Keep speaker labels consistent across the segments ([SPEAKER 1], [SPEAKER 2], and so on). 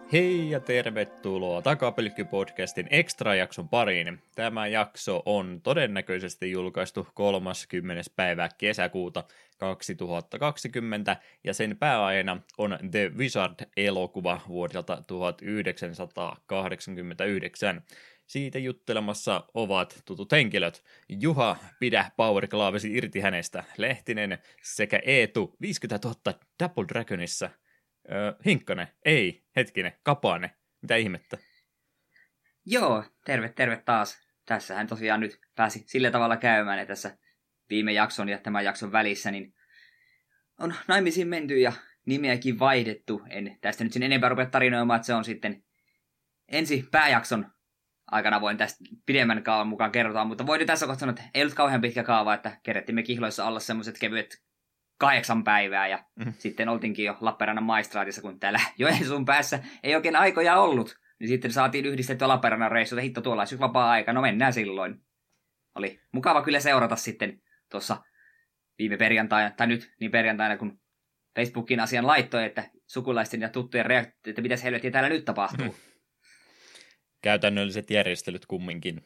[SPEAKER 1] Hei ja tervetuloa Takapelkky-podcastin extra-jakson pariin. Tämä jakso on todennäköisesti julkaistu 30. päivä kesäkuuta 2020 ja sen pääaiheena on The Wizard-elokuva vuodelta 1989. Siitä juttelemassa ovat tutut henkilöt Juha, pidä power-klaavesi irti hänestä, Lehtinen sekä Eetu 50 000 Double Dragonissa. Hinkkanen, ei, hetkinen, Kapane, mitä ihmettä?
[SPEAKER 2] Joo, terve taas. Tässähän tosiaan nyt pääsi sillä tavalla käymään, että tässä viime jakson ja tämän jakson välissä niin on naimisiin menty ja nimeäkin vaihdettu. En tästä nyt sen enempää rupea tarinoimaan, että se on sitten ensi pääjakson aikana voin tästä pidemmän kaavan mukaan kerrotaan, mutta voin tässä kohtaa sanoa, että ei ollut kauhean pitkä kaava, että kerettimme kihloissa olla semmoiset kevyet 8 päivää ja sitten oltiinkin jo Lappeenrannan maistraatissa, kun täällä Joensuun päässä ei oikein aikoja ollut. Niin sitten saatiin yhdistettyä Lappeenrannan reissuun, hitto tuolla olisi vapaa-aika, no mennään silloin. Oli mukava kyllä seurata sitten tuossa viime perjantaina, tai nyt niin perjantaina, kun Facebookin asian laittoi, että sukulaisten ja tuttujen reaktiot, että mitäs helvettiä täällä nyt tapahtuu.
[SPEAKER 1] Käytännölliset järjestelyt kumminkin.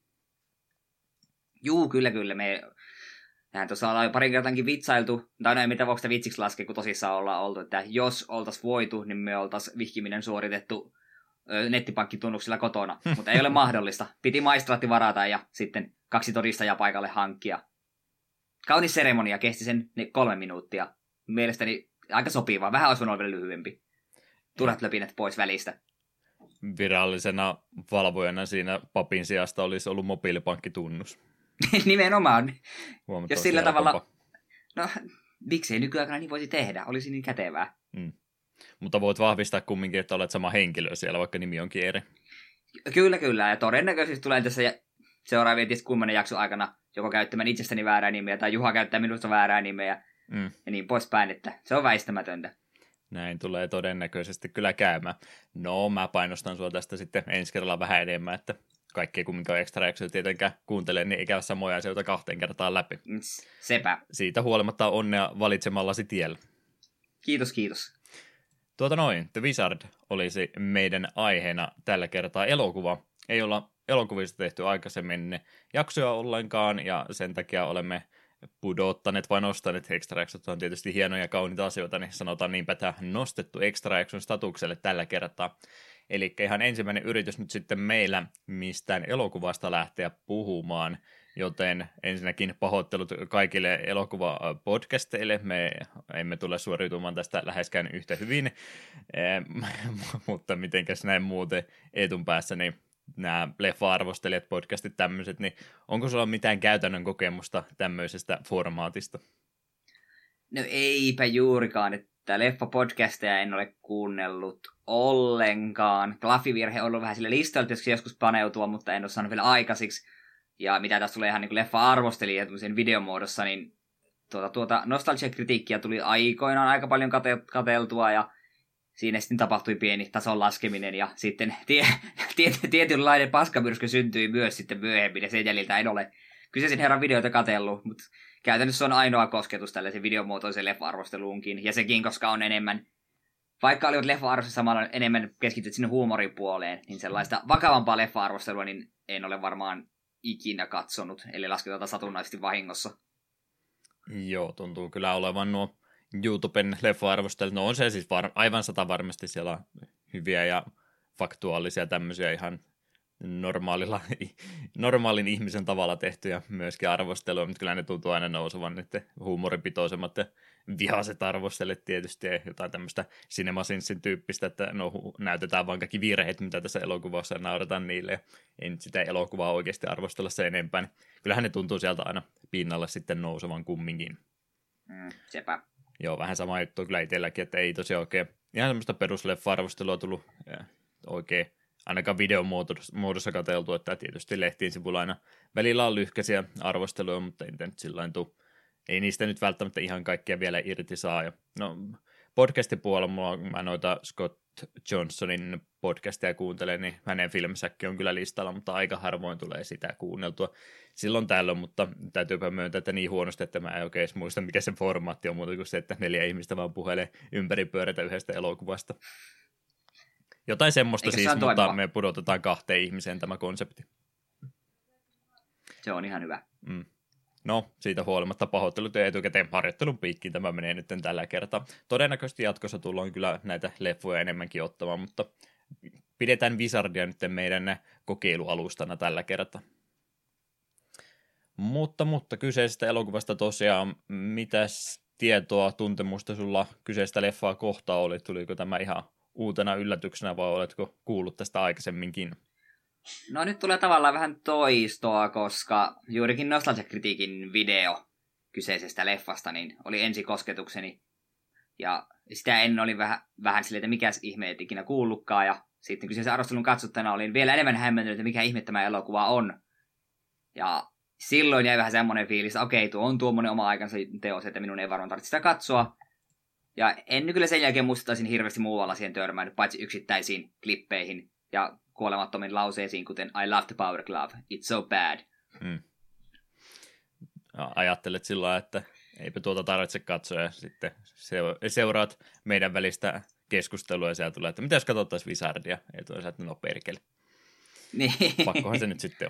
[SPEAKER 2] Juu, kyllä. Näin tuossa ollaan jo parin kertaankin vitsailtu, tai no ei mitä voiko vitsiksi laskea, kun tosissaan ollaan oltu, että jos oltaisiin voitu, niin me oltaisiin vihkiminen suoritettu nettipankkitunnuksilla kotona, mutta ei ole mahdollista. Piti maistraatti varata ja sitten 2 todistajaa paikalle hankkia. Kaunis seremonia, kesti sen 3 minuuttia. Mielestäni aika sopivaa, vähän olisi voinut olla vielä lyhyempi. Turhat löpinät pois välistä.
[SPEAKER 1] Virallisena valvojana siinä papin sijasta olisi ollut mobiilipankkitunnus.
[SPEAKER 2] Nimenomaan. Jos sillä tavalla,
[SPEAKER 1] helpompaa.
[SPEAKER 2] no miksei nykyaikana niin voisi tehdä, olisi niin kätevää.
[SPEAKER 1] Mutta voit vahvistaa kumminkin, että olet sama henkilö siellä, vaikka nimi onkin eri.
[SPEAKER 2] Kyllä, ja todennäköisesti tulee tässä seuraavien 10 jakson aikana joko käyttämään itsestäni väärää nimeä, tai Juha käyttää minusta väärää nimeä, ja niin poispäin, että se on väistämätöntä.
[SPEAKER 1] Näin tulee todennäköisesti kyllä käymään. No, mä painostan sua tästä sitten ensi kerralla vähän enemmän, että kaikki kumminkaan extra jaksoja tietenkään kuuntelee, niin ei käy samoja asioita 2 kertaa läpi.
[SPEAKER 2] Sepä.
[SPEAKER 1] Siitä huolimatta onnea valitsemallasi tiellä.
[SPEAKER 2] Kiitos.
[SPEAKER 1] The Wizard olisi meidän aiheena tällä kertaa elokuva. Ei olla elokuvista tehty aikaisemmin jaksoja ollenkaan, ja sen takia olemme pudottaneet vai nostaneet extra jaksot. On tietysti hienoja ja kauniita asioita, niin sanotaan niinpä tämä nostettu extra jakson statukselle tällä kertaa. Eli ihan ensimmäinen yritys nyt sitten meillä mistään elokuvasta lähteä puhumaan, joten ensinnäkin pahoittelut kaikille elokuvapodcasteille. Me emme tule suoriutumaan tästä läheskään yhtä hyvin, mutta mitenkäs näin muuten Eetun päässä, niin nämä leffa-arvostelijat, podcastit tämmöiset, niin onko sulla mitään käytännön kokemusta tämmöisestä formaatista?
[SPEAKER 2] No eipä juurikaan, että leffa-podcasteja en ole kuunnellut ollenkaan. Klaffivirhe on ollut vähän sille listoilla, että joskus paneutua, mutta en ole saanut vielä aikaisiksi. Ja mitä tässä tulee ihan niin leffa-arvostelija videomuodossa, niin nostalgia-kritiikkiä tuli aikoinaan aika paljon kateltua, ja siinä sitten tapahtui pieni tason laskeminen, ja sitten tietynlainen paskamyrsky syntyi myös sitten myöhemmin, ja sen jäljiltä en ole kyseisen herran videoita katsellut, mutta käytännössä on ainoa kosketus tällaisen videomuotoisen leffa-arvosteluunkin, ja sekin, koska on enemmän, vaikka olivat leffa-arvostelussa samalla enemmän keskityt sinne huumoripuoleen, niin sellaista vakavampaa leffa-arvostelua niin en ole varmaan ikinä katsonut, eli lasketa satunnaisesti vahingossa.
[SPEAKER 1] Joo, tuntuu kyllä olevan nuo YouTuben leffa-arvostelut. No on se siis aivan varmasti siellä hyviä ja faktuaalisia tämmöisiä ihan normaalin ihmisen tavalla tehtyjä myöskin arvostelua, mutta kyllä ne tuntuu aina nousevan nyt huumoripitoisemmat ja vihaiset arvostelet tietysti ja jotain tämmöistä CinemaSinsin tyyppistä, että no, näytetään vaan kaikki virheet, mitä tässä elokuvassa ja nauretaan niille ja ei nyt sitä elokuvaa oikeasti arvostella se enempää. Kyllähän ne tuntuu sieltä aina pinnalle sitten nousevan kumminkin.
[SPEAKER 2] Sepä.
[SPEAKER 1] Joo, vähän sama juttu kyllä itselläkin, että ei tosiaan oikein ihan semmoista perusleffa-arvostelua tullut oikein ainakaan videomuodossa katseltu, että tietysti lehtien sivuilla aina välillä on lyhkäisiä arvosteluja, mutta ei niistä nyt välttämättä ihan kaikkia vielä irti saa. Ja, no, podcastin puolella mä noita Scott Johnsonin podcastia kuuntelen, niin hänen filmisäkki on kyllä listalla, mutta aika harvoin tulee sitä kuunneltua silloin tällöin, mutta täytyypä myöntää, että niin huonosti, että mä en oikein edes muista, mikä se formaatti on muuta kuin se, että 4 ihmistä vaan puhelee ympäri pyöreitä yhdestä elokuvasta. Jotain semmoista
[SPEAKER 2] Eikö se
[SPEAKER 1] siis,
[SPEAKER 2] on
[SPEAKER 1] mutta
[SPEAKER 2] toimiva?
[SPEAKER 1] me pudotetaan 2 ihmiseen tämä konsepti.
[SPEAKER 2] Se on ihan hyvä.
[SPEAKER 1] No, siitä huolimatta pahoittelut ja etukäteen harjoittelun piikkiin tämä menee nyt tällä kertaa. Todennäköisesti jatkossa tullaan kyllä näitä leffoja enemmänkin ottamaan, mutta pidetään Wizardia nyt meidän kokeilualustana tällä kertaa. Mutta kyseisestä elokuvasta tosiaan, mitäs tietoa, tuntemusta sulla kyseistä leffaa kohtaa oli? Tuliko tämä ihan uutena yllätyksenä vai oletko kuullut tästä aikaisemminkin?
[SPEAKER 2] No nyt tulee tavallaan vähän toistoa, koska juurikin Nostalgia-kritiikin video kyseisestä leffasta niin oli ensikosketukseni. Ja sitä ennen oli vähän silleen, että mikäs ihme et ikinä kuullutkaan. Ja sitten kyseisen arvostelun katsottuna olin vielä enemmän hämmentynyt, että mikä ihme tämä elokuva on. Ja silloin jäi vähän semmoinen fiilis, että okei, tuo on tuommoinen oma aikansa teos, että minun ei varmaan tarvitse sitä katsoa. Ja en kyllä sen jälkeen muistaisin hirveästi muualla siihen törmännyt, paitsi yksittäisiin klippeihin ja kuolemattomiin lauseisiin, kuten I love the Power Glove, it's so bad.
[SPEAKER 1] Ajattelet sillä lailla, että eipä tuota tarvitse katsoa ja sitten seuraat meidän välistä keskustelua ja siellä tulee, että mitä jos katsottaisiin Wizardia? Ei toisaalta, että no perkele.
[SPEAKER 2] Niin.
[SPEAKER 1] Pakkohan se nyt sitten on.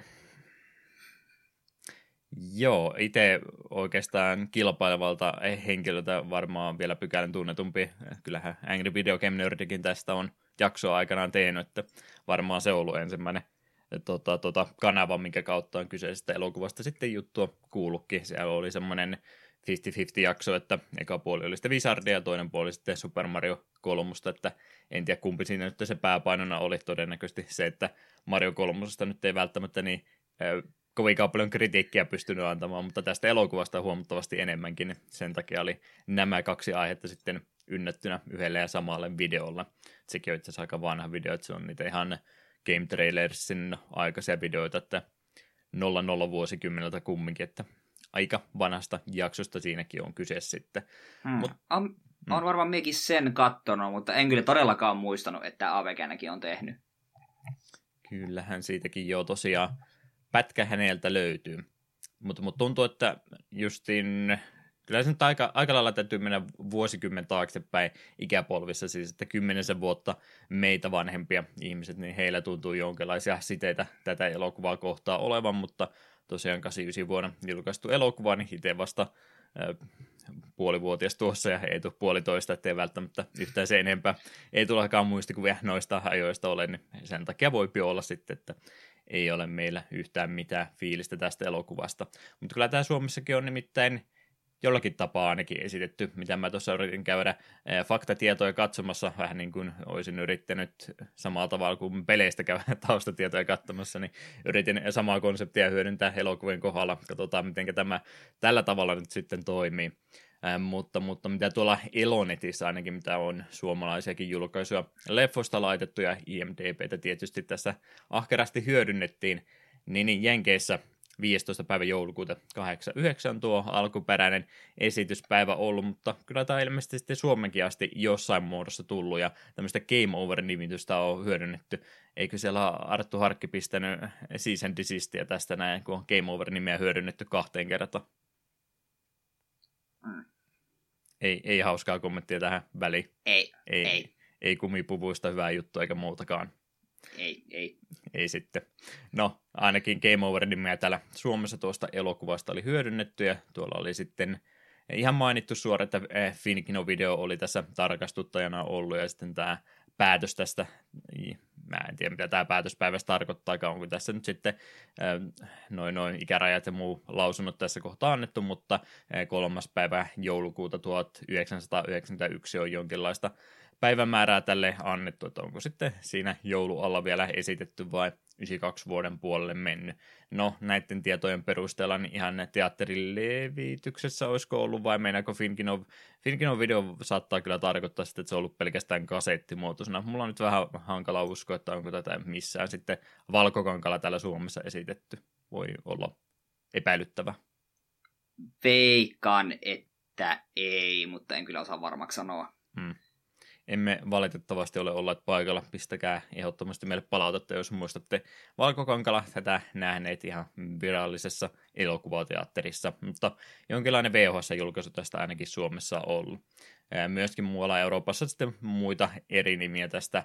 [SPEAKER 1] Joo, itse oikeastaan kilpailevalta henkilöltä varmaan vielä pykälän tunnetumpi. Kyllähän Angry Video Game Nerdikin tästä on jaksoa aikanaan tehnyt, että varmaan se on ollut ensimmäinen kanava, minkä kautta on kyseisestä elokuvasta sitten juttua kuullutkin. Siellä oli semmoinen 50-50 jakso, että eka puoli oli sitten Wizardia ja toinen puoli sitten Super Mario 3, että en tiedä kumpi siinä nyt se pääpainona oli, todennäköisesti se, että Mario 3 nyt ei välttämättä niin kovinkaan paljon kritiikkiä pystynyt antamaan, mutta tästä elokuvasta huomattavasti enemmänkin. Sen takia oli nämä 2 aihetta sitten ynnättynä yhdelle ja samalle videolla. Sekin on itse asiassa aika vanha video, että se on niitä ihan Game Trailersin aikaisia videoita, että 00 vuosikymmeneltä kumminkin, että aika vanhasta jaksosta siinäkin on kyse sitten.
[SPEAKER 2] On varmaan minäkin sen kattonut, mutta en kyllä todellakaan muistanut, että AVGnäkin on tehnyt.
[SPEAKER 1] Kyllähän siitäkin jo tosiaan pätkä häneltä löytyy. Mutta tuntuu, että justiin, kyllä se nyt aika lailla täytyy mennä vuosikymmen taaksepäin ikäpolvissa, siis että 10 vuotta meitä vanhempia ihmiset, niin heillä tuntuu jonkinlaisia siteitä tätä elokuvaa kohtaa olevan, mutta tosiaan 89 vuonna julkaistu elokuva, niin itse vasta puolivuotias tuossa ja ei tule puolitoista, ettei välttämättä yhtään se enempää. Ei tulekaan muistikuvia noista ajoista ole, niin sen takia voipi olla sitten, että ei ole meillä yhtään mitään fiilistä tästä elokuvasta. Mutta kyllä tämä Suomessakin on nimittäin jollakin tapaa ainakin esitetty, mitä mä tuossa yritin käydä faktatietoja katsomassa, vähän niin kuin olisin yrittänyt samalla tavalla kuin peleistä käydä taustatietoja katsomassa, niin yritin samaa konseptia hyödyntää elokuvien kohdalla. Katsotaan, miten tämä tällä tavalla nyt sitten toimii. Mutta mitä tuolla Elonetissä ainakin, mitä on suomalaisiakin julkaisuja leffoista laitettu ja IMDb:tä tietysti tässä ahkerasti hyödynnettiin, niin Jenkeissä 15. päivä joulukuuta 89 tuo alkuperäinen esityspäivä ollut, mutta kyllä tämä on ilmeisesti sitten Suomenkin asti jossain muodossa tullut ja tämmöistä Game Over-nimitystä on hyödynnetty. Eikö siellä Arttu Harkki pistänyt Cease and Desistia tästä näin, kun on Game Over-nimeä hyödynnetty 2 kertaa? Ei hauskaa kommenttia tähän väliin. Ei kumipuvuista hyvää juttua eikä muutakaan. Ei sitten. No, ainakin Game Over-nimeä täällä Suomessa tuosta elokuvasta oli hyödynnetty, ja tuolla oli sitten ihan mainittu suora, että Finkino Video oli tässä tarkastuttajana ollut, ja sitten tämä päätös tästä, mä en tiedä mitä tämä päätöspäivässä tarkoittaa, onko tässä nyt sitten noin ikärajat ja muu lausunnot tässä kohtaa annettu, mutta 3. päivä joulukuuta 1991 on jonkinlaista päivämäärää tälle annettu, että onko sitten siinä joulualla vielä esitetty vai 92 vuoden puolelle mennyt. No, näiden tietojen perusteella niin ihan teatterilevityksessä olisiko ollut vai meinaako Finkino Video saattaa kyllä tarkoittaa sitten, että se on ollut pelkästään kasettimuotoisena. Mulla on nyt vähän hankala uskoa, että onko tätä missään sitten valkokankalla täällä Suomessa esitetty. Voi olla epäilyttävä.
[SPEAKER 2] Veikkaan, että ei, mutta en kyllä osaa varmaksi sanoa.
[SPEAKER 1] Emme valitettavasti ole olleet paikalla. Pistäkää ehdottomasti meille palautetta, jos muistatte Valkokankala tätä nähneet ihan virallisessa elokuvateatterissa. Mutta jonkinlainen VHS-julkaisu tästä ainakin Suomessa on ollut. Myöskin muualla Euroopassa sitten muita eri nimiä tästä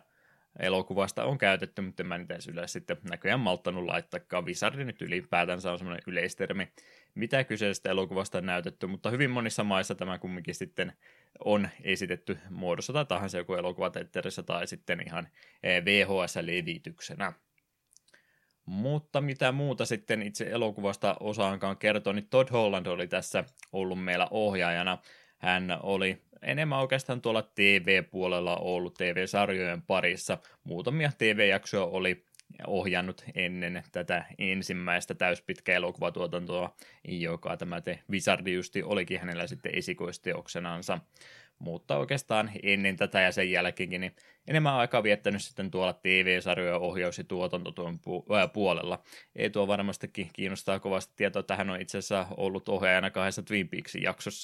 [SPEAKER 1] elokuvasta on käytetty, mutta mä niitä yleensä sitten näköjään malttanut laittaakaan. Wizardi nyt ylipäätänsä on semmoinen yleistermi, mitä kyseisestä elokuvasta on näytetty, mutta hyvin monissa maissa tämä kumminkin sitten on esitetty muodossa tai tahansa joku elokuvateatterissa tai sitten ihan VHS-levityksenä. Mutta mitä muuta sitten itse elokuvasta osaankaan kertoa, niin Todd Holland oli tässä ollut meillä ohjaajana. Hän oli enemmän oikeastaan tuolla TV-puolella ollut TV-sarjojen parissa. Muutamia TV-jaksoja oli ohjannut ennen tätä ensimmäistä täyspitkää elokuvatuotantoa, joka tämä Wizardi justi olikin hänellä sitten esikoisteoksenansa. Mutta oikeastaan ennen tätä ja sen jälkeenkin niin enemmän aikaa viettänyt sitten tuolla TV-sarjoja ohjaus- ja tuotantotyön puolella. Ei tuo varmastikin kiinnostaa kovasti tietoa, että hän on itse asiassa ollut ohjaajana 2 Twin Peaksin jaksossa.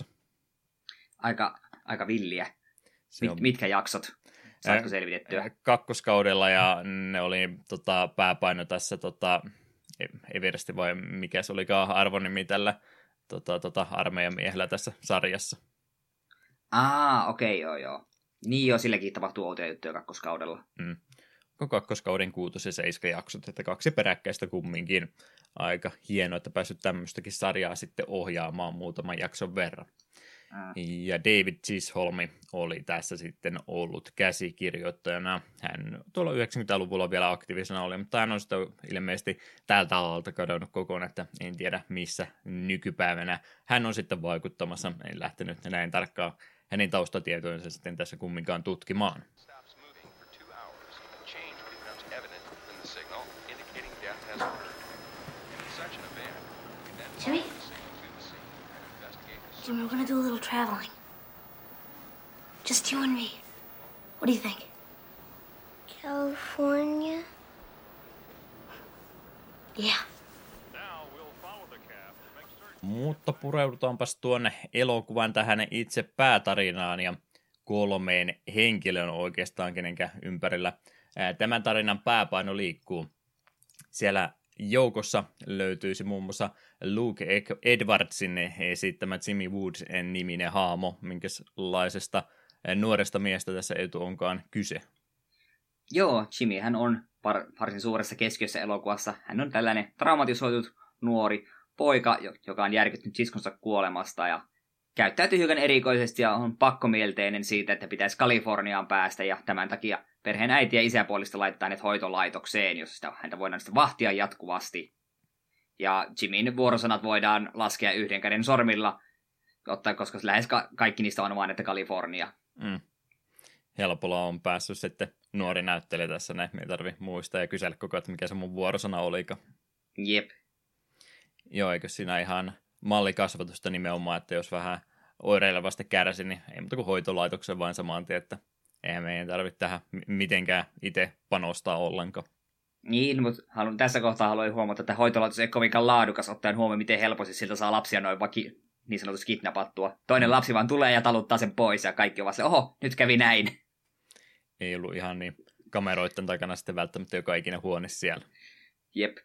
[SPEAKER 1] Aika
[SPEAKER 2] villiä. Mitkä jaksot? Saatko selvitettyä?
[SPEAKER 1] Kakkoskaudella, ja ne oli pääpaino tässä Eversti, vai mikä se olikaan arvonimi tällä armeijan miehellä tässä sarjassa.
[SPEAKER 2] Okei, joo. Niin jo, silläkin tapahtuu outoja juttuja kakkoskaudella.
[SPEAKER 1] Kakkoskauden 6 ja 7 jaksot, että 2 peräkkäistä kumminkin. Aika hienoa, että päässyt tämmöistäkin sarjaa sitten ohjaamaan muutaman jakson verran. Ja David Chisholm oli tässä sitten ollut käsikirjoittajana. Hän tuolla 90-luvulla vielä aktiivisena oli, mutta hän on sitten ilmeisesti tältä alalta kadonnut kokonaan, että en tiedä missä nykypäivänä hän on sitten vaikuttamassa. En lähtenyt näin tarkkaan hänen taustatietojensa sitten tässä kumminkaan tutkimaan.
[SPEAKER 3] Jimmy, we're gonna do a little traveling. Just you and me. What do you think?
[SPEAKER 4] California?
[SPEAKER 3] Yeah.
[SPEAKER 1] Mutta pureudutaanpas tuonne elokuvan tähän itse päätarinaan ja 3 henkilön oikeastaan, kenenkä ympärillä tämän tarinan pääpaino liikkuu. Siellä joukossa löytyisi muun muassa Luke Edwardsin esittämä Jimmy Woods-niminen haamo, minkälaisesta nuoresta miestä tässä etu onkaan kyse.
[SPEAKER 2] Joo, Jimmy hän on varsin suuressa keskiössä elokuvassa. Hän on tällainen traumatisoitunut nuori poika, joka on järkyttynyt siskonsa kuolemasta ja käyttäytyy hiukan erikoisesti ja on pakkomielteinen siitä, että pitäisi Kaliforniaan päästä, ja tämän takia perheen äiti ja isäpuolista laittaa hänet hoitolaitokseen, jossa häntä voidaan sitten vahtia jatkuvasti. Ja Jimin vuorosanat voidaan laskea yhden käden sormilla, koska lähes kaikki niistä on vain, että Kalifornia.
[SPEAKER 1] Helpolla on päässyt sitten nuori näyttelijä tässä näin. Me ei tarvitse muistaa ja kysellä koko ajan, mikä se mun vuorosana olikaan.
[SPEAKER 2] Jep.
[SPEAKER 1] Joo, eikö siinä ihan mallikasvatusta nimenomaan, että jos vähän oireilevasti kärsi, niin ei muuta kuin hoitolaitoksen vain samaan tien, että eihän meidän tarvitse tähän mitenkään itse panostaa ollenkaan.
[SPEAKER 2] Niin, mutta tässä kohtaa haluan huomata, että hoitolaitos ei kovinkaan laadukas, ottaen huomioon, miten helposti siltä saa lapsia noin niin sanotusti kidnappattua. Toinen lapsi vaan tulee ja taluttaa sen pois, ja kaikki ovat se, oho, nyt kävi näin.
[SPEAKER 1] Ei ollut ihan niin kameroiden takana sitten välttämättä joka ikinen huone siellä.
[SPEAKER 2] Jep.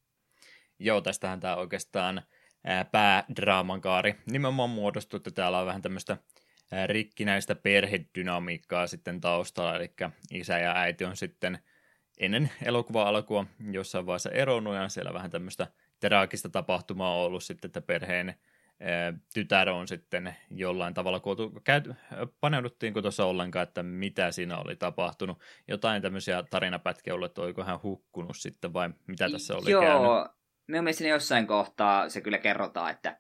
[SPEAKER 1] Joo, tästähän tämä oikeastaan päädraaman kaari nimenomaan muodostuu, että täällä on vähän tämmöistä rikkinäistä perhedynamiikkaa sitten taustalla, eli isä ja äiti on sitten ennen elokuvan alkua jossain vaiheessa eronnut, ja siellä vähän tämmöistä traagista tapahtumaa on ollut sitten, että perheen tytär on sitten jollain tavalla paneuduttiinko tuossa ollenkaan, että mitä siinä oli tapahtunut. Jotain tämmöisiä tarinapätkiä ollut, että oliko hän hukkunut sitten vai mitä tässä oli käynyt.
[SPEAKER 2] Joo, minun mielestäni jossain kohtaa se kyllä kerrotaan, että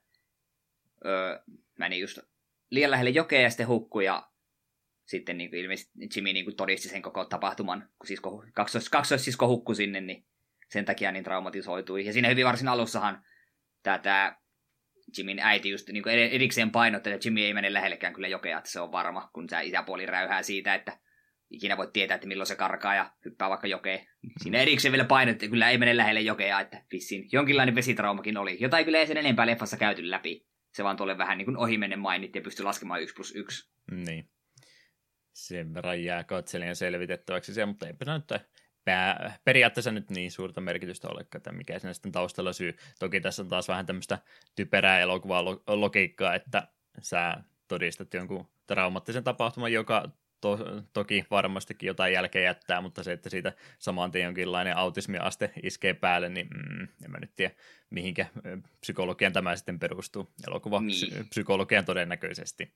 [SPEAKER 2] meni just liian lähelle jokea ja sitten hukkui, ja sitten niin kuin ilmeisesti Jimmy niin kuin todisti sen koko tapahtuman, kun kaksoissisko hukkui sinne, niin sen takia niin traumatisoitui. Ja siinä hyvin varsin alussahan tämä Jimin äiti just niin kuin erikseen painotti, että Jimmy ei mene lähellekään kyllä jokea, että se on varma, kun se isäpuoli räyhää siitä, että ikinä voit tietää, että milloin se karkaa ja hyppää vaikka jokeen. Siinä erikseen vielä painotti, että kyllä ei mene lähelle jokea, että vissiin jonkinlainen vesitraumakin oli, jota ei kyllä ei sen enempää leffassa käyty läpi. Se vaan tuolle vähän niin kuin ohimennen mainittiin ja pystyi laskemaan 1+1.
[SPEAKER 1] Niin. Sen verran jää katselijan selvitettäväksi siellä, mutta eipä nyt periaatteessa nyt niin suurta merkitystä ole, että mikä siinä sitten taustalla syy. Toki tässä on taas vähän tämmöistä typerää elokuvaa logiikkaa, että sä todistat jonkun traumaattisen tapahtuman, joka toki varmastikin jotain jälkeä jättää, mutta se, että siitä saman tien jonkinlainen autismiaste iskee päälle, niin en mä nyt tiedä, mihinkä psykologian tämä sitten perustuu. Psykologian todennäköisesti.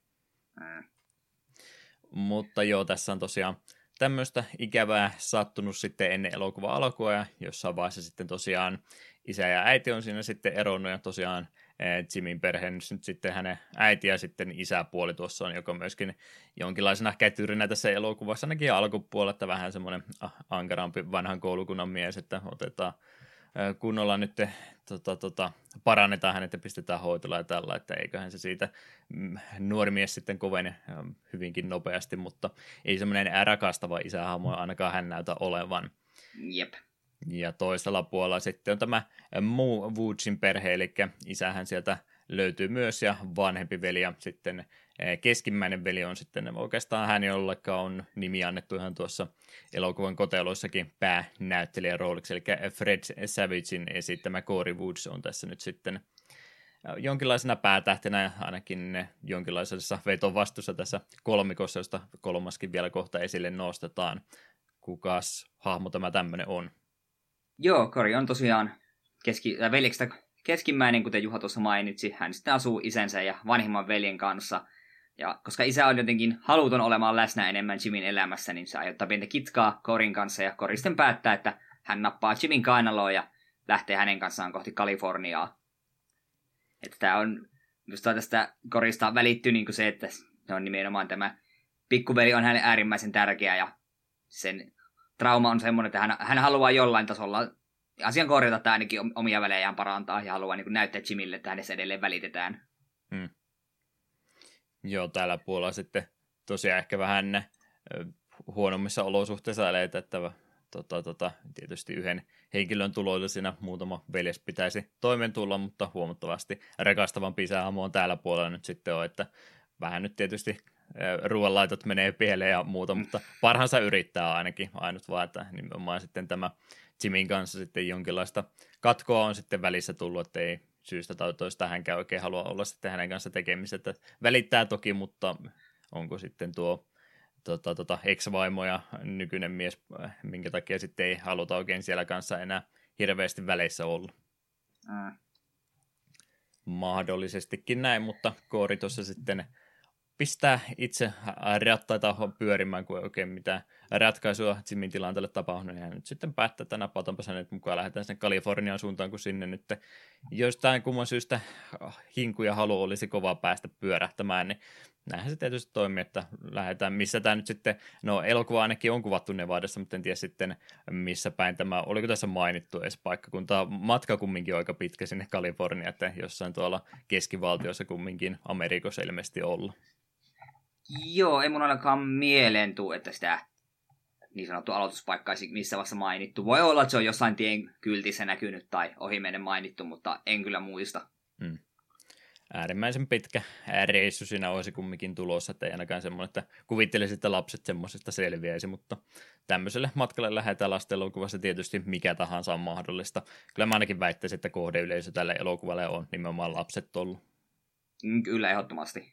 [SPEAKER 1] Mutta joo, tässä on tosiaan tämmöistä ikävää sattunut sitten ennen elokuvan alkua, ja jossain vaiheessa sitten tosiaan isä ja äiti on siinä sitten eronnut, ja tosiaan Jimin perhe nyt sitten hänen äiti ja sitten isäpuoli tuossa on, joka myöskin jonkinlaisena kätyrinä tässä elokuvassa ainakin alkupuolella, että vähän semmoinen ankarampi vanhan koulukunnan mies, että otetaan kunnolla nyt parannetaan hänet ja pistetään hoitola ja tällä, että eiköhän se siitä nuori mies sitten kovene hyvinkin nopeasti, mutta ei semmoinen rakastava isähahmo ainakaan hän näytä olevan.
[SPEAKER 2] Jep.
[SPEAKER 1] Ja toisella puolella sitten on tämä muu Woodsin perhe, eli isähän sieltä löytyy myös ja vanhempi veli ja sitten keskimmäinen veli on sitten oikeastaan hän, jolleka on nimi annettu ihan tuossa elokuvan koteloissakin päänäyttelijän rooliksi, eli Fred Savagein esittämä Corey Woods on tässä nyt sitten jonkinlaisena päätähtenä, ainakin jonkinlaisessa vetovastuussa tässä kolmikossa, josta kolmaskin vielä kohta esille nostetaan. Kukas hahmo tämä tämmöinen on?
[SPEAKER 2] Joo, Corey on tosiaan veljeksestä keskimmäinen, kuten Juha tuossa mainitsi. Hän sitten asuu isänsä ja vanhimman veljen kanssa. Ja koska isä on jotenkin haluton olemaan läsnä enemmän Jimin elämässä, niin se aiheuttaa pientä kitkaa Coryn kanssa. Ja Cory sitten päättää, että hän nappaa Jimin kainaloon ja lähtee hänen kanssaan kohti Kaliforniaa. Että tämä on, just tästä Corysta välittyy niin kuin se, että se on nimenomaan tämä pikkuveli on hänelle äärimmäisen tärkeä ja sen trauma on semmoinen, että hän haluaa jollain tasolla asian korjata tai ainakin omia välejään parantaa ja haluaa niin kuin näyttää Jimille, että hänessä edelleen välitetään.
[SPEAKER 1] Joo, täällä puolella sitten tosiaan ehkä vähän huonommissa olosuhteissa eleitä, että tietysti yhden henkilön tuloilla siinä muutama veljes pitäisi toimeen tulla, mutta huomattavasti rakastavampi isähahmo on täällä puolella nyt sitten on, että vähän nyt tietysti ruoanlaitot menee pieleen ja muuta, mutta parhaansa yrittää ainakin, ainut vaan, että nimenomaan sitten tämä Jimin kanssa sitten jonkinlaista katkoa on sitten välissä tullut, että ei syystä tai toista hänkään oikein halua olla sitten hänen kanssa tekemistä, että välittää toki, mutta onko sitten tuo ex-vaimo ja nykyinen mies, minkä takia sitten ei haluta oikein siellä kanssa enää hirveästi väleissä olla. Mahdollisestikin näin, mutta Corey tuossa sitten pistää itse rattaita pyörimään, kun ei oikein mitään ratkaisua Jimin tilanteelle tapahtunut, ja nyt sitten päättää, että napatanpa hänet mukaan, lähdetään sinne Kalifornian suuntaan, kun sinne nyt jostain kumman syystä hinku ja halu olisi kovaa päästä pyörähtämään, niin näinhän se tietysti toimii, että lähdetään, missä tämä nyt sitten, no elokuva ainakin on kuvattu Nevadassa, mutta en tiedä sitten missä päin tämä, oliko tässä mainittu edes paikkakunta, matka kumminkin aika pitkä sinne Kaliforniaan, että jossain tuolla keskivaltiossa kumminkin Amerikassa ilmeisesti olla.
[SPEAKER 2] Joo, ei mun ainakaan mieleen tule, että sitä niin sanottu aloituspaikka olisi missä vaiheessa mainittu. Voi olla, että se on jossain tien kyltissä näkynyt tai ohimennen mainittu, mutta en kyllä muista.
[SPEAKER 1] Äärimmäisen pitkä reissu siinä olisi kumminkin tulossa, että ei ainakaan semmoinen, että kuvittelisin, että lapset semmoisesta selviäisi, mutta tämmöiselle matkalle lähdetään lasten elokuvassa tietysti mikä tahansa on mahdollista. Kyllä mä ainakin väittäisin, että kohdeyleisö tälle elokuvalle on nimenomaan lapset ollut.
[SPEAKER 2] Kyllä, ehdottomasti.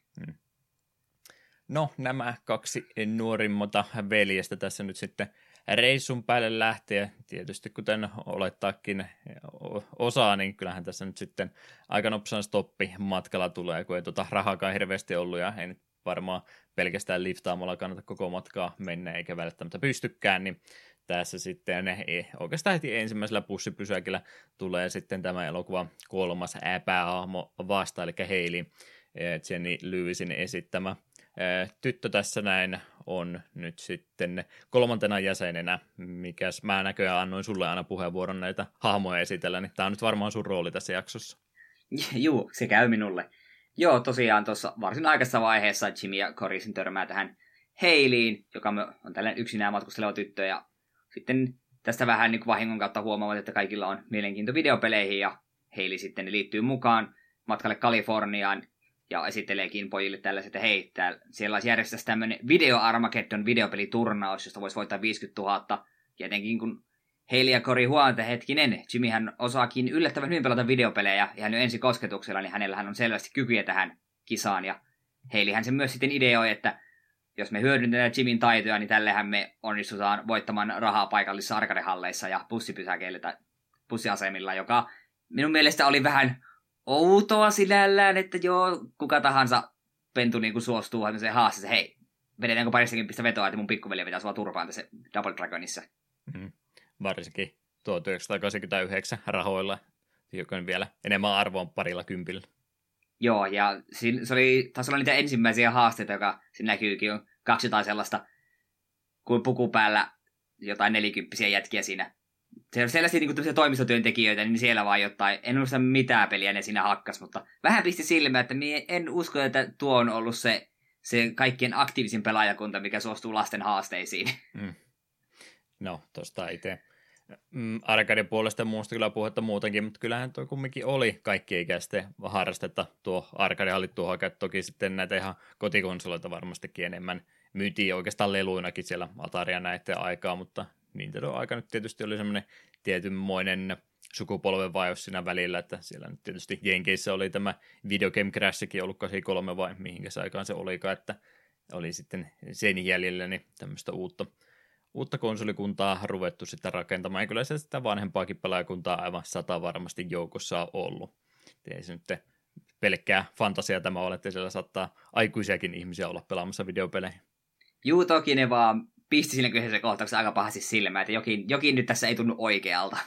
[SPEAKER 1] No, nämä kaksi nuorimmata veljestä tässä nyt sitten reissun päälle lähtee. Tietysti kuten olettaakin osaa, niin kyllähän tässä nyt sitten aika nopsaan stoppi matkalla tulee, kun ei rahaakaan hirveästi ollut ja ei nyt varmaan pelkästään liftaamalla kannata koko matkaa mennä eikä välttämättä pystykään, niin tässä sitten oikeastaan heti ensimmäisellä bussipysäkillä tulee sitten tämä elokuva kolmas päähahmo vasta, eli Hailey, Jenny Lewisin esittämä. Tyttö tässä näin on nyt sitten kolmantena jäsenenä, mikäs mä näköjään annoin sulle aina puheenvuoron näitä hahmoja esitellä, niin tää on nyt varmaan sun rooli tässä jaksossa.
[SPEAKER 2] Juu, se käy minulle. Joo, tosiaan tuossa varsin aikaisessa vaiheessa Jimmy ja Corey törmää tähän Haileyin, joka on tällainen yksinään matkusteleva tyttö, ja sitten tästä vähän niin kuin vahingon kautta huomaavat, että kaikilla on mielenkiinto videopeleihin, ja Hailey sitten liittyy mukaan matkalle Kaliforniaan, ja esitteleekin pojille tällaiset, että hei, siellä olisi järjestäisi tämmöinen Video Armageddon videopeliturnaus, josta voisi voittaa 50 000. Ja etenkin kun Hailey ja Corey huomata, hetkinen, Jimmyhän osaakin yllättävän hyvin pelata videopelejä ihan jo ensi kosketuksella, niin hänellähän on selvästi kykyjä tähän kisaan. Ja Haileyhän se myös sitten ideoi, että jos me hyödynnetään Jimin taitoja, niin tällehän me onnistutaan voittamaan rahaa paikallisissa arcade-halleissa ja bussipysäkeillä tai bussiasemilla, joka minun mielestä oli vähän outoa sinällään, että joo, kuka tahansa pentu niin kuin suostuu se haasteeseen, hei, vedetäänkö paristakin pistä vetoa, että mun pikkuveli pitää sua turpaan tässä Double Dragonissa.
[SPEAKER 1] Varsinkin 1989 rahoilla, joka on vielä enemmän arvoa parilla kympillä.
[SPEAKER 2] Joo, ja se oli taas olla niitä ensimmäisiä haasteita, joka siinä näkyykin on 2 tai sellaista, kuin puku päällä jotain 40 jätkiä siinä. Se on selvästi niin kuin toimistotyöntekijöitä, niin siellä vaan jotain, en muista mitään peliä ne siinä hakkas, mutta vähän pisti silmään, että en usko, että tuo on ollut se kaikkien aktiivisin pelaajakunta, mikä suostuu lasten haasteisiin.
[SPEAKER 1] No, tosta itse arcaden puolesta muusta kyllä puhetta muutenkin, mutta kyllähän tuo kumminkin oli kaikki ikäisten harrastetta. Tuo arcade-hallit tuohon, toki sitten näitä ihan kotikonsoloita varmastikin enemmän myytiin oikeastaan leluinakin siellä Ataria näiden aikaa, mutta Nintendo aika nyt tietysti oli semmoinen tietynmoinen sukupolvenvaihdos siinä välillä, että siellä nyt tietysti Jenkeissä oli tämä Video Game Crashikin ollut 83 vai mihinkä se aikaan se olikaan, että oli sitten sen jäljellä niin tämmöistä uutta konsolikuntaa ruvettu sitten rakentamaan, ja kyllä se sitä vanhempaakin pelaajakuntaa aivan 100 varmasti joukossa on ollut. Ei se nyt pelkkää fantasiaa tämä ole, että siellä saattaa aikuisiakin ihmisiä olla pelaamassa videopelejä.
[SPEAKER 2] Juu, toki ne vaan pisti siinä kyseisessä kohtauksessa aika pahasti silmään, että jokin nyt tässä ei tunnu oikealta.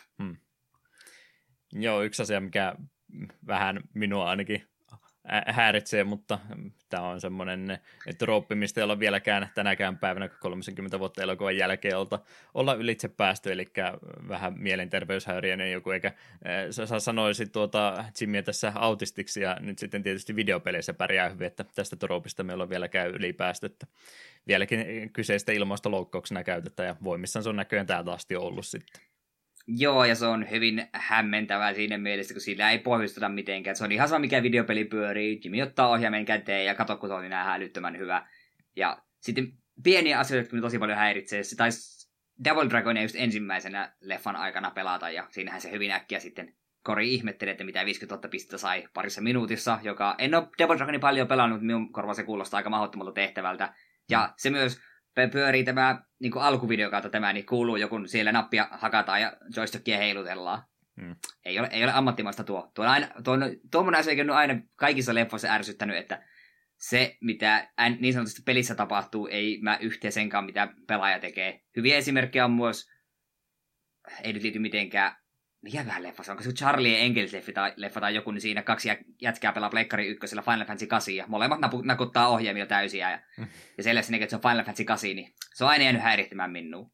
[SPEAKER 1] Joo, yksi asia, mikä vähän minua ainakin häiritsee, mutta tämä on semmoinen trooppi, mistä ei olla vieläkään tänäkään päivänä 30 vuotta elokuvan jälkeen olla ylitse päästy, eli vähän mielenterveyshäiriöinen joku, eikä sanoisi Jimmyä tässä autistiksi, ja nyt sitten tietysti videopeleissä pärjää hyvin, että tästä troopista meillä on vieläkään ylipäästy, että vieläkin kyseistä ilmausta loukkauksena käytetään, ja voimissaan se on näköjään täältä asti ollut sitten.
[SPEAKER 2] Joo, ja se on hyvin hämmentävää siinä mielessä, kun sillä ei pohjustuta mitenkään. Se on ihan sama, mikä videopeli pyörii. Jimmy ottaa ohjaimen käteen ja kato, kun se on enää älyttömän hyvä. Ja sitten pieniä asioita, kun tosi paljon häiritsee. Se taisi Double Dragonia just ensimmäisenä leffan aikana pelata, ja siinähän se hyvin äkkiä sitten Kori ihmetteli, että mitä 50 000 pistettä sai parissa minuutissa, joka en ole Double Dragonia paljon pelannut, mutta minun korvaan se kuulostaa aika mahdottomalta tehtävältä. Ja se myös pyörii tämä niin kuin alkuvideo kautta tämä, niin kuuluu joku siellä nappia hakataan ja joystickia heilutellaan. Ei ole ammattimaista tuo. Tuommoinen asia on aina kaikissa leffoissa ärsyttänyt, että se, mitä niin sanotusti pelissä tapahtuu, ei mä yhteen senkaan, mitä pelaaja tekee. Hyviä esimerkkejä on myös, ei nyt liity mitenkään, mikä vähän leffa se on, koska Charlie Engels-leffa tai joku, niin siinä 2 jätkää pelaa Pleikkari 1 Final Fantasy 8, ja molemmat nakuttaa ohjaimia täysiä, ja selvästi näkee, että se on Final Fantasy 8, niin se on aina jäänyt häirittämään minua.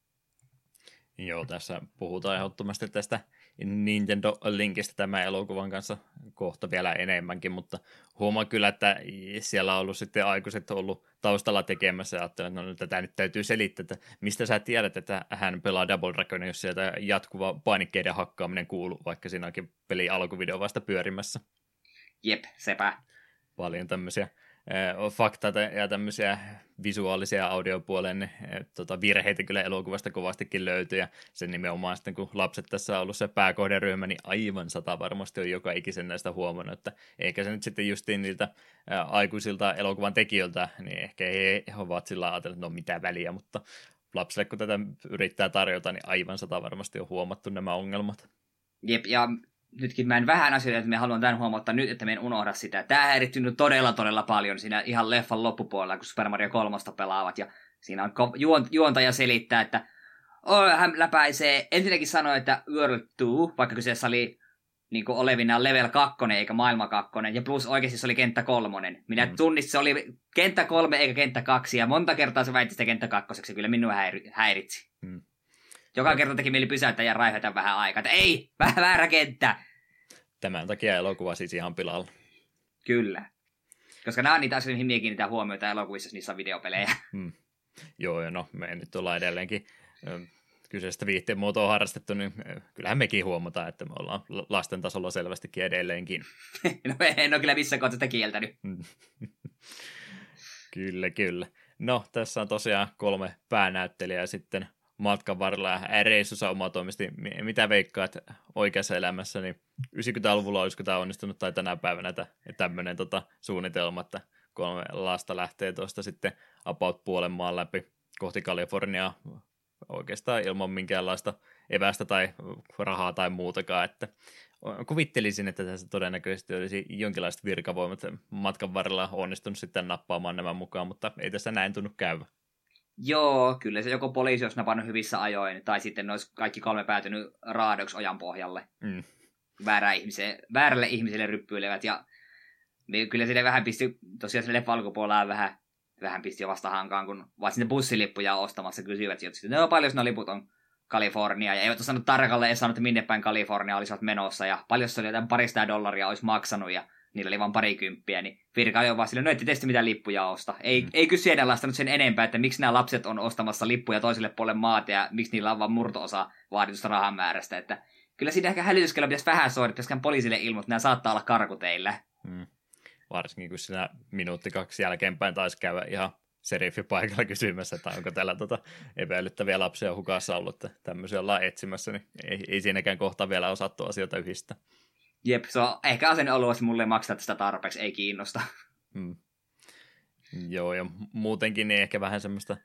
[SPEAKER 2] Joo,
[SPEAKER 1] tässä puhutaan ehdottomasti tästä Nintendo-linkistä tämän elokuvan kanssa kohta vielä enemmänkin, mutta huomaa kyllä, että siellä on ollut sitten aikuiset ollut taustalla tekemässä ja ajattelen, että no, tätä nyt täytyy selittää, että mistä sä tiedät, että hän pelaa Double Dragonia, jos sieltä jatkuva painikkeiden hakkaaminen kuuluu, vaikka siinä onkin peli alkuvideo vasta pyörimässä.
[SPEAKER 2] Jep, sepä.
[SPEAKER 1] Paljon tämmöisiä faktaita ja tämmöisiä visuaalisia ja audiopuolen virheitä kyllä elokuvasta kovastikin löytyy, ja sen nimenomaan sitten, kun lapset tässä on ollut se pääkohderyhmä, niin aivan 100 varmasti on joka ikisen näistä huomannut, että eikä se nyt sitten justiin niiltä aikuisilta elokuvan tekijöiltä, niin ehkä he ovat sillä ajatelleet, että no mitä väliä, mutta lapsille kun tätä yrittää tarjota, niin aivan 100 varmasti on huomattu nämä ongelmat.
[SPEAKER 2] Jep, ja nytkin mä en vähän asioita, että me haluan tämän huomauttaa nyt, että me en unohda sitä. Tämä häirittynyt todella paljon siinä ihan leffan loppupuolella, kun Super Mario 3 pelaavat. Ja siinä on juontaja selittää, että hän läpäisee, ensinnäkin sanoi, että World 2, vaikka kyseessä oli niin kuin olevinaan level 2 eikä maailma 2, ja plus oikeasti se oli kenttä 3. Minä tunnistin, se oli kenttä 3 eikä kenttä 2, ja monta kertaa se väitti sitä kenttä 2, ja kyllä minua häiritsi. Joka kerta teki mieli pysäyttää ja raihata vähän aikaa, että ei, vähän väärä kenttä.
[SPEAKER 1] Tämän takia elokuva siis ihan pilalla.
[SPEAKER 2] Kyllä. Koska nämä on niitä asioita, mihin kiinnitään huomiota elokuvissa, niissä on videopelejä.
[SPEAKER 1] Joo, ja no, me nyt ollaan edelleenkin kyseistä viihteen muotoa harrastettu, niin kyllähän mekin huomataan, että me ollaan lasten tasolla selvästikin edelleenkin.
[SPEAKER 2] No en ole kyllä missään kohtaa sitä kieltänyt.
[SPEAKER 1] Kyllä. No, tässä on tosiaan 3 päänäyttelijää sitten matkan varrella ja reissussa omatoimisesti. Mitä veikkaat oikeassa elämässä, niin 90-luvulla olisiko tämä onnistunut tai tänä päivänä tämmöinen suunnitelma, että 3 lasta lähtee tuosta sitten about puolen maan läpi kohti Kaliforniaa oikeastaan ilman minkäänlaista evästä tai rahaa tai muutakaan, että kuvittelisin, että tässä todennäköisesti olisi jonkinlaiset virkavoimat matkan varrella onnistunut sitten nappaamaan nämä mukaan, mutta ei tässä näin tunnu käyvä.
[SPEAKER 2] Joo, kyllä se joko poliisi olisi napannut hyvissä ajoin, tai sitten ne olisi kaikki 3 päätynyt raadoksi ojan pohjalle. Väärälle ihmiselle ryppyilevät, ja kyllä sille vähän pisti, tosiaan sille alkupuolella vähän pisti jo vastahankaan, kun vaan sinne bussilippuja ostamassa kysyivät, että no paljon ne liput on Kalifornia, ja eivät osannut tarkalleen edes sanonut, minne päin Kalifornia olisivat menossa, ja paljon se oli jotain $200 olisi maksanut, ja niillä oli vaan 20, niin virka ajoi vaan sille, no ette tietysti mitään lippuja osta. Ei kyseenalaistanut sen enempää, että miksi nämä lapset on ostamassa lippuja toiselle puolelle maata, ja miksi niillä on vaan murto-osa vaaditusta rahamäärästä, että kyllä siinä ehkä hälytyskello pitäisi vähän soida, pitäisikään poliisille ilmoittaa, että nämä saattaa olla karkuteillä.
[SPEAKER 1] Varsinkin kun siinä 1-2 jälkeenpäin taisi käydä ihan seriffi paikalla kysymässä, että onko täällä epäilyttäviä lapsia hukassa ollut, että tämmöisiä ollaan etsimässä, niin ei siinäkään kohtaa vielä osattu asioita yhdistää.
[SPEAKER 2] Jep, se on ehkä asenne ollut, että mulle ei maksata sitä tarpeeksi, ei kiinnosta.
[SPEAKER 1] Joo, ja muutenkin niin ehkä vähän semmoista,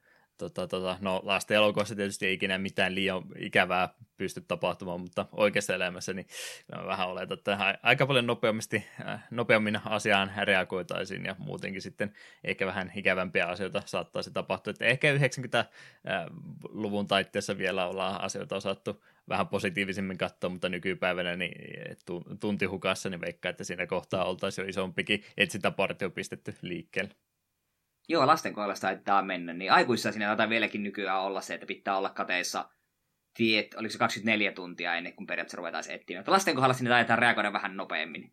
[SPEAKER 1] no lasten elokuvassa tietysti ei ikinä mitään liian ikävää pysty tapahtumaan, mutta oikeassa elämässä niin vähän oletan, että aika paljon nopeammin asiaan reagoitaisiin ja muutenkin sitten ehkä vähän ikävämpiä asioita saattaisi tapahtua. Että ehkä 90-luvun taitteessa vielä ollaan asioita osattu vähän positiivisemmin katsoa, mutta nykypäivänä niin tunti hukassa, niin veikkaa, että siinä kohtaa oltaisiin jo isompikin etsintäpartio pistetty liikkeelle.
[SPEAKER 2] Joo, lasten kohdalla taitaa mennä, niin aikuisissa siinä taitaa vieläkin nykyään olla se, että pitää olla kateissa, oliko se 24 tuntia ennen kuin periaatteessa ruvetaan etsimään. Mutta lasten kohdalla siinä taitaa reagoida vähän nopeammin.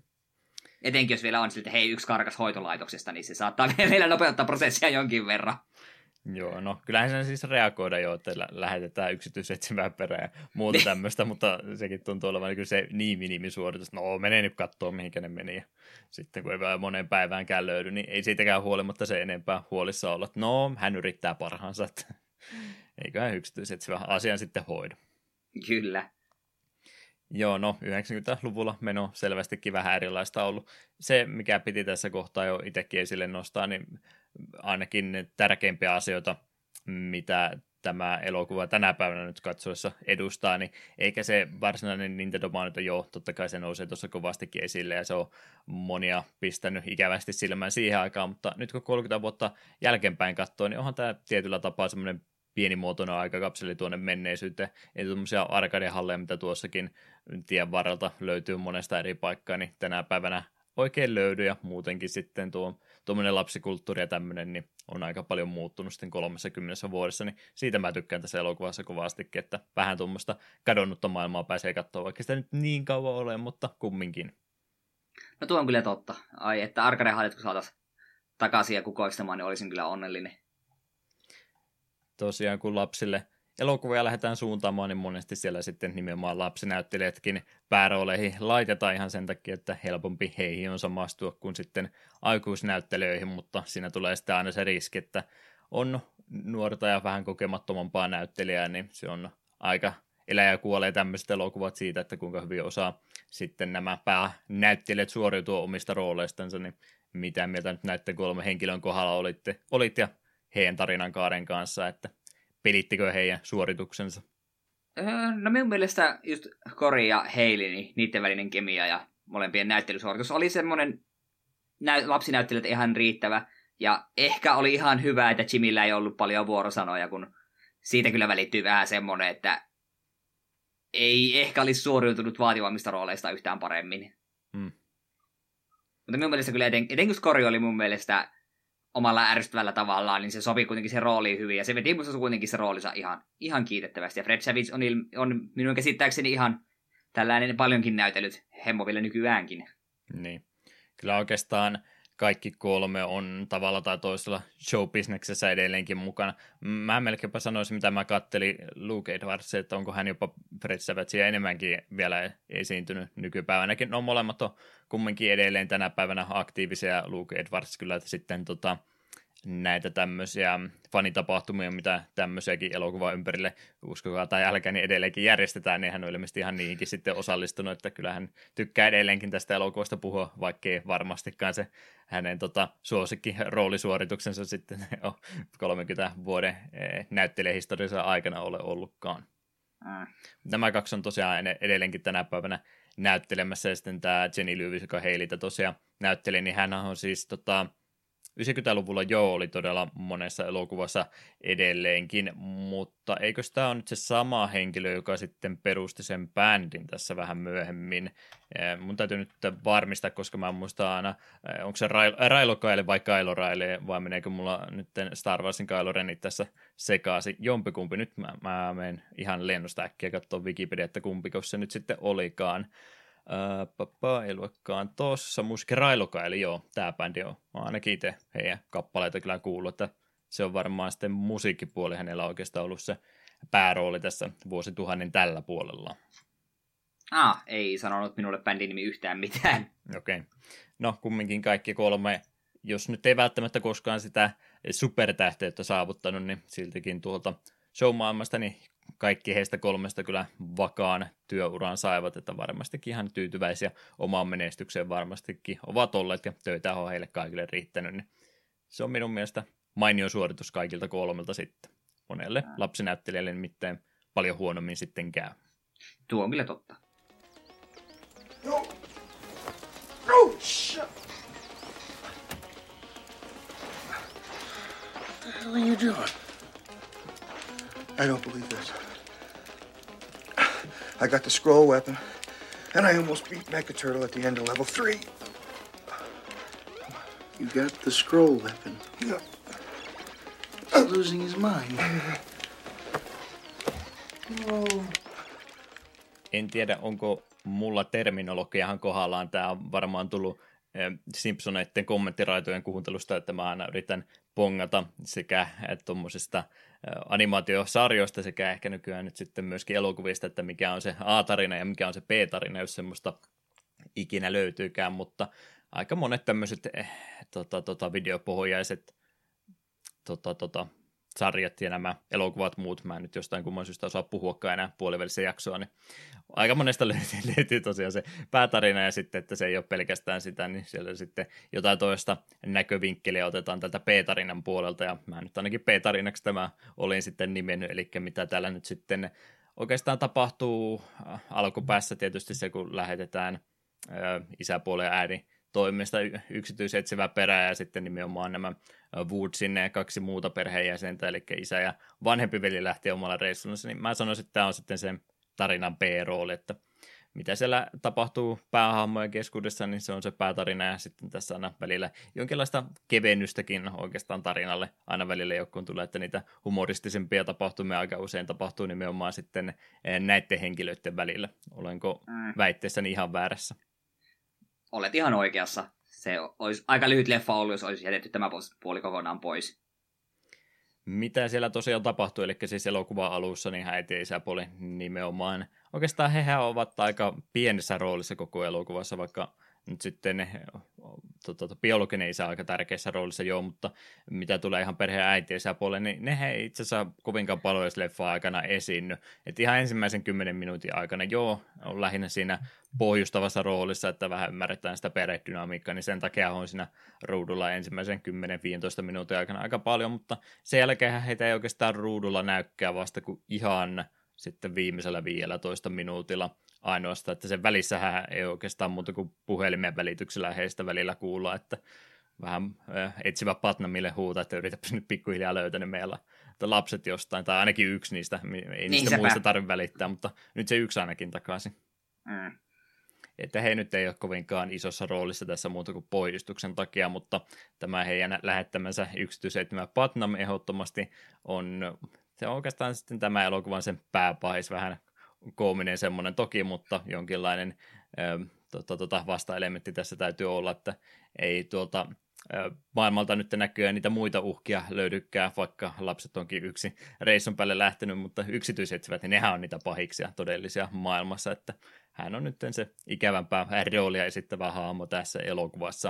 [SPEAKER 2] Etenkin jos vielä on siltä, että hei, yksi karkas hoitolaitoksesta, niin se saattaa vielä nopeuttaa prosessia jonkin verran.
[SPEAKER 1] Joo, no kyllähän se siis reagoida jo, että lähetetään yksityisetsivään perään ja muuta tämmöistä, mutta sekin tuntuu olevan niin se niin minimisuoritus, no menee nyt katsoa mihinkä ne meni ja sitten kun ei vielä moneen päiväänkään löydy, niin ei siitäkään huolimatta se enempää huolissa olla, että no hän yrittää parhaansa, että eiköhän yksityisetsivä asian sitten hoida.
[SPEAKER 2] Kyllä.
[SPEAKER 1] Joo, no 90-luvulla meno selvästikin vähän erilaista ollut. Se, mikä piti tässä kohtaa jo itsekin esille nostaa, niin ainakin tärkeimpiä asioita, mitä tämä elokuva tänä päivänä nyt katsoessa edustaa, niin eikä se varsinainen Nintendo-mainonta jo, totta kai se nousee tuossa kovastikin esille, ja se on monia pistänyt ikävästi silmään siihen aikaan, mutta nyt kun 30 vuotta jälkeenpäin katsoo, niin onhan tämä tietyllä tapaa semmoinen pienimuotoinen aikakapseli tuonne menneisyyteen, ei tuommoisia arcade-halleja, mitä tuossakin tien varrelta löytyy monesta eri paikkaa, niin tänä päivänä oikein löydy, ja muutenkin sitten tuommoinen lapsikulttuuri ja tämmöinen, niin on aika paljon muuttunut sitten 30 vuodessa, niin siitä mä tykkään tässä elokuvassa kovastikin, että vähän tuommoista kadonnutta maailmaa pääsee katsoa, vaikka sitä nyt niin kauan ole, mutta kumminkin.
[SPEAKER 2] No tuo on kyllä totta. Ai, että arcade-hallit kun saataisiin takaisin ja kukoistamaan, niin olisin kyllä onnellinen.
[SPEAKER 1] Tosiaan kun lapsille elokuvia lähdetään suuntaamaan, niin monesti siellä sitten nimenomaan lapsinäyttelijätkin päärooleihin laitetaan ihan sen takia, että helpompi heihin on samastua kuin sitten aikuisnäyttelijöihin, mutta siinä tulee sitten aina se riski, että on nuorta ja vähän kokemattomampaa näyttelijää, niin se on aika elää ja kuolee tämmöiset elokuvat siitä, että kuinka hyvin osaa sitten nämä päänäyttelijät suoriutua omista rooleistansa, niin mitä mieltä nyt näiden 3 henkilön kohdalla olit ja heidän tarinan kaaren kanssa, että pelittikö heidän suorituksensa?
[SPEAKER 2] No minun mielestä just Corey ja Hailey, niin niiden välinen kemia ja molempien näyttelysuoritus oli semmoinen lapsinäyttelijät ihan riittävä. Ja ehkä oli ihan hyvä, että Jimillä ei ollut paljon vuorosanoja, kun siitä kyllä välittyy vähän semmoinen, että ei ehkä olisi suoriutunut vaativammista rooleista yhtään paremmin. Mutta minun mielestä kyllä etenkin kun Corey oli mun mielestä omalla ärsyttävällä tavallaan, niin se sopii kuitenkin se rooliin hyvin, ja se veti musta kuitenkin se roolinsa ihan kiitettävästi, ja Fred Savage on minun käsittääkseni ihan tällainen paljonkin näytellyt hemmo vielä nykyäänkin.
[SPEAKER 1] Niin, kyllä oikeastaan kaikki 3 on tavalla tai toisella showbisneksessä edelleenkin mukana. Mä melkeinpä sanoisin, mitä mä kattelin Luke Edwards, että onko hän jopa Fred Savagea enemmänkin vielä esiintynyt nykypäivänäkin. No molemmat on kumminkin edelleen tänä päivänä aktiivisia, Luke Edwards kyllä sitten näitä tämmöisiä fanitapahtumia, mitä tämmöisiäkin elokuvan ympärille uskokaa tai älkää, niin edelleenkin järjestetään, niin hän on ilmeisesti ihan niihinkin sitten osallistunut, että kyllähän tykkää edelleenkin tästä elokuvasta puhua, vaikkei varmastikaan se hänen suosikki roolisuorituksensa sitten 30 vuoden näyttelijähistoriansa aikana ole ollutkaan. Nämä kaksi on tosiaan edelleenkin tänä päivänä näyttelemässä, ja sitten tämä Jenny Lewis, joka Haileytä tosiaan näytteli, niin hän on siis 90-luvulla oli todella monessa elokuvassa edelleenkin, mutta eikö tämä ole nyt se sama henkilö, joka sitten perusti sen bändin tässä vähän myöhemmin? Mun täytyy nyt varmistaa, koska mä muistan aina, onko se Railo Kaile vai Kylo Rile, vai meneekö mulla nyt Star Warsin Kylo Renit tässä sekaisin. Jompikumpi, nyt mä menen ihan lennosta äkkiä katsoa Wikipedia, että kumpiko se nyt sitten olikaan. Ei luekaan tossa. Musiikki Railokaili, joo, tää bändi on. Mä ainakin itse heidän kappaleita kyllä kuullut, että se on varmaan sitten musiikkipuoli hänellä oikeastaan ollut se päärooli tässä vuosituhannen tällä puolella.
[SPEAKER 2] Ei sanonut minulle bändin nimi yhtään mitään.
[SPEAKER 1] Okei. No, kumminkin kaikki kolme, jos nyt ei välttämättä koskaan sitä supertähteyttä saavuttanut, niin siltikin tuolta showmaailmasta, niin kaikki heistä kolmesta kyllä vakaan työuran saivat, että varmastikin ihan tyytyväisiä omaan menestykseen varmastikin ovat olleet, ja töitä on heille kaikille riittänyt, niin se on minun mielestä mainio suoritus kaikilta kolmelta sitten. Monelle lapsinäyttelijälle nimittäin paljon huonommin sitten käy.
[SPEAKER 2] Tuo on kyllä totta.
[SPEAKER 4] No! No! Shut!
[SPEAKER 5] What the hell are you doing?
[SPEAKER 4] I don't believe this. I got the scroll weapon, and I almost beat Mecha Turtle at the end of level 3.
[SPEAKER 5] You got the scroll weapon.
[SPEAKER 4] Yeah.
[SPEAKER 5] He's losing his mind.
[SPEAKER 4] Oh.
[SPEAKER 1] En tiedä, onko mulla terminologiahan kohdallaan. Tämä on varmaan tullut Simpsoneiden kommenttiraitojen kuuntelusta, että mä aina yritän pongata sekä tuommoisista animaatiosarjoista sekä ehkä nykyään nyt sitten myöskin elokuvista, että mikä on se A-tarina ja mikä on se B-tarina, jos semmoista ikinä löytyykään, mutta aika monet tämmöiset videopohjaiset sarjat ja nämä elokuvat muut, mä en nyt jostain kumman syystä osaa puhuakaan enää puolivälissä jaksoa, niin aika monesta löytyy tosiaan se päätarina ja sitten, että se ei ole pelkästään sitä, niin siellä sitten jotain toista näkövinkkeliä otetaan tältä B-tarinan puolelta, ja mä nyt ainakin B-tarinaksi tämä olin sitten nimennyt, eli mitä täällä nyt sitten oikeastaan tapahtuu alkupäässä tietysti se, kun lähetetään isäpuolen ja äidin toimesta yksityisetsivä perä ja sitten nimenomaan nämä Woodsin ja kaksi muuta perheenjäsentä, eli isä ja vanhempi veli lähti omalla reissulla, niin mä sanoisin, että tämä on sitten sen tarinan B-rooli, että mitä siellä tapahtuu päähahmojen keskuudessa, niin se on se päätarina ja sitten tässä aina välillä jonkinlaista kevennystäkin oikeastaan tarinalle aina välillä joku tulee, että niitä humoristisempia tapahtumia aika usein tapahtuu nimenomaan sitten näiden henkilöiden välillä. Olenko väitteessäni ihan väärässä?
[SPEAKER 2] Olet ihan oikeassa. Se olisi aika lyhyt leffa ollut, jos olisi jätetty tämä puoli kokonaan pois.
[SPEAKER 1] Mitä siellä tosiaan tapahtui, eli siis elokuvan alussa, niin äiti ja isäpuoli nimenomaan. Oikeastaan hehän ovat aika pienessä roolissa koko elokuvassa, vaikka nyt sitten biologinen isä on aika tärkeässä roolissa joo, mutta mitä tulee ihan perheen äiti ja isäpuolelle, niin ne ei itse asiassa kovinkaan paljon edes leffan aikana esiinny. Että ihan ensimmäisen 10 minuutin aikana joo, on lähinnä siinä pohjustavassa roolissa, että vähän ymmärretään sitä perhedynamiikkaa, niin sen takia on siinä ruudulla ensimmäisen 10-15 minuutin aikana aika paljon, mutta sen jälkeen heitä ei oikeastaan ruudulla näykään vasta kuin ihan sitten viimeisellä 15 minuutilla ainoastaan, että sen välissähän ei oikeastaan muuta kuin puhelimen välityksellä heistä välillä kuulla, että vähän etsivä Patnamille huutaa, että yritäpäs nyt pikkuhiljaa löytää ne meillä lapset jostain, tai ainakin yksi niistä, ei niistä muista tarvitse välittää, mutta nyt se yksi ainakin takaisin. Että he nyt ei ole kovinkaan isossa roolissa tässä muuta kuin pohjustuksen takia, mutta tämä heidän lähettämänsä yksityisettimä Patnam ehdottomasti on, se on oikeastaan sitten tämä elokuvan sen pääpahis, vähän koominen semmoinen toki, mutta jonkinlainen vasta-elementti tässä täytyy olla, että ei tuolta maailmalta nyt näkyy niitä muita uhkia löydykään, vaikka lapset onkin yksi reissun päälle lähtenyt, mutta yksityisetsivät, niin nehän on niitä pahiksia todellisia maailmassa, että hän on nyt se ikävämpää roolia esittävä hahmo tässä elokuvassa.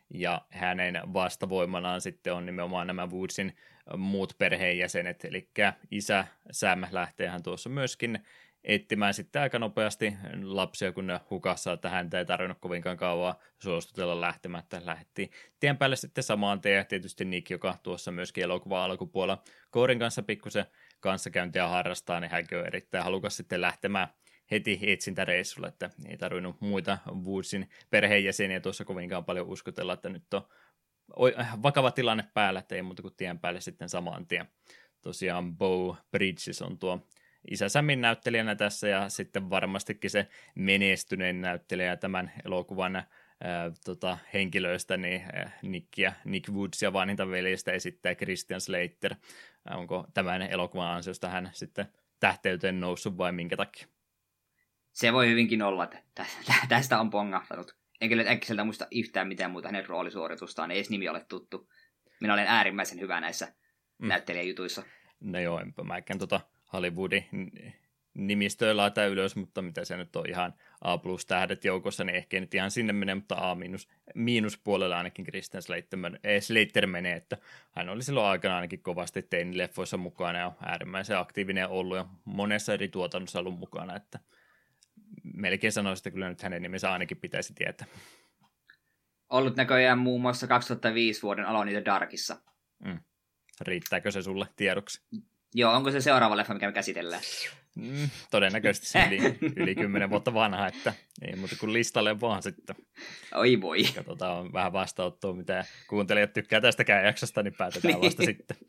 [SPEAKER 1] ja hänen vastavoimanaan sitten on nimenomaan nämä Woodsin muut perheenjäsenet, eli isä Sam lähteehän tuossa myöskin etsimään sitten aika nopeasti lapsia, kun ne hukassa, että häntä ei tarvinnut kovinkaan kauan suostutella lähtemättä. Lähti tien päälle sitten samaan tien, ja tietysti Nick, joka tuossa myöskin elokuvan alkupuolella Corin kanssa pikkusen kanssakäyntiä harrastaa, niin hänkin on erittäin halukas sitten lähtemään heti etsintäreissulle, että ei tarvinnut muita Woodsin perheenjäseniä tuossa kovinkaan paljon uskotella, että nyt on vakava tilanne päällä, että ei muuta kuin tien päälle sitten samaan tien. Tosiaan Beau Bridges on tuo isä Samin näyttelijänä tässä, ja sitten varmastikin se menestyneen näyttelijä tämän elokuvan henkilöistä, niin Nick Woodsia vanhinta veljestä esittää Christian Slater. Onko tämän elokuvan ansiosta hän sitten tähteyteen noussut vai minkä takia?
[SPEAKER 2] Se voi hyvinkin olla, että tästä on pongahtanut. Enkä nyt äkkiseltä muista yhtään mitään muuta hänen roolisuoritustaan, ei edes nimi ole tuttu. Minä olen äärimmäisen hyvä näissä näyttelijäjutuissa.
[SPEAKER 1] No joo, enpä mäkään Hollywoodin nimistöä laita ylös, mutta mitä se nyt on ihan A+-tähdet joukossa, niin ehkä nyt ihan sinne menee, mutta A-puolella ainakin Christian Slater menee, että hän oli silloin aikana ainakin kovasti teinileffoissa mukana ja äärimmäisen aktiivinen ollut ja monessa eri tuotannossa ollut mukana, että melkein sanoisin, että kyllä nyt hänen nimensä ainakin pitäisi tietää.
[SPEAKER 2] Ollut näköjään muun muassa 2005 vuoden Alone in the Darkissa.
[SPEAKER 1] Riittääkö se sulle tiedoksi?
[SPEAKER 2] Joo, onko se seuraava leffa, mikä me käsitellään?
[SPEAKER 1] Todennäköisesti se yli 10 vuotta vanha, että ei muuta kuin listalle vaan sitten.
[SPEAKER 2] Oi voi.
[SPEAKER 1] Katsotaan vähän vastaanottoa, mitä kuuntelijat tykkää tästäkään jaksosta, niin päätetään vasta sitten.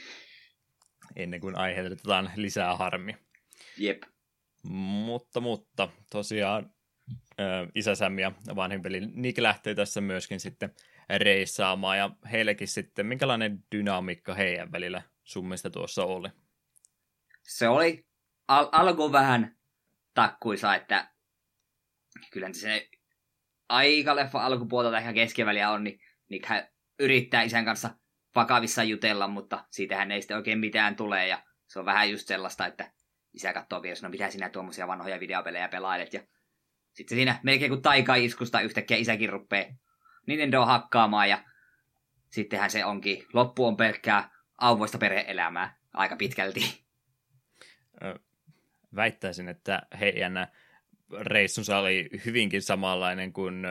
[SPEAKER 1] Ennen kuin aiheutetaan lisää harmia.
[SPEAKER 2] Jep.
[SPEAKER 1] Mutta tosiaan isä Sam ja vanhin veli Nick lähtee tässä myöskin sitten reissaamaan, ja heillekin sitten, minkälainen dynamiikka heidän välillä sun mielestä tuossa oli?
[SPEAKER 2] Se oli alkuun vähän takkuisa, että kyllä se aika leffa alkupuolta tai ihan keskeväliä on, niin hän yrittää isän kanssa vakavissa jutella, mutta siitähän ei sitten oikein mitään tule, ja se on vähän just sellaista, että isä katsoo vieressä, no mitä sinä tuommoisia vanhoja videopelejä pelailet, ja sitten siinä melkein kuin taikaiskusta yhtäkkiä isäkin rupeaa Nintendo hakkaamaan, ja sittenhän se onkin, loppu on pelkkää auvoista perhe-elämää aika pitkälti.
[SPEAKER 1] Väittäisin, että heidän reissunsa oli hyvinkin samanlainen kuin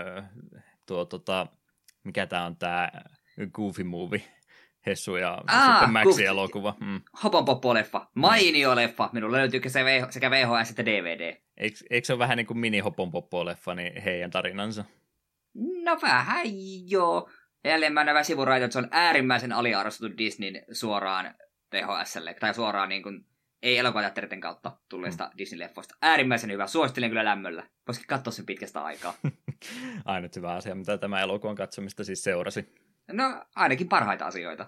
[SPEAKER 1] mikä tämä on tämä Goofy Movie, Hessu ja sitten Maxin elokuva.
[SPEAKER 2] Hoponpoppo-leffa, mainio leffa, minulla löytyy sekä VHS että DVD.
[SPEAKER 1] Eikö se ole vähän niin kuin mini-Hoponpoppo-leffa, niin heidän tarinansa?
[SPEAKER 2] No vähän joo. Jälleen mä näen sivuraita, että se on äärimmäisen aliarvostettu Disneyn suoraan VHSlle, tai suoraan niin kuin, ei elokuvateatteriten kautta tulleesta Disney-leffoista. Äärimmäisen hyvä, suosittelen kyllä lämmöllä. Voisikin katsoa sen pitkästä aikaa.
[SPEAKER 1] Ainut hyvä asia, mitä tämä elokuvan katsomista siis seurasi.
[SPEAKER 2] No, ainakin parhaita asioita.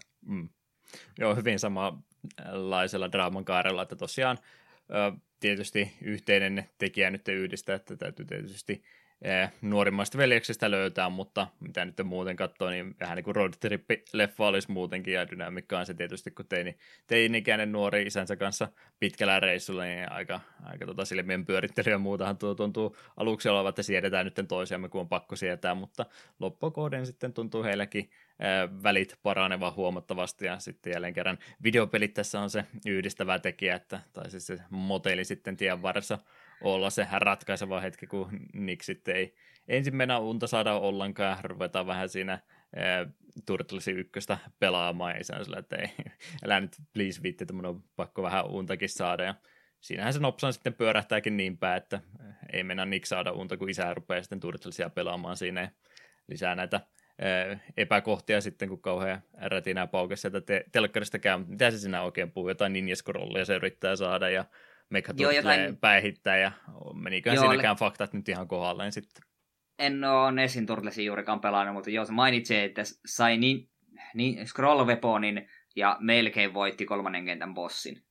[SPEAKER 1] Joo, hyvin samanlaisella draaman kaarella, että tosiaan tietysti yhteinen tekijä nyt yhdistää, että täytyy tietysti nuorimmasta veljeksestä löytää, mutta mitä nyt muuten katsoo, niin vähän niin kuin road trip-leffa olisi muutenkin, ja dynamiikka on se tietysti, kun teini-ikäinen nuori isänsä kanssa pitkällä reissulla, niin aika silmien pyörittely ja muutahan tuntuu aluksi olevan, että siedetään nyt toisiamme, kun on pakko sietää, mutta loppukohden sitten tuntuu heilläkin välit paranevan huomattavasti, ja sitten jälleen kerran videopelit tässä on se yhdistävä tekijä, tai siis se moteli sitten tien varressa olla se ratkaiseva hetki, kun Nick sitten ei ensimmäinen unta saada ollenkaan, ruvetaan vähän siinä Turtlesin ykköstä pelaamaan, ja sillä, että ei, älä nyt please viitti, että mun on pakko vähän untakin saada, ja siinähän se nopsaan sitten pyörähtääkin niin päin, että ei mennä Nick saada unta, kun isä rupeaa sitten Turtlesia pelaamaan siinä, ja lisää näitä epäkohtia sitten, kun kauhean rätinää paukessa sieltä telkkarista käy, mitä se siinä oikein puhuu, jotain ninja-scrollia se yrittää saada, ja Mekha Turtle päihittää, ja meniköhän siinäkään faktat nyt ihan kohdalleen sitten.
[SPEAKER 2] En ole Nessin Turtlesin juurikaan pelannut, mutta joo, se mainitsee, että sai scroll-weaponin ja melkein voitti 3. kentän bossin.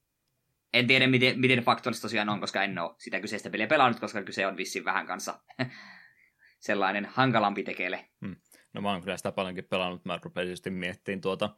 [SPEAKER 2] En tiedä, miten faktuaalista tosiaan on, koska en ole sitä kyseistä peliä pelannut, koska kyse on vissiin vähän kanssa sellainen hankalampi tekele.
[SPEAKER 1] No mä oon kyllä sitä paljonkin pelannut, mä rupesin just miettimään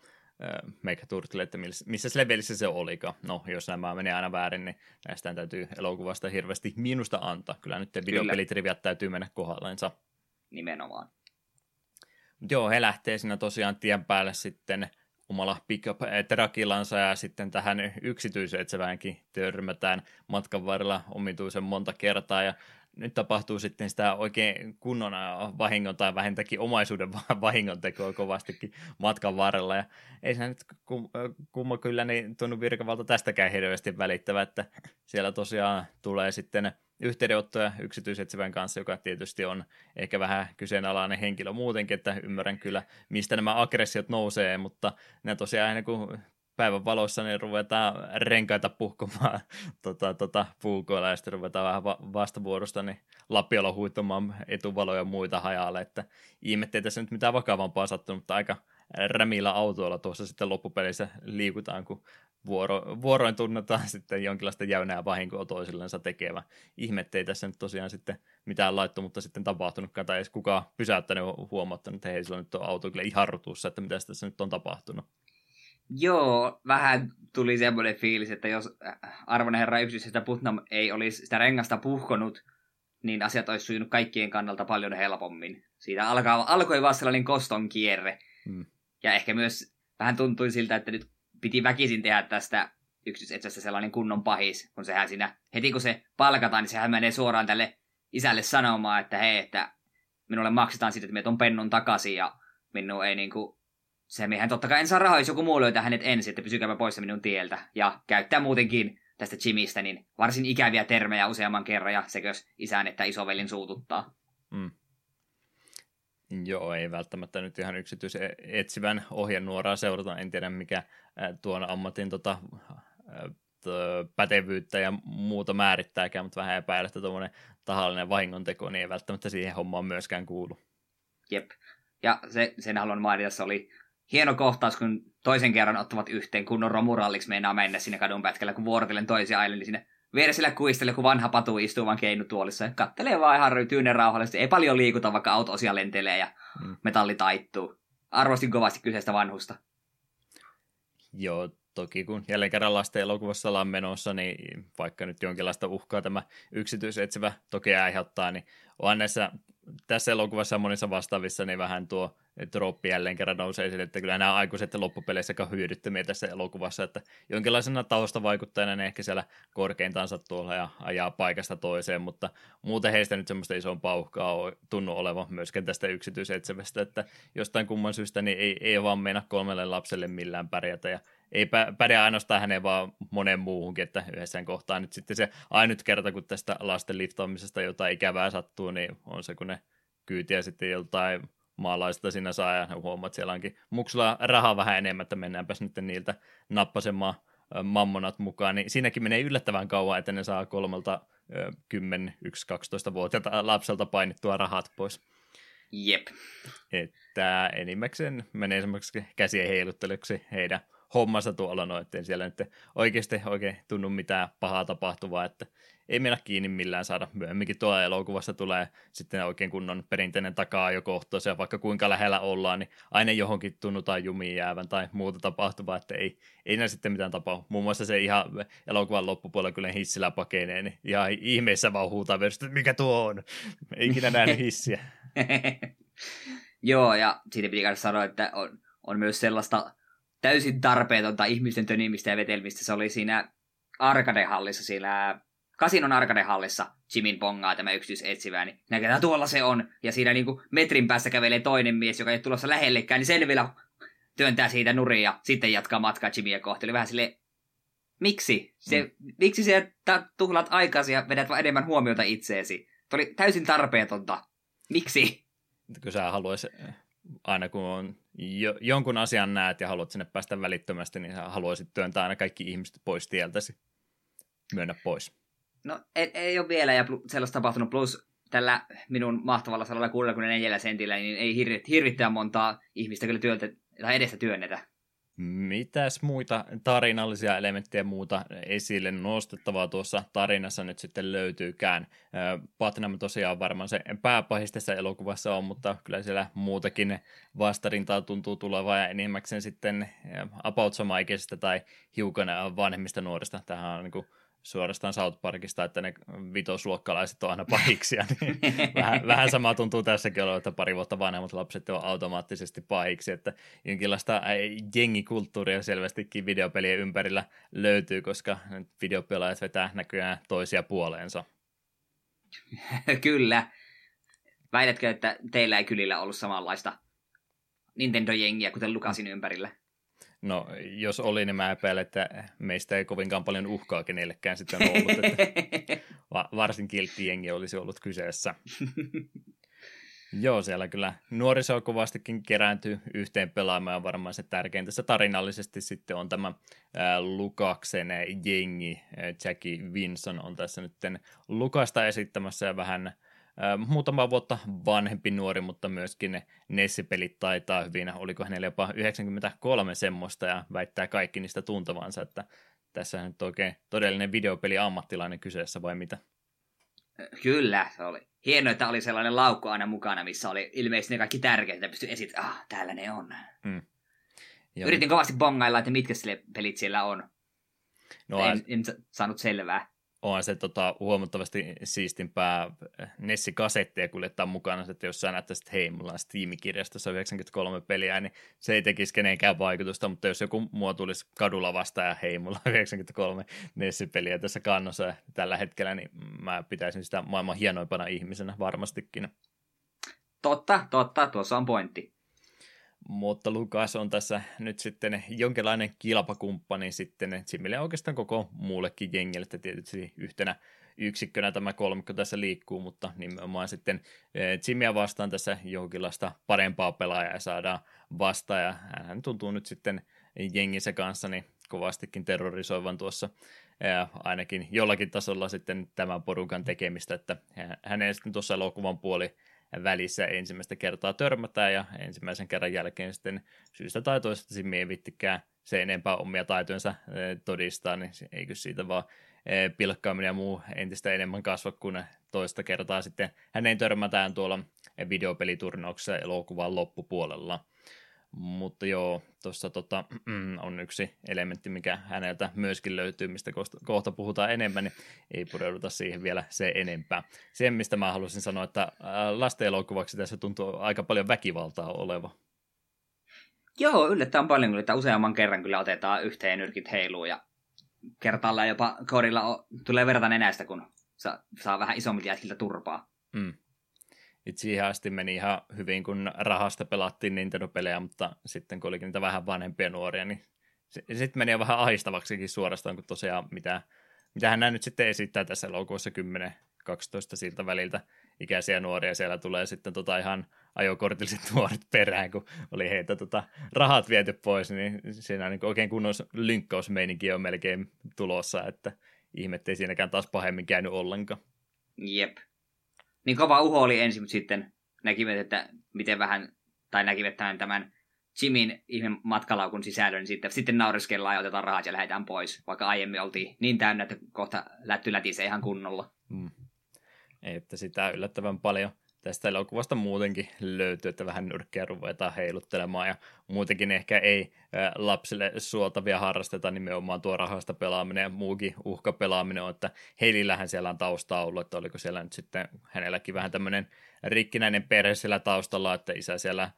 [SPEAKER 1] Mega Turtle, että missä levelissä se olikaan. No, jos nämä menee aina väärin, niin näistä täytyy elokuvasta hirveästi miinusta antaa. Kyllä nyt videopelitriviat täytyy mennä kohdalleensa.
[SPEAKER 2] Nimenomaan.
[SPEAKER 1] Joo, he lähtee siinä tosiaan tien päälle sitten omalla pick-up-trakilansa ja sitten tähän yksityisetsevänkin törmätään matkan varrella omituisen monta kertaa ja nyt tapahtuu sitten sitä oikein kunnon vahingon tai vähintäänkin omaisuuden vahingon tekoa kovastikin matkan varrella ja ei se nyt kumma kyllä niin tunnu Virkavalta tästäkään hirveästi välittävä, että siellä tosiaan tulee sitten yhteydenottoja yksityisetsivän kanssa, joka tietysti on ehkä vähän kyseenalainen henkilö muutenkin, että ymmärrän kyllä, mistä nämä aggressiot nousee, mutta ne tosiaan ennen kuin päivän valossa niin ruvetaan renkaita puhkomaan puukoilla ja sitten ruvetaan vähän vastavuorosta niin lapiolla huittamaan etuvaloja ja muita hajalle, että ihmettä ei tässä nyt mitään vakavampaa sattunut, mutta aika rämillä autoilla tuossa sitten loppupelissä liikutaan, kun vuoroin tunnetaan sitten jonkinlaista jäynää vahinkoa toisillensa tekevä. Ihmettä ei tässä nyt tosiaan sitten mitään laittomuutta sitten tapahtunutkaan, tai edes kukaan pysäyttänyt on huomattanut, että hei, sillä nyt on auto kyllä ihan rutussa, että mitä tässä nyt on tapahtunut.
[SPEAKER 2] Joo, vähän tuli semmoinen fiilis, että jos arvoinen herra yksityisestä Putnam ei olisi sitä rengasta puhkonut, niin asiat olisi sujunut kaikkien kannalta paljon helpommin. Siitä alkoi vaan sellainen koston kierre. Ja ehkä myös vähän tuntui siltä, että nyt piti väkisin tehdä tästä yksityisetsästä sellainen kunnon pahis, kun sehän siinä, heti kun se palkataan, niin sehän menee suoraan tälle isälle sanomaan, että hei, että minulle maksetaan siitä, että me ton pennun takaisin, ja minun ei niinku, se miehän totta kai en saa rahaa, jos joku muu löytää hänet ensin, että pysykääpä poissa minun tieltä, ja käyttää muutenkin tästä Jimistä, niin varsin ikäviä termejä useamman kerran, ja sekös isän että isovelin suututtaa.
[SPEAKER 1] Joo, ei välttämättä nyt ihan yksityisetsivän ohjenuoraa seurata, en tiedä mikä tuon ammatin pätevyyttä ja muuta määrittääkään, mutta vähän epäillä, että tuommoinen tahallinen vahingonteko niin ei välttämättä siihen hommaan myöskään kuulu.
[SPEAKER 2] Jep, ja sen haluan mainita, se oli hieno kohtaus, kun toisen kerran ottavat yhteen kunnon romuralliksi meinaa mennä sinne kadun pätkällä, kun vuorotellen toisia aille, niin sinne vieresillä kuistelee, kun vanha patu istuu vaan keinutuolissa ja kattelee vaan ihan tyynen rauhallisesti. Ei paljon liikuta, vaikka auto-osia lentelee ja metalli taittuu. Arvostin kovasti kyseistä vanhusta.
[SPEAKER 1] Joo, toki kun jälleen kerran lasten elokuvassa ollaan menossa, niin vaikka nyt jonkinlaista uhkaa tämä yksityisetsivä toki aiheuttaa, niin onhan tässä elokuvassa ja monissa vastaavissa niin vähän tuo trooppi jälleen kerran nousee esille, että kyllä nämä aikuiset loppupeleissä aika hyödyttömiä tässä elokuvassa, että jonkinlaisena taustavaikuttajana ne ehkä siellä korkeintaansa tuolla ja ajaa paikasta toiseen, mutta muuten heistä nyt semmoista isompaa uhkaa tunnu olevan myöskään tästä yksityisetsevästä, että jostain kumman syystä niin ei vaan meinaa 3 lapselle millään pärjätä ja ei pärjää ainoastaan häneen, vaan moneen muuhunkin, että yhdessä kohtaa nyt sitten se ainut kerta, kun tästä lasten liftaamisesta jotain ikävää sattuu, niin on se, kun ne kyytiä sitten joltain maalaista siinä saa ja huomaat, että siellä onkin muksulla rahaa vähän enemmän, että mennäänpäs nyt niiltä nappasemaan mammonat mukaan, niin siinäkin menee yllättävän kauan, että ne saa 3, 10, 11, 12-vuotiaalta lapselta painittua rahat pois.
[SPEAKER 2] Jep.
[SPEAKER 1] Että enimmäkseen menee semmoiksi käsien heilutteluksi heidän hommansa tuolla noin, ettei siellä nyt oikeasti oikein tunnu mitään pahaa tapahtuvaa, että ei mennä kiinni millään saada. Myöhemminkin tuolla elokuvassa tulee sitten oikein kunnon perinteinen takaa jo kohtaus, ja vaikka kuinka lähellä ollaan, niin aina johonkin tunnutaan jumiin jäävän tai muuta tapahtuvaa, että ei näe sitten mitään tapahdu. Muun muassa se ihan elokuvan loppupuolella kyllä hissillä pakenee, niin ihan ihmeessä vaan huutaa versiosta, että mikä tuo on? Ei ikinä nähnyt hissiä.
[SPEAKER 2] Joo, ja siitä piti kanssa sanoa, että on myös sellaista täysin tarpeetonta ihmisten tönimistä ja vetelmistä. Se oli siinä arcade-hallissa, siellä kasinon arcade-hallissa Jimin pongaa tämä yksityisetsivää, niin näketään tuolla se on. Ja siinä niinku metrin päässä kävelee toinen mies, joka ei tulossa lähellekään, niin sen vielä työntää siitä nurin ja sitten jatkaa matkaa Jimia kohti. Oli vähän silleen, miksi? Miksi siellä tuhlat aikasi ja vedät vaan enemmän huomiota itseesi? Tuo oli täysin tarpeetonta. Miksi?
[SPEAKER 1] Kun sä haluaisit, aina kun on jonkun asian näet ja haluat sinne päästä välittömästi, niin sä haluaisit työntää aina kaikki ihmiset pois tieltäsi. Myönnä pois. No
[SPEAKER 2] ei ole vielä ja sellaista tapahtunut. Plus tällä minun mahtavalla 164 sentillä niin ei hirvittää montaa ihmistä kyllä edestä työnnetä.
[SPEAKER 1] Mitäs muita tarinallisia elementtejä muuta esille nostettavaa tuossa tarinassa nyt sitten löytyykään? Putnam tosiaan varmaan se pääpahis tässä elokuvassa on, mutta kyllä siellä muutakin vastarintaa tuntuu tulevaa ja enimmäkseen sitten about samaikäisistä tai hiukan vanhemmista nuorista. Tähän on niin kuin suorastaan South Parkista, että ne vitosluokkalaiset on aina pahiksia, niin vähän sama tuntuu tässäkin olevan, että pari vuotta vanhemmat lapset on automaattisesti pahiksi, että jonkinlaista jengikulttuuria selvästikin videopelien ympärillä löytyy, koska videopelaajat vetää näköjään toisia puoleensa.
[SPEAKER 2] Kyllä. Väitätkö, että teillä ei kylillä ollut samanlaista Nintendo-jengiä, kuten Lucasin ympärillä?
[SPEAKER 1] No, jos oli, niin mä epäilen, että meistä ei kovinkaan paljon uhkaa kenellekään sitten ollut, että varsin kiltti jengi olisi ollut kyseessä. Joo, siellä kyllä nuorisoa kovastikin kerääntyy yhteen pelaamaan, varmaan se tärkein tässä tarinallisesti sitten on tämä Lukaksen jengi. Jackie Vinson on tässä nyt Lukasta esittämässä ja vähän muutama vuotta vanhempi nuori, mutta myöskin Nessi-pelit taitaa hyvin, oliko hänellä jopa 93 semmoista ja väittää kaikki niistä tuntevansa, että tässä on nyt oikein todellinen videopeli ammattilainen kyseessä vai mitä?
[SPEAKER 2] Kyllä, se oli hienoa, että oli sellainen laukku aina mukana, missä oli ilmeisesti ne kaikki tärkeät, että pystyi esittämään, täällä ne on. Yritin kovasti bongailla, että mitkä pelit siellä on. No, en saanut selvää.
[SPEAKER 1] Onhan se huomattavasti siistimpää Nessi-kasetteja kuljettaa mukana, että jos sä näyttäisit, että hei, mulla on Steam-kirjastossa 93 peliä, niin se ei tekisi kenenkään vaikutusta, mutta jos joku mua tulisi kadulla vastaan ja hei, mulla on 93 Nessi-peliä tässä kannossa tällä hetkellä, niin mä pitäisin sitä maailman hienoimpana ihmisenä varmastikin.
[SPEAKER 2] Totta, tuossa on pointti.
[SPEAKER 1] Mutta Lucas on tässä nyt sitten jonkinlainen kilpakumppani sitten Jimmille oikeastaan koko muullekin jengille, että tietysti yhtenä yksikkönä tämä kolmikko tässä liikkuu, mutta nimenomaan sitten Jimmyä vastaan tässä jonkinlaista parempaa pelaajaa saadaan vastaan, ja hän tuntuu nyt sitten jenginsä kanssa niin kovastikin terrorisoivan tuossa ainakin jollakin tasolla sitten tämän porukan tekemistä, että hänen sitten tuossa elokuvan puoli välissä ensimmäistä kertaa törmätään ja ensimmäisen kerran jälkeen sitten syystä tai toisesta Jimmy ei vittikään se enempää omia taitojensa todistaa, niin eikö siitä vaan pilkkaaminen ja muu entistä enemmän kasva, kun toista kertaa sitten häneen törmätään tuolla videopeliturnauksessa elokuvan loppupuolella. Mutta joo, tuossa on yksi elementti, mikä häneltä myöskin löytyy, mistä kohta puhutaan enemmän, niin ei pureuduta siihen vielä se enempää. Sen, mistä mä haluaisin sanoa, että lasten elokuvaksi tässä tuntuu aika paljon väkivaltaa oleva.
[SPEAKER 2] Joo, yllättävän paljon, kun useamman kerran kyllä otetaan yhteen nyrkit heiluun ja kertaalla jopa korilla tulee verta nenästä, kun saa vähän isommilta jätkiltä turpaa.
[SPEAKER 1] Itse siihen asti meni ihan hyvin, kun rahasta pelattiin Nintendo-pelejä, mutta sitten kun olikin niitä vähän vanhempia nuoria, niin sitten meni jo vähän ahistavaksikin suorastaan, kun tosiaan mitä hän nyt sitten esittää tässä elokuvassa 10-12 siltä väliltä ikäisiä nuoria, siellä tulee sitten ihan ajokortilliset nuoret perään, kun oli heitä rahat viety pois, niin siinä niin oikein kunnon lynkkausmeininki on melkein tulossa, että ihmettä ei siinäkään taas pahemmin käynyt ollenkaan.
[SPEAKER 2] Jep. Niin kova uho oli ensin, mutta sitten näkivät, että miten vähän, tai näkivät tämän Jimin ihme matkalaukun sisällön, niin sitten naureskellaan ja otetaan rahat ja lähdetään pois, vaikka aiemmin oltiin niin täynnä, että kohta lätty lätisee ihan kunnolla.
[SPEAKER 1] Että sitä yllättävän paljon tästä elokuvasta muutenkin löytyy, että vähän nyrkkiä ruvetaan heiluttelemaan ja muutenkin ehkä ei lapsille suotavia harrasteta nimenomaan tuo rahasta pelaaminen ja muukin uhkapelaaminen on, että Heilillähän siellä on taustaa ollut, että oliko siellä nyt sitten hänelläkin vähän tämmöinen rikkinäinen perhe siellä taustalla, että isä siellä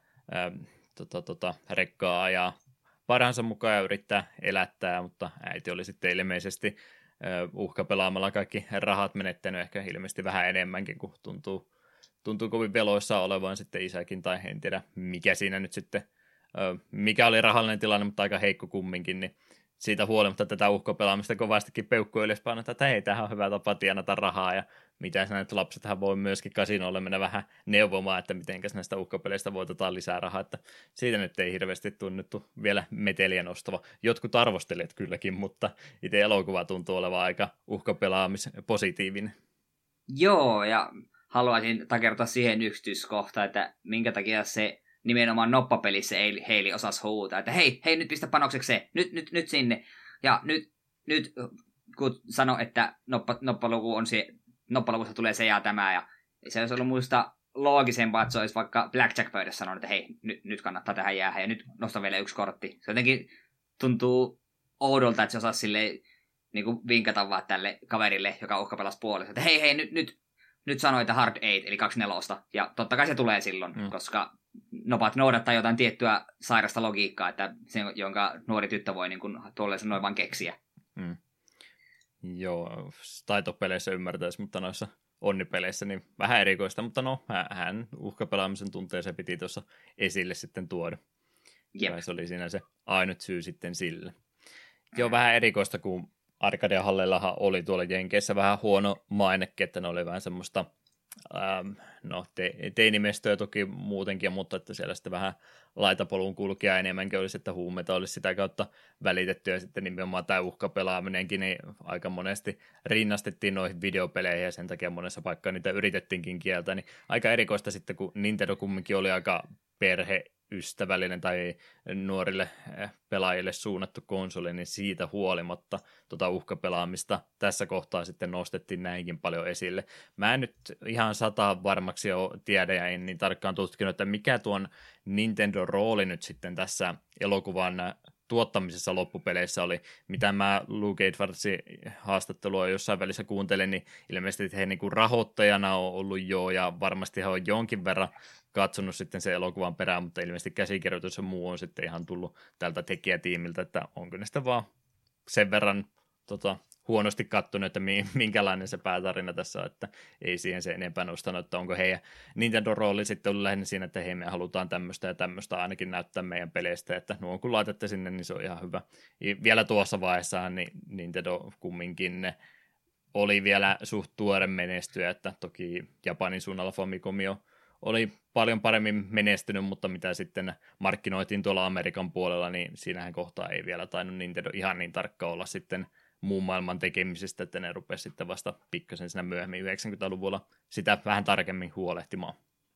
[SPEAKER 1] rekkaa ajaa parhaansa mukaan ja yrittää elättää, mutta äiti oli sitten ilmeisesti uhkapelaamalla kaikki rahat menettänyt ehkä ilmeisesti vähän enemmänkin, kun tuntuu kovin veloissa olevan sitten isäkin, tai en tiedä mikä siinä nyt sitten, mikä oli rahallinen tilanne, mutta aika heikko kumminkin, niin siitä huolimatta tätä uhkapelaamista kovastikin peukkuu ylöspäin, että hei, tämähän on hyvä tapa tienata rahaa, ja mitä näitä lapsethan voi myöskin kasinoille mennä vähän neuvomaan, että mitenkäs näistä uhkapeleistä voitetaan lisää rahaa, että siitä nyt ei hirveästi tunnettu vielä meteliä nostava. Jotkut arvostelijat kylläkin, mutta itse elokuva tuntuu olevan aika uhkapelaamispositiivinen.
[SPEAKER 2] Joo, ja haluaisin takertua siihen yksityiskohtaan, että minkä takia se nimenomaan noppapelissä Heili osasi huutaa, että hei, nyt pistä panokseksi se, nyt sinne. Ja nyt kun sano, että noppaluvusta tulee se ja tämä, ja se olisi ollut muista loogisempaa, että se olisi vaikka Blackjack-pöydässä sanonut, että hei, nyt kannattaa tähän jäädä, ja nyt nosta vielä yksi kortti. Se jotenkin tuntuu oudolta, että se osasi silleen niin kuin vinkata vaan tälle kaverille, joka uhkapelasi puolesta, että hei, nyt sanoit hard 8, eli 24. Ja totta kai se tulee silloin, koska nopat noudattaa jotain tiettyä sairasta logiikkaa, että se, jonka nuori tyttö voi niin tuolleen noin vaan keksiä.
[SPEAKER 1] Joo, taitopeleissä ymmärtäisi, mutta noissa onnipeleissä niin vähän erikoista, mutta no, hän uhkapelaamisen tunteeseen piti tuossa esille sitten tuoda. Ja se oli siinä se ainut syy sitten sille. Joo, vähän erikoista, kun Arcadia-halleillahan oli tuolla Jenkeissä vähän huono mainekin, että ne oli vähän semmoista, teinimestöä toki muutenkin, mutta että siellä sitten vähän laitapolun kulkea enemmänkin olisi, että huumeita olisi sitä kautta välitetty, ja sitten nimenomaan tämä uhkapelaaminenkin, niin aika monesti rinnastettiin noihin videopeleihin, ja sen takia monessa paikkaa niitä yritettiinkin kieltää, niin aika erikoista sitten, kun Nintendo kumminkin oli aika perheystävällinen tai nuorille pelaajille suunnattu konsoli, niin siitä huolimatta uhkapelaamista tässä kohtaa sitten nostettiin näinkin paljon esille. Mä en nyt ihan 100 varmaksi tiedä ja en niin tarkkaan tutkinut, että mikä tuon Nintendo rooli nyt sitten tässä elokuvan tuottamisessa loppupeleissä oli, mitä mä Luke Edwardsin haastattelua jossain välissä kuuntelin, niin ilmeisesti he niin kuin rahoittajana on ollut ja varmasti he on jonkin verran katsonut sitten se elokuvan perään, mutta ilmeisesti käsikirjoitus ja muu on sitten ihan tullut tältä tekijätiimiltä, että onko ne sitten vaan sen verran huonosti kattonut, että minkälainen se päätarina tässä on, että ei siihen se enempää nostanut, että onko heidän Nintendo-rooli sitten ollut lähinnä siinä, että hei, me halutaan tämmöistä ja tämmöistä ainakin näyttää meidän peleistä, että nuo kun laitatte sinne, niin se on ihan hyvä. Vielä tuossa vaiheessahan niin Nintendo kumminkin oli vielä suht tuore menestyjä, että toki Japanin suunnalla Famicom oli paljon paremmin menestynyt, mutta mitä sitten markkinoitiin tuolla Amerikan puolella, niin siinähän kohtaa ei vielä tainnut Nintendo ihan niin tarkka olla sitten muun maailman tekemisestä, että ne rupesi sitten vasta pikkasen siinä myöhemmin 90-luvulla sitä vähän tarkemmin huolehtimaan.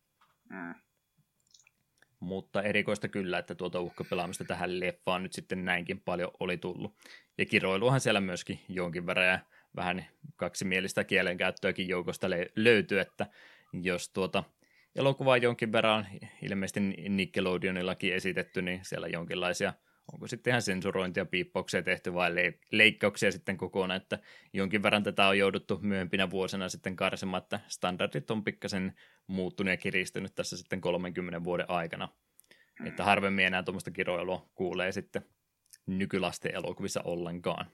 [SPEAKER 1] Mutta erikoista kyllä, että tuota uhkapelaamista tähän leffaan nyt sitten näinkin paljon oli tullut. Ja kiroiluhan siellä myöskin jonkin verran ja vähän kaksimielistä kielenkäyttöäkin joukosta löytyy, että jos elokuvaa jonkin verran ilmeisesti Nickelodeonillakin esitetty, niin siellä jonkinlaisia, onko sitten ihan sensurointia, piippauksia tehty vai leikkauksia sitten kokonaan, että jonkin verran tätä on jouduttu myöhempinä vuosina sitten karsimaan, että standardit on pikkasen muuttunut ja kiristynyt tässä sitten 30 vuoden aikana, että harvemmin enää tuommoista kiroilua kuulee sitten nykylasten elokuvissa ollenkaan.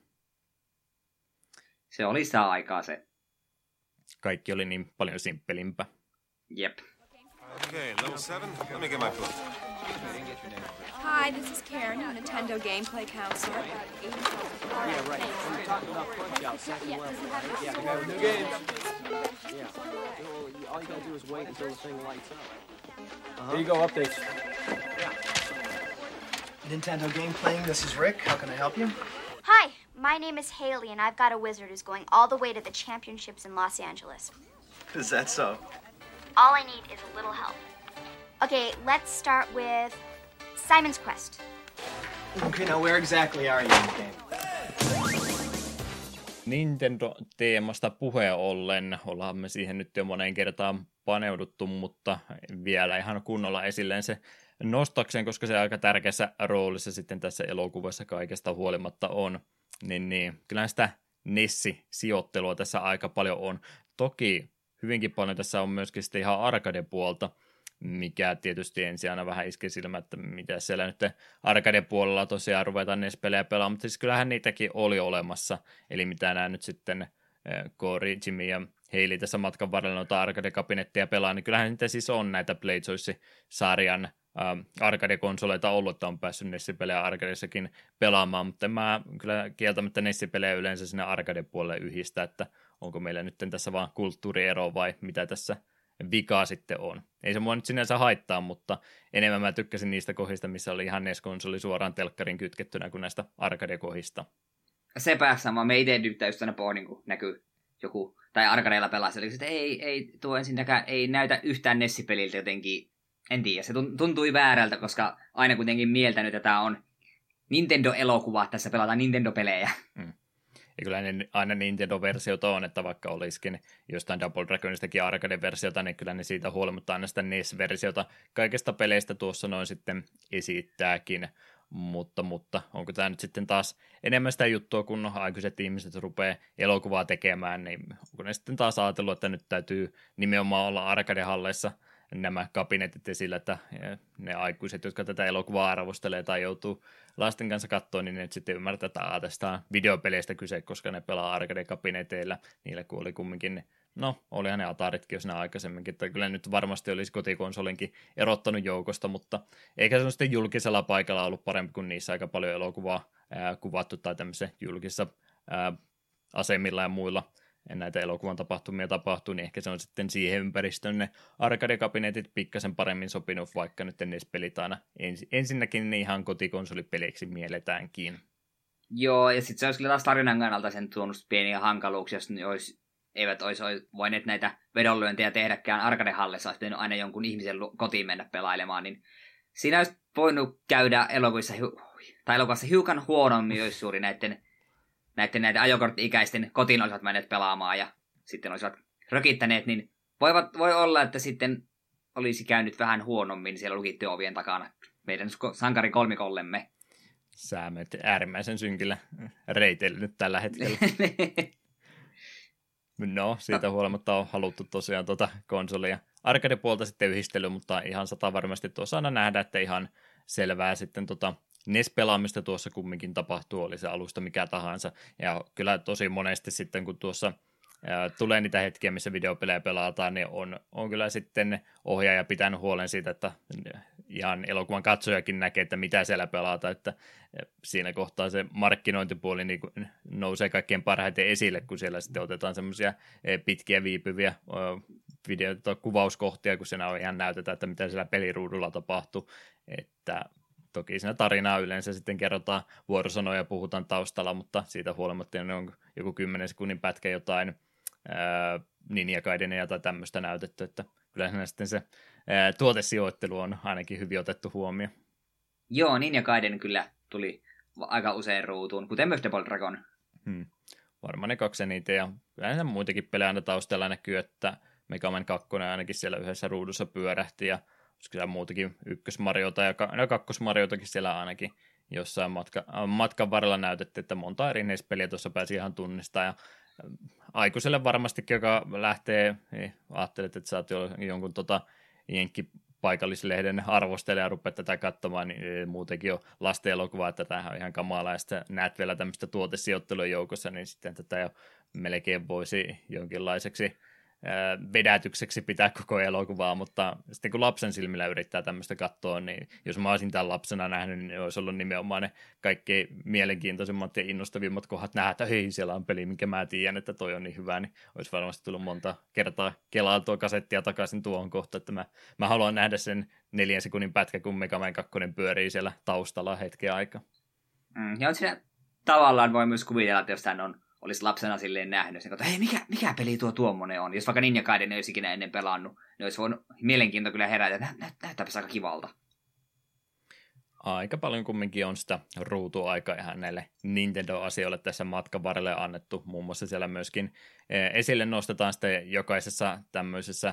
[SPEAKER 2] Se oli sitä aikaa se.
[SPEAKER 1] Kaikki oli niin paljon simppelimpää.
[SPEAKER 2] Jep.
[SPEAKER 6] Okay, level 7. Let me get my book.
[SPEAKER 7] Hi, this is Karen, your Nintendo gameplay counselor.
[SPEAKER 8] Yeah, right. We're talking about Punch-Out, second level. Yeah, the guy with new games. Yeah. All you gotta do is wait until the thing lights up. Here you go, updates.
[SPEAKER 5] Yeah. Nintendo game playing, this is Rick. How can I help you?
[SPEAKER 3] Hi, my name is Haley, and I've got a wizard who's going all the way to the championships in Los Angeles.
[SPEAKER 4] Is that so?
[SPEAKER 3] All I need is a little help. Okay, let's start with Simon's Quest.
[SPEAKER 5] Okay, now where exactly are you in the game?
[SPEAKER 1] Nintendo-teemasta puheen ollen, ollaan me siihen nyt jo moneen kertaan paneuduttu, mutta vielä ihan kunnolla esilleen se nostakseen, koska se aika tärkeässä roolissa sitten tässä elokuvassa kaikesta huolimatta on, niin kyllähän sitä Nessi-sijoittelua tässä aika paljon on. Toki hyvinkin paljon tässä on myöskin sitten ihan arcade-puolta, mikä tietysti ensin aina vähän iski silmä, että mitä siellä nyt arcade-puolella tosiaan ruvetaan NES-pelejä pelaamaan, mutta siis kyllähän niitäkin oli olemassa, eli mitä nämä nyt sitten Corey, Jimmy ja Hailey tässä matkan varrella noita arcade-kabinetteja pelaa, niin kyllähän niitä siis on näitä Playchoice-sarjan arcade-konsoleita ollut, että on päässyt NES-pelejä arcadeissakin pelaamaan, mutta mä kyllä kieltämättä NES-pelejä yleensä sinne arcade-puolelle yhdistä, että onko meillä nyt tässä vaan kulttuuriero vai mitä tässä vikaa sitten on. Ei se mua nyt sinänsä haittaa, mutta enemmän mä tykkäsin niistä kohdista, missä oli ihan NES-konsoli suoraan telkkarin kytkettynä kuin näistä arcade-kohdista.
[SPEAKER 2] Sepä sama. Me itse just aina niin kun näkyy joku, tai arcadeilla pelaa, se oli, että ei tuo ensinnäkään, ei näytä yhtään NES-peliltä jotenkin, en tiedä, se tuntui väärältä, koska aina kuitenkin mieltänyt, että tämä on Nintendo-elokuva, tässä pelataan Nintendo-pelejä.
[SPEAKER 1] Ja kyllä ne aina Nintendo-versiota on, että vaikka olisikin jostain Double Dragonistakin arcade-versiota, niin kyllä ne siitä huolimatta aina sitä NES-versiota kaikista peleistä tuossa noin sitten esittääkin. mutta onko tämä nyt sitten taas enemmän sitä juttua, kun aikuiset ihmiset rupeaa elokuvaa tekemään, niin onko ne sitten taas ajatellut, että nyt täytyy nimenomaan olla arcade-halleissa nämä kabinetit esillä, että ne aikuiset, jotka tätä elokuvaa arvostelee tai joutuu lasten kanssa katsoa, niin ne sitten ymmärtää, että tästä on videopeleistä kyse, koska ne pelaa arcade-kabineteilla, niillä kun oli kumminkin, no olihan ne Ataritkin jo siinä aikaisemminkin, että kyllä nyt varmasti olisi kotikonsolinkin erottanut joukosta, mutta eikä se ole sitten julkisella paikalla ollut parempi, kun niissä aika paljon elokuvaa kuvattu tai tämmöisissä julkisissa asemilla ja muilla näitä elokuvan tapahtumia tapahtuu, niin ehkä se on sitten siihen ympäristöön ne arcade-kabinetit pikkasen paremmin sopinut, vaikka nyt ne pelit aina ensinnäkin ne ihan kotikonsolipeleiksi mielletäänkin.
[SPEAKER 2] Joo, ja sitten se olisi kyllä taas tarinan kannalta sen tuonut pieniä hankaluuksia, jos ne eivät olisi voineet näitä vedonlyöntejä tehdäkään arcade-hallissa, olisi aina jonkun ihmisen kotiin mennä pelailemaan, niin siinä olisi voinut käydä elokuvassa hiukan huonommin, jos suuri näiden näitä ajokortti-ikäisten kotiin olisivat menneet pelaamaan ja sitten olisivat rökittäneet, niin voi olla, että sitten olisi käynyt vähän huonommin siellä lukittujen ovien takana meidän sankari kolmikollemme.
[SPEAKER 1] Sä menet äärimmäisen synkillä reiteillä nyt tällä hetkellä. No, siitä huolimatta on haluttu tosiaan konsolia arcade-puolta sitten yhdistely, mutta ihan varmasti tuossa aina nähdä, että ihan selvää sitten NES-pelaamista tuossa kumminkin tapahtuu, oli se alusta mikä tahansa, ja kyllä tosi monesti sitten, kun tuossa tulee niitä hetkiä, missä videopelejä pelataan, niin on kyllä sitten ohjaaja pitänyt huolen siitä, että ihan elokuvan katsojakin näkee, että mitä siellä pelataan, että siinä kohtaa se markkinointipuoli niin nousee kaikkein esille, kun siellä sitten otetaan semmoisia pitkiä viipyviä kuvauskohtia, kun siinä on ihan näytetään, että mitä siellä peliruudulla tapahtuu, että toki siinä tarinaa yleensä sitten kerrotaan vuorosanoja ja puhutaan taustalla, mutta siitä huolimatta ne on joku 10 sekunnin pätkä jotain Ninja Gaidenia tai tämmöistä näytetty, että kyllä sitten se tuotesijoittelu on ainakin hyvin otettu huomioon.
[SPEAKER 2] Joo, Ninja Gaiden kyllä tuli aika usein ruutuun, kuten myös Double Dragon.
[SPEAKER 1] Varmaan ne kaksi eniten, ja yleensä muitakin pelejä aina taustalla näkyy, että Mega Man 2 ainakin siellä yhdessä ruudussa pyörähti, ja olisiko siellä muutakin ykkösmariota ja kakkosmariotakin siellä ainakin jossain matkan varrella näytettiin, että monta eri NES-peliä tuossa pääsi ihan tunnistaa, ja aikuiselle varmastikin, joka lähtee, ajattelet, että sä oot jonkun jenkkipaikallislehden arvostelija ja rupeat tätä katsomaan, niin muutenkin on lasten elokuvaa, että tämähän on ihan kamalaa, ja sitten näet vielä tämmöistä tuotesijoittelua joukossa, niin sitten tätä jo melkein voisi jonkinlaiseksi vedätykseksi pitää koko elokuvaa, mutta sitten kun lapsen silmillä yrittää tämmöistä katsoa, niin jos mä olisin tämän lapsena nähnyt, niin olisi ollut nimenomaan ne kaikkein mielenkiintoisimmat ja innostavimmat kohdat nähdä, että hei, siellä on peli, minkä mä tiedän, että toi on niin hyvä, niin olisi varmasti tullut monta kertaa kelailtua kasettia takaisin tuohon kohtaan, että mä haluan nähdä sen 4 sekunnin pätkä, kun Mega Man 2 pyörii siellä taustalla hetken aikaa.
[SPEAKER 2] Ja on siinä tavallaan voi myös kuvitella, että jos hän olisi lapsena silleen nähnyt, että hei, mikä peli tuommoinen on? Jos vaikka Ninja Gaiden ei olisi ikinä ennen pelannut, niin olisi voinut mielenkiinto kyllä herätä, että näyttääpäs aika kivalta.
[SPEAKER 1] Aika paljon kumminkin on sitä ruutuaikaa ihan näille Nintendo-asioille tässä matkan varrelle annettu. Muun muassa siellä myöskin esille nostetaan sitten jokaisessa tämmöisessä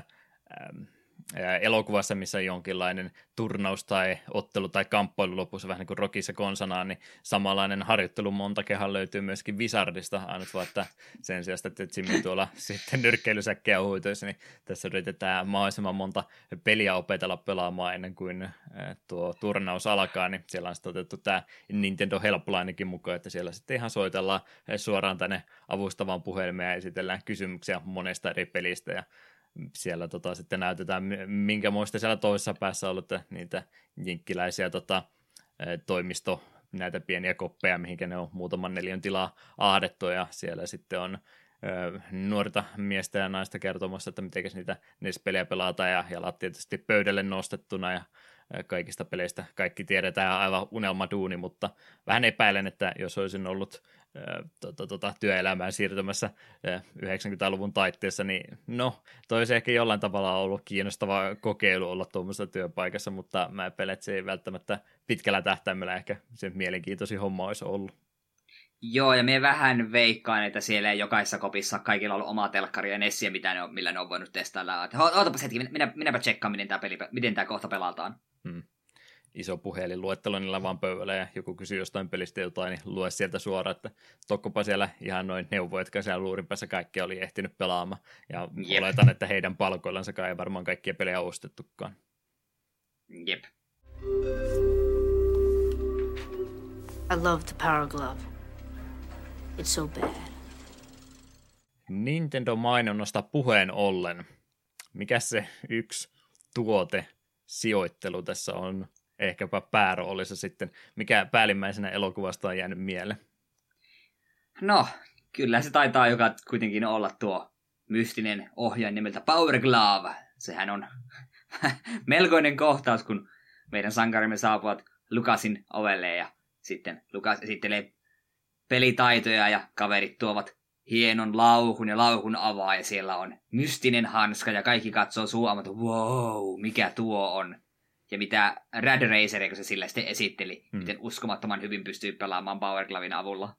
[SPEAKER 1] elokuvassa, missä on jonkinlainen turnaus tai ottelu tai kamppailu lopussa, vähän niin kuin Rockissa konsanaan, niin samanlainen harjoittelu montakehan löytyy myöskin Wizardista, ainut vaan, että sen sijaan, että Jimmy tuolla sitten nyrkkeilysäkkiä huitoissa, niin tässä yritetään mahdollisimman monta peliä opetella pelaamaan ennen kuin tuo turnaus alkaa, niin siellä on sitten otettu tämä Nintendo Helplinekin mukaan, että siellä sitten ihan soitellaan suoraan tänne avustavaan puhelimeen ja esitellään kysymyksiä monesta eri pelistä, ja siellä sitten näytetään, minkä muista siellä toisessa päässä on ollut niitä jinkkiläisiä toimisto, näitä pieniä koppeja, mihinkä ne on muutaman neliön tilaa ahdettu, ja siellä sitten on nuorta miestä ja naista kertomassa, että miten niitä NES-pelejä pelataan, ja jalat tietysti pöydälle nostettuna, ja kaikista peleistä kaikki tiedetään aivan unelmaduuni, mutta vähän epäilen, että jos olisin ollut työelämään siirtymässä 90-luvun taitteessa, niin no, toi olisi ehkä jollain tavalla ollut kiinnostava kokeilu olla tuommoisessa työpaikassa, mutta mä epäilen, että se ei välttämättä pitkällä tähtäimellä ehkä se mielenkiintoisin homma olisi ollut.
[SPEAKER 2] Joo, ja me vähän veikkaan, että siellä ei jokaisessa kopissa kaikilla on ollut oma telkkari ja Nessiä, millä ne on voinut testailla. Ootapas hetki, minäpä tsekkaan, miten tämä kohta pelataan.
[SPEAKER 1] iso puhelinluettelo niillä vaan pöydällä ja joku kysyy jostain pelistä jotain, niin lue sieltä suoraan, että tokkopa siellä ihan noin neuvoja, jotka siellä luurin päässä kaikki oli ehtinyt pelaamaan. Ja oletan, että heidän palkoillansakaan ei varmaan kaikkia pelejä ostettukaan.
[SPEAKER 2] Jep.
[SPEAKER 3] I love the Power Glove. It's so bad.
[SPEAKER 1] Nintendo-mainonnasta puheen ollen. Mikä se yksi tuote sijoittelu tässä on ehkäpä pääroolissa sitten? Mikä päällimmäisenä elokuvasta on jäänyt mieleen?
[SPEAKER 2] No, kyllä se taitaa joka kuitenkin olla tuo mystinen ohjain nimeltä Power Glove. Sehän on melkoinen kohtaus, kun meidän sankarimme saapuvat Lucasin ovelle ja sitten Lucas esittelee pelitaitoja ja kaverit tuovat hienon lauhun ja lauhun avaa ja siellä on mystinen hanska ja kaikki katsoo suomat, wow, mikä tuo on. Ja mitä Rad Racer, kun se sillä sitten esitteli, miten uskomattoman hyvin pystyy pelaamaan Power Gloven avulla.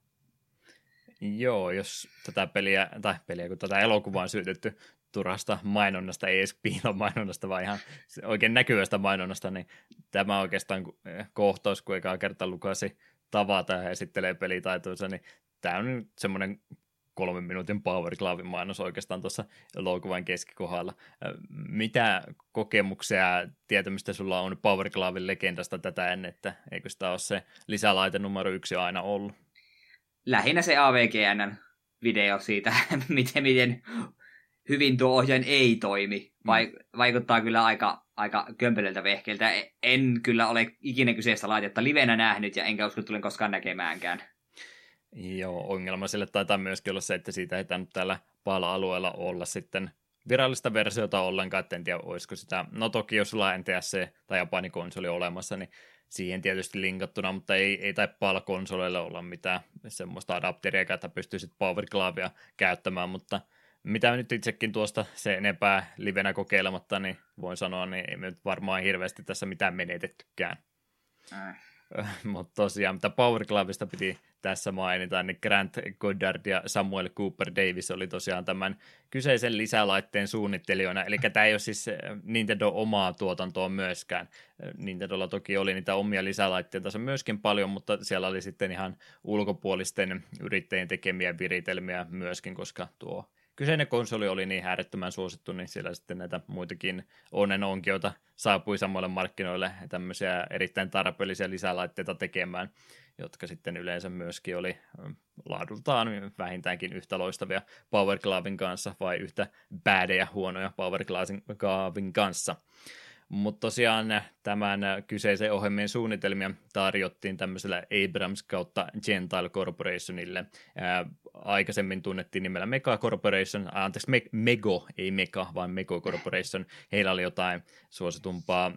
[SPEAKER 1] Joo, jos tätä peliä, kun tätä elokuvaa on syytetty turhasta mainonnasta, ei edes piilomainonnasta, vaan ihan oikein näkyvästä mainonnasta, niin tämä oikeastaan kohtaus, kun ekaa kertaa Lucasi tavata ja esittelee pelitaitoinsa, niin tämä on semmoinen 3 minuutin Power Gloven mainos oikeastaan tuossa elokuvan keskikohdalla. Mitä kokemuksia ja tietämistä sulla on Power Gloven legendasta tätä ennen, että eikö sitä ole se lisälaite numero 1 aina ollut?
[SPEAKER 2] Lähinnä se AVGN-video siitä, miten hyvin tuo ohjain ei toimi. Vaikuttaa kyllä aika kömpelöltä vehkeiltä. En kyllä ole ikinä kyseistä laitetta livenä nähnyt ja enkä usko, että tulen koskaan näkemäänkään.
[SPEAKER 1] Joo, ongelma sille taitaa myöskin olla se, että siitä ei tainnut täällä PAL-alueella olla sitten virallista versiota ollenkaan, että en tiedä, olisiko sitä, no toki jos sulla NTSC tai Japanin konsoli olemassa, niin siihen tietysti linkattuna, mutta ei tai PAL-konsoleille olla mitään semmoista adapteria, että pystyisit Power Glovea käyttämään, mutta mitä nyt itsekin tuosta se enempää livenä kokeilematta, niin voin sanoa, niin ei me nyt varmaan hirveästi tässä mitään menetettykään. Mutta tosiaan, mitä Power Glovesta piti tässä mainita, niin Grant Goddard ja Samuel Cooper Davis oli tosiaan tämän kyseisen lisälaitteen suunnittelijoina, eli tämä ei ole siis Nintendo omaa tuotantoa myöskään. Nintendolla toki oli niitä omia lisälaitteita myöskin paljon, mutta siellä oli sitten ihan ulkopuolisten yrittäjien tekemiä viritelmiä myöskin, koska tuo kyseinen konsoli oli niin äärettömän suosittu, niin siellä sitten näitä muitakin onnenonkioita saapui samoille markkinoille tämmöisiä erittäin tarpeellisia lisälaitteita tekemään, jotka sitten yleensä myöskin oli laadultaan vähintäänkin yhtä loistavia Power Gloven kanssa vai yhtä bädejä huonoja Power Gloven kanssa. Mutta tosiaan tämän kyseisen ohjelmien suunnitelmia tarjottiin tämmöisellä Abrams kautta Gentile Corporationille. Aikaisemmin tunnettiin nimellä Mega Corporation, Mego, ei Mega, vaan Mego Corporation. Heillä oli jotain suositumpaa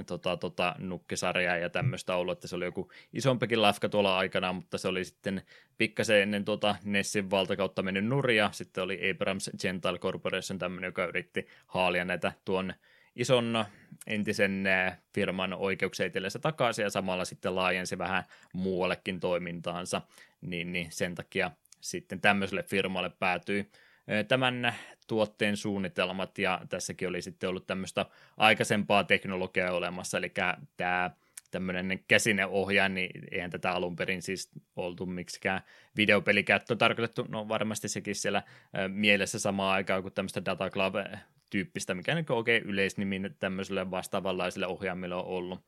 [SPEAKER 1] nukkesarjaa ja tämmöistä ollut, että se oli joku isompikin lafka tuolla aikana, mutta se oli sitten pikkasen ennen Nessin valtakautta mennyt nuria. Sitten oli Abrams Gentile Corporation tämmöinen, joka yritti haalia näitä tuon ison entisen firman oikeuksia itsellensä takaisin ja samalla sitten laajensi vähän muuallekin toimintaansa, niin sen takia sitten tämmöiselle firmalle päätyi tämän tuotteen suunnitelmat ja tässäkin oli sitten ollut tämmöistä aikaisempaa teknologiaa olemassa, eli tämä tämmöinen käsinen ohjaaja, niin eihän tätä alun perin siis oltu miksikään videopelikäyttö tarkoitettu, no varmasti sekin siellä mielessä samaan aikaan kuin tämmöistä Dataclave-tyyppistä, mikä nyt oikein yleisnimi tämmöiselle vastaavanlaiselle ohjaimille on ollut,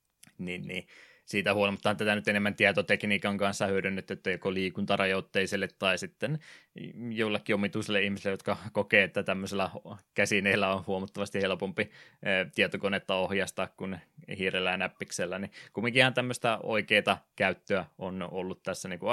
[SPEAKER 1] niin siitä huolimatta tätä nyt enemmän tietotekniikan kanssa hyödynnetty, että joko liikuntarajoitteiselle tai sitten jollakin omituiselle ihmiselle, jotka kokee, että tämmöisellä käsineillä on huomattavasti helpompi tietokonetta ohjastaa kuin hiirellä ja näppiksellä, niin kumminkin ihan tämmöistä oikeaa käyttöä on ollut tässä niin kuin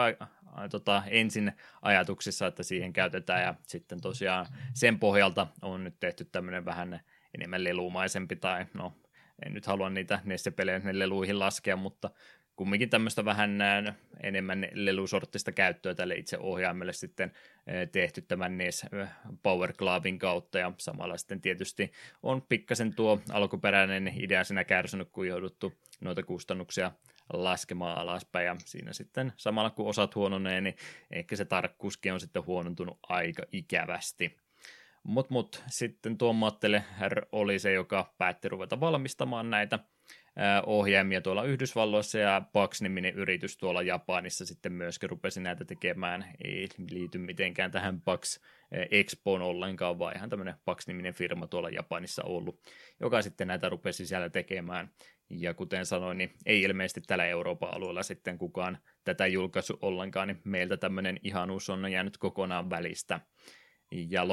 [SPEAKER 1] ensin ajatuksissa, että siihen käytetään ja sitten tosiaan sen pohjalta on nyt tehty tämmöinen vähän enemmän lelumaisempi tai no en nyt halua niitä Nesse-pelejä leluihin laskea, mutta kumminkin tämmöistä vähän enemmän lelusorttista käyttöä tälle itse ohjaimelle sitten tehty tämän NES Power Gloven kautta, ja samalla sitten tietysti on pikkasen tuo alkuperäinen idea siinä kärsinyt, kun jouduttu noita kustannuksia laskemaan alaspäin, ja siinä sitten samalla kun osat huononee, niin ehkä se tarkkuuskin on sitten huonontunut aika ikävästi. Sitten tuo Mattel oli se, joka päätti ruveta valmistamaan näitä ohjaimia tuolla Yhdysvalloissa, ja Bugs-niminen yritys tuolla Japanissa sitten myöskin rupesi näitä tekemään. Ei liity mitenkään tähän Bugs Expoon ollenkaan, vaan ihan tämmöinen Bugs-niminen firma tuolla Japanissa ollut, joka sitten näitä rupesi siellä tekemään. Ja kuten sanoin, niin ei ilmeisesti tällä Euroopan alueella sitten kukaan tätä julkaisu ollenkaan, niin meiltä tämmöinen ihanuus on jäänyt kokonaan välistä. Ja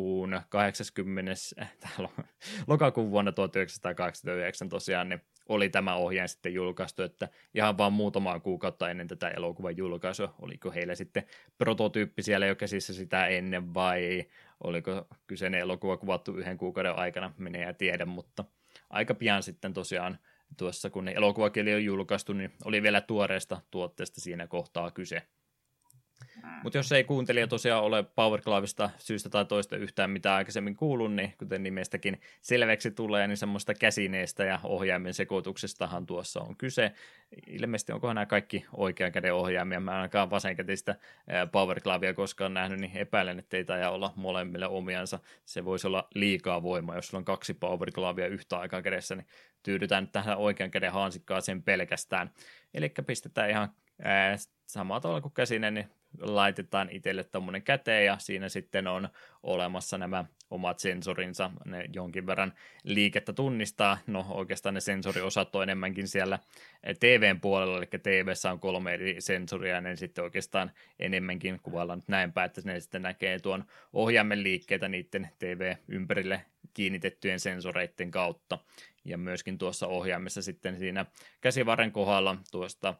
[SPEAKER 1] lokakuun vuonna 1989 tosiaan niin oli tämä ohjain sitten julkaistu, että ihan vaan muutamaa kuukautta ennen tätä elokuvan julkaisua, oliko heillä sitten prototyyppi siellä jo käsissä sitä ennen vai oliko kyseinen elokuva kuvattu 1 kuukauden aikana, menee ja tiedä, mutta aika pian sitten tosiaan tuossa kun elokuvakin on julkaistu, niin oli vielä tuoreesta tuotteesta siinä kohtaa kyse. Mutta jos ei kuuntelija tosiaan ole Power-klaavista syystä tai toista yhtään mitään aikaisemmin kuullut, niin kuten nimestäkin selväksi tulee, niin semmoista käsineestä ja ohjaimen sekoituksestahan tuossa on kyse. Ilmeisesti onkohan nämä kaikki oikean käden ohjaimia, mä en ainakaan vasenkätistä Power-klaavia koskaan nähnyt, niin epäilen, että ei taida olla molemmille omiansa. Se voisi olla liikaa voimaa, jos sulla on 2 Power-klaavia yhtä aikaa kädessä, niin tyydytään tähän oikean käden hansikkaaseen pelkästään. Eli pistetään ihan samalla tavalla kuin käsinen, niin laitetaan itselle tommonen käteen ja siinä sitten on olemassa nämä omat sensorinsa, ne jonkin verran liikettä tunnistaa, no oikeastaan ne sensoriosat on enemmänkin siellä TVn puolella, eli TVssä on 3 eri sensoria ja ne sitten oikeastaan enemmänkin kuvaillaan nyt näinpä, että ne sitten näkee tuon ohjaimen liikkeitä niiden TV-ympärille kiinnitettyjen sensoreiden kautta ja myöskin tuossa ohjaimessa sitten siinä käsivarren kohdalla tuosta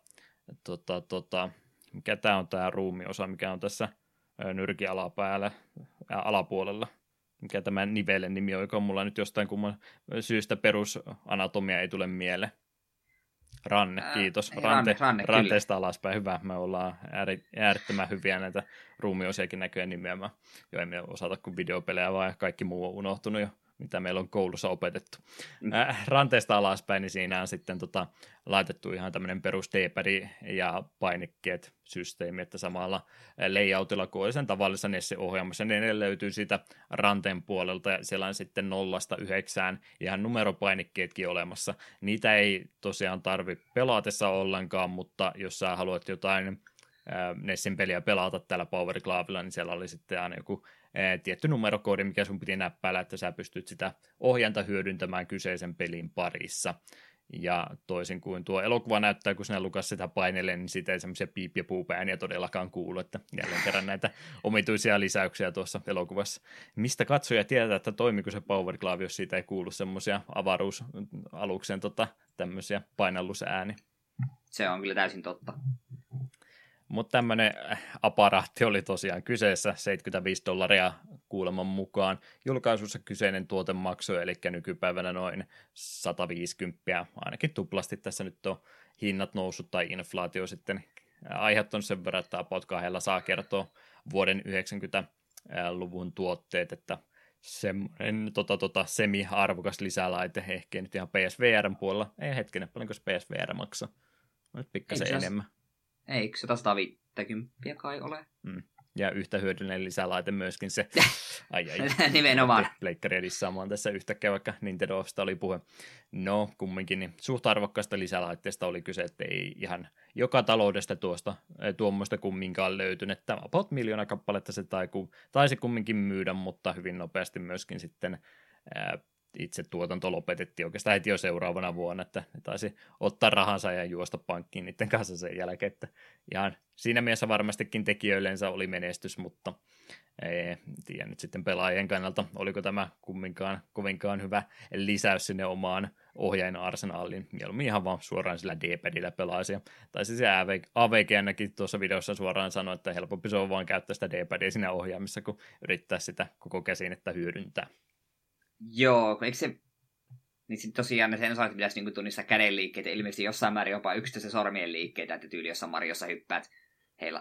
[SPEAKER 1] mikä tämä on tämä ruumiosa, mikä on tässä nyrkin alapuolella, mikä tämä nivelen nimi on, joka on mulla nyt jostain kumman syystä perusanatomia ei tule mieleen. Ranne, kiitos. Ranteesta alaspäin, hyvä. Me ollaan äärettömän hyviä näitä ruumiosiakin näköjään nimeämään. Jo emme osata kuin videopelejä, vaan kaikki muu on unohtunut jo, mitä meillä on koulussa opetettu. Ranteesta alaspäin, niin siinä on sitten laitettu ihan tämmöinen perus D-pad ja painikkeet systeemi, että samalla layoutilla kuin sen tavallisessa NES-ohjaamassa, niin ne löytyy siitä ranteen puolelta, ja siellä on sitten 0-9 ihan numeropainikkeetkin olemassa. Niitä ei tosiaan tarvitse pelatessa ollenkaan, mutta jos sä haluat jotain Nessin peliä pelata täällä Power-klaavilla, niin siellä oli sitten aina joku tietty numerokoodi, mikä sun piti näppäillä, että sä pystyt sitä ohjainta hyödyntämään kyseisen pelin parissa. Ja toisin kuin tuo elokuva näyttää, kun sinä lukas sitä painelle, niin siitä ei semmoisia piip- ja puupääniä todellakaan kuulu, että jälleen kerran näitä omituisia lisäyksiä tuossa elokuvassa. Mistä katsoja tietää, että toimiko se Power-klaavi, jos siitä ei kuulu semmoisia avaruusaluksen tämmöisiä painallusääni.
[SPEAKER 2] Se on kyllä täysin totta.
[SPEAKER 1] Mutta tämmöinen aparaatti oli tosiaan kyseessä, $75 kuuleman mukaan. Julkaisussa kyseinen tuote maksoi, eli nykypäivänä noin 150, ainakin tuplasti tässä nyt on hinnat noussut tai inflaatio sitten aiheuttanut sen verran, että about 2 saa kertoa vuoden 90-luvun tuotteet, että semmoinen semi-arvokas lisälaite, ehkä nyt ihan PSVRn puolella. Ei hetkinen, paljonko se PSVR maksaa? Nyt pikkasen enemmän.
[SPEAKER 2] Eikö se 150 kai ole?
[SPEAKER 1] Ja yhtä hyödyllinen lisälaite myöskin se. Ai.
[SPEAKER 2] Nimenomaan.
[SPEAKER 1] Pleikkaria dissaamaan tässä yhtäkkiä, vaikka Nintendosta oli puhe. No, kumminkin niin suht arvokkaasta lisälaitteesta oli kyse, että ei ihan joka taloudesta tuommoista kumminkaan löytynyt. Tämä about 1 miljoona kappaletta se taisi kumminkin myydä, mutta hyvin nopeasti myöskin sitten itse tuotanto lopetettiin oikeastaan heti jo seuraavana vuonna, että ne taisi ottaa rahansa ja juosta pankkiin niiden kanssa sen jälkeen, että ihan siinä mielessä varmastikin tekijöillensä oli menestys, mutta en tiedä nyt sitten pelaajien kannalta, oliko tämä kumminkaan kovinkaan hyvä lisäys sinne omaan ohjainarsenaaliin, mieluummin ihan vaan suoraan sillä D-padillä pelaisi. Tai siis AVG ainakin tuossa videossa suoraan sanoi, että helpompi se on vaan käyttää sitä D-padia siinä ohjaamissa, kun yrittää sitä koko käsinettä hyödyntää.
[SPEAKER 2] Joo, eikö se... Niin sitten tosiaan ne sensorit pitäisi niinku tunnistaa käden liikkeitä, ilmeisesti jossain määrin jopa yksittäisen sormien liikkeitä, että tyyli jossain Mariossa hyppäät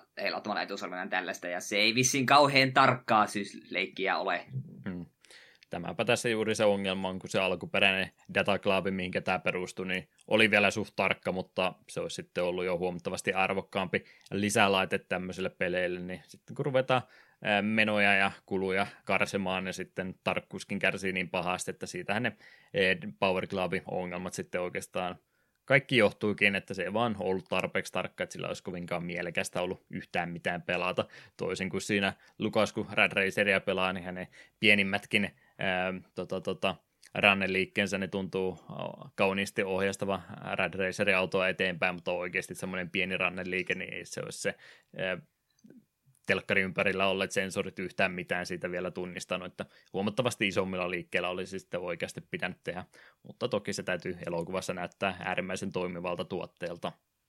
[SPEAKER 2] heilauttamalla etusormena tällaista, ja se ei vissiin kauhean tarkkaa syysleikkiä ole.
[SPEAKER 1] tämäpä tässä juuri se ongelma on, kun se alkuperäinen dataklaavi, mihinkä tämä perustui, niin oli vielä suht tarkka, mutta se olisi sitten ollut jo huomattavasti arvokkaampi lisälaite tämmöisille peleille, niin sitten kun ruvetaan menoja ja kuluja karsemaan, niin sitten tarkkuuskin kärsii niin pahasti, että siitähän ne Power-Glove-ongelmat sitten oikeastaan kaikki johtuikin, että se ei vaan ollut tarpeeksi tarkka, että sillä olisi kovinkaan mielekästä ollut yhtään mitään pelata. Toisin kuin siinä Lukas, kun Rad Raceria pelaa, niin hänen pienimmätkin ranneliikkeensä ne tuntuu kauniisti ohjastava Rad Racerin autoa eteenpäin, mutta oikeasti semmoinen pieni ranneliike, niin ei se olisi se telkkarin ympärillä olleet sensorit yhtään mitään siitä vielä tunnistanut, että huomattavasti isommilla liikkeellä olisi sitten oikeasti pitänyt tehdä, mutta toki se täytyy elokuvassa näyttää äärimmäisen toimivalta tuotteelta.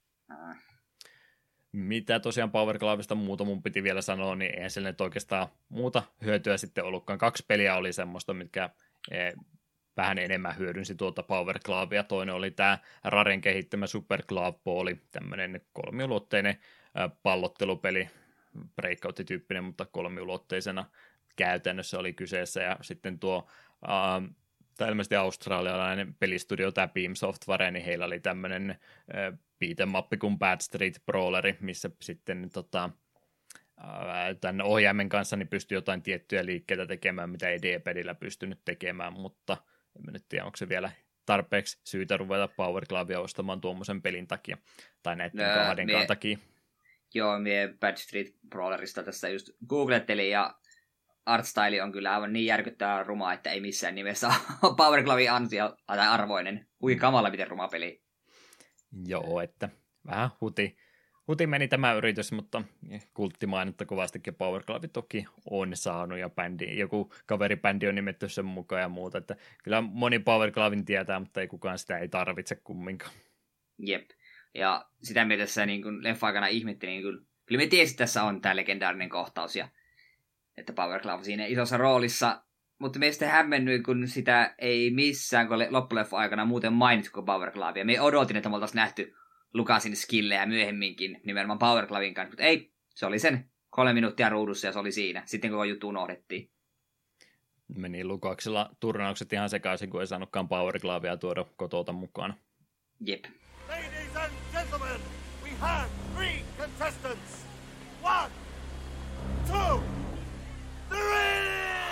[SPEAKER 1] Mitä tosiaan Power Glovesta muuta mun piti vielä sanoa, niin eihän sille nyt oikeastaan muuta hyötyä sitten ollutkaan. 2 peliä oli semmoista, mitkä vähän enemmän hyödynsi tuota Power Glovea. Toinen oli tämä Raren kehittämä Super Glove Ball, tämmöinen 3-ulotteinen pallottelupeli, breakout-tyyppinen, mutta 3-ulotteisena käytännössä oli kyseessä, ja sitten tuo tämä ilmeisesti australialainen pelistudio, tämä Beam Software, niin heillä oli tämmöinen beat'em-mappi kuin Bad Street Brawleri, missä sitten tämän ohjaimen kanssa niin pystyi jotain tiettyjä liikkeitä tekemään, mitä ei D-padilla pystynyt tekemään, mutta en nyt tiedä, onko se vielä tarpeeksi syytä ruveta Power Glovea ostamaan tuommoisen pelin takia, tai näiden kahdenkaan takia. Joo,
[SPEAKER 2] mie Bad Street Brawlerista tässä just googlettelin, ja artstyle on kyllä aivan niin järkyttävää ruma, että ei missään nimessä ole Power Gloven ansio tai arvoinen. Ui kamala, miten ruma peli.
[SPEAKER 1] Joo, että vähän huti meni tämä yritys, mutta kulttimainetta kovastikin Power Glove toki on saanut, ja joku kaveribändi on nimetty sen mukaan ja muuta, että kyllä moni Power Gloven tietää, mutta ei kukaan sitä ei tarvitse kumminkaan.
[SPEAKER 2] Jep. Ja sitä mieltä tässä niin kun leffa-aikana ihmettelin, niin kyllä me tiesin, että tässä on tämä legendaarinen kohtaus, ja että Power Glove siinä isossa roolissa, mutta me sitten hämmennyin, kun sitä ei missään loppuleffa-aikana muuten mainittu kuin Power Glove, ja me odotin, että me oltaisiin nähty Lucasin skillejä myöhemminkin, nimenomaan Power Gloven kanssa, mutta ei, se oli sen 3 minuuttia ruudussa, ja se oli siinä. Sitten koko juttu unohdettiin.
[SPEAKER 1] Meni Lucaksella turnaukset ihan sekaisin, kun ei saanutkaan Power Glovea tuoda kotouta mukaan.
[SPEAKER 2] Jep.
[SPEAKER 6] Ladies and gentlemen, we have 3 contestants. 1, 2, 3!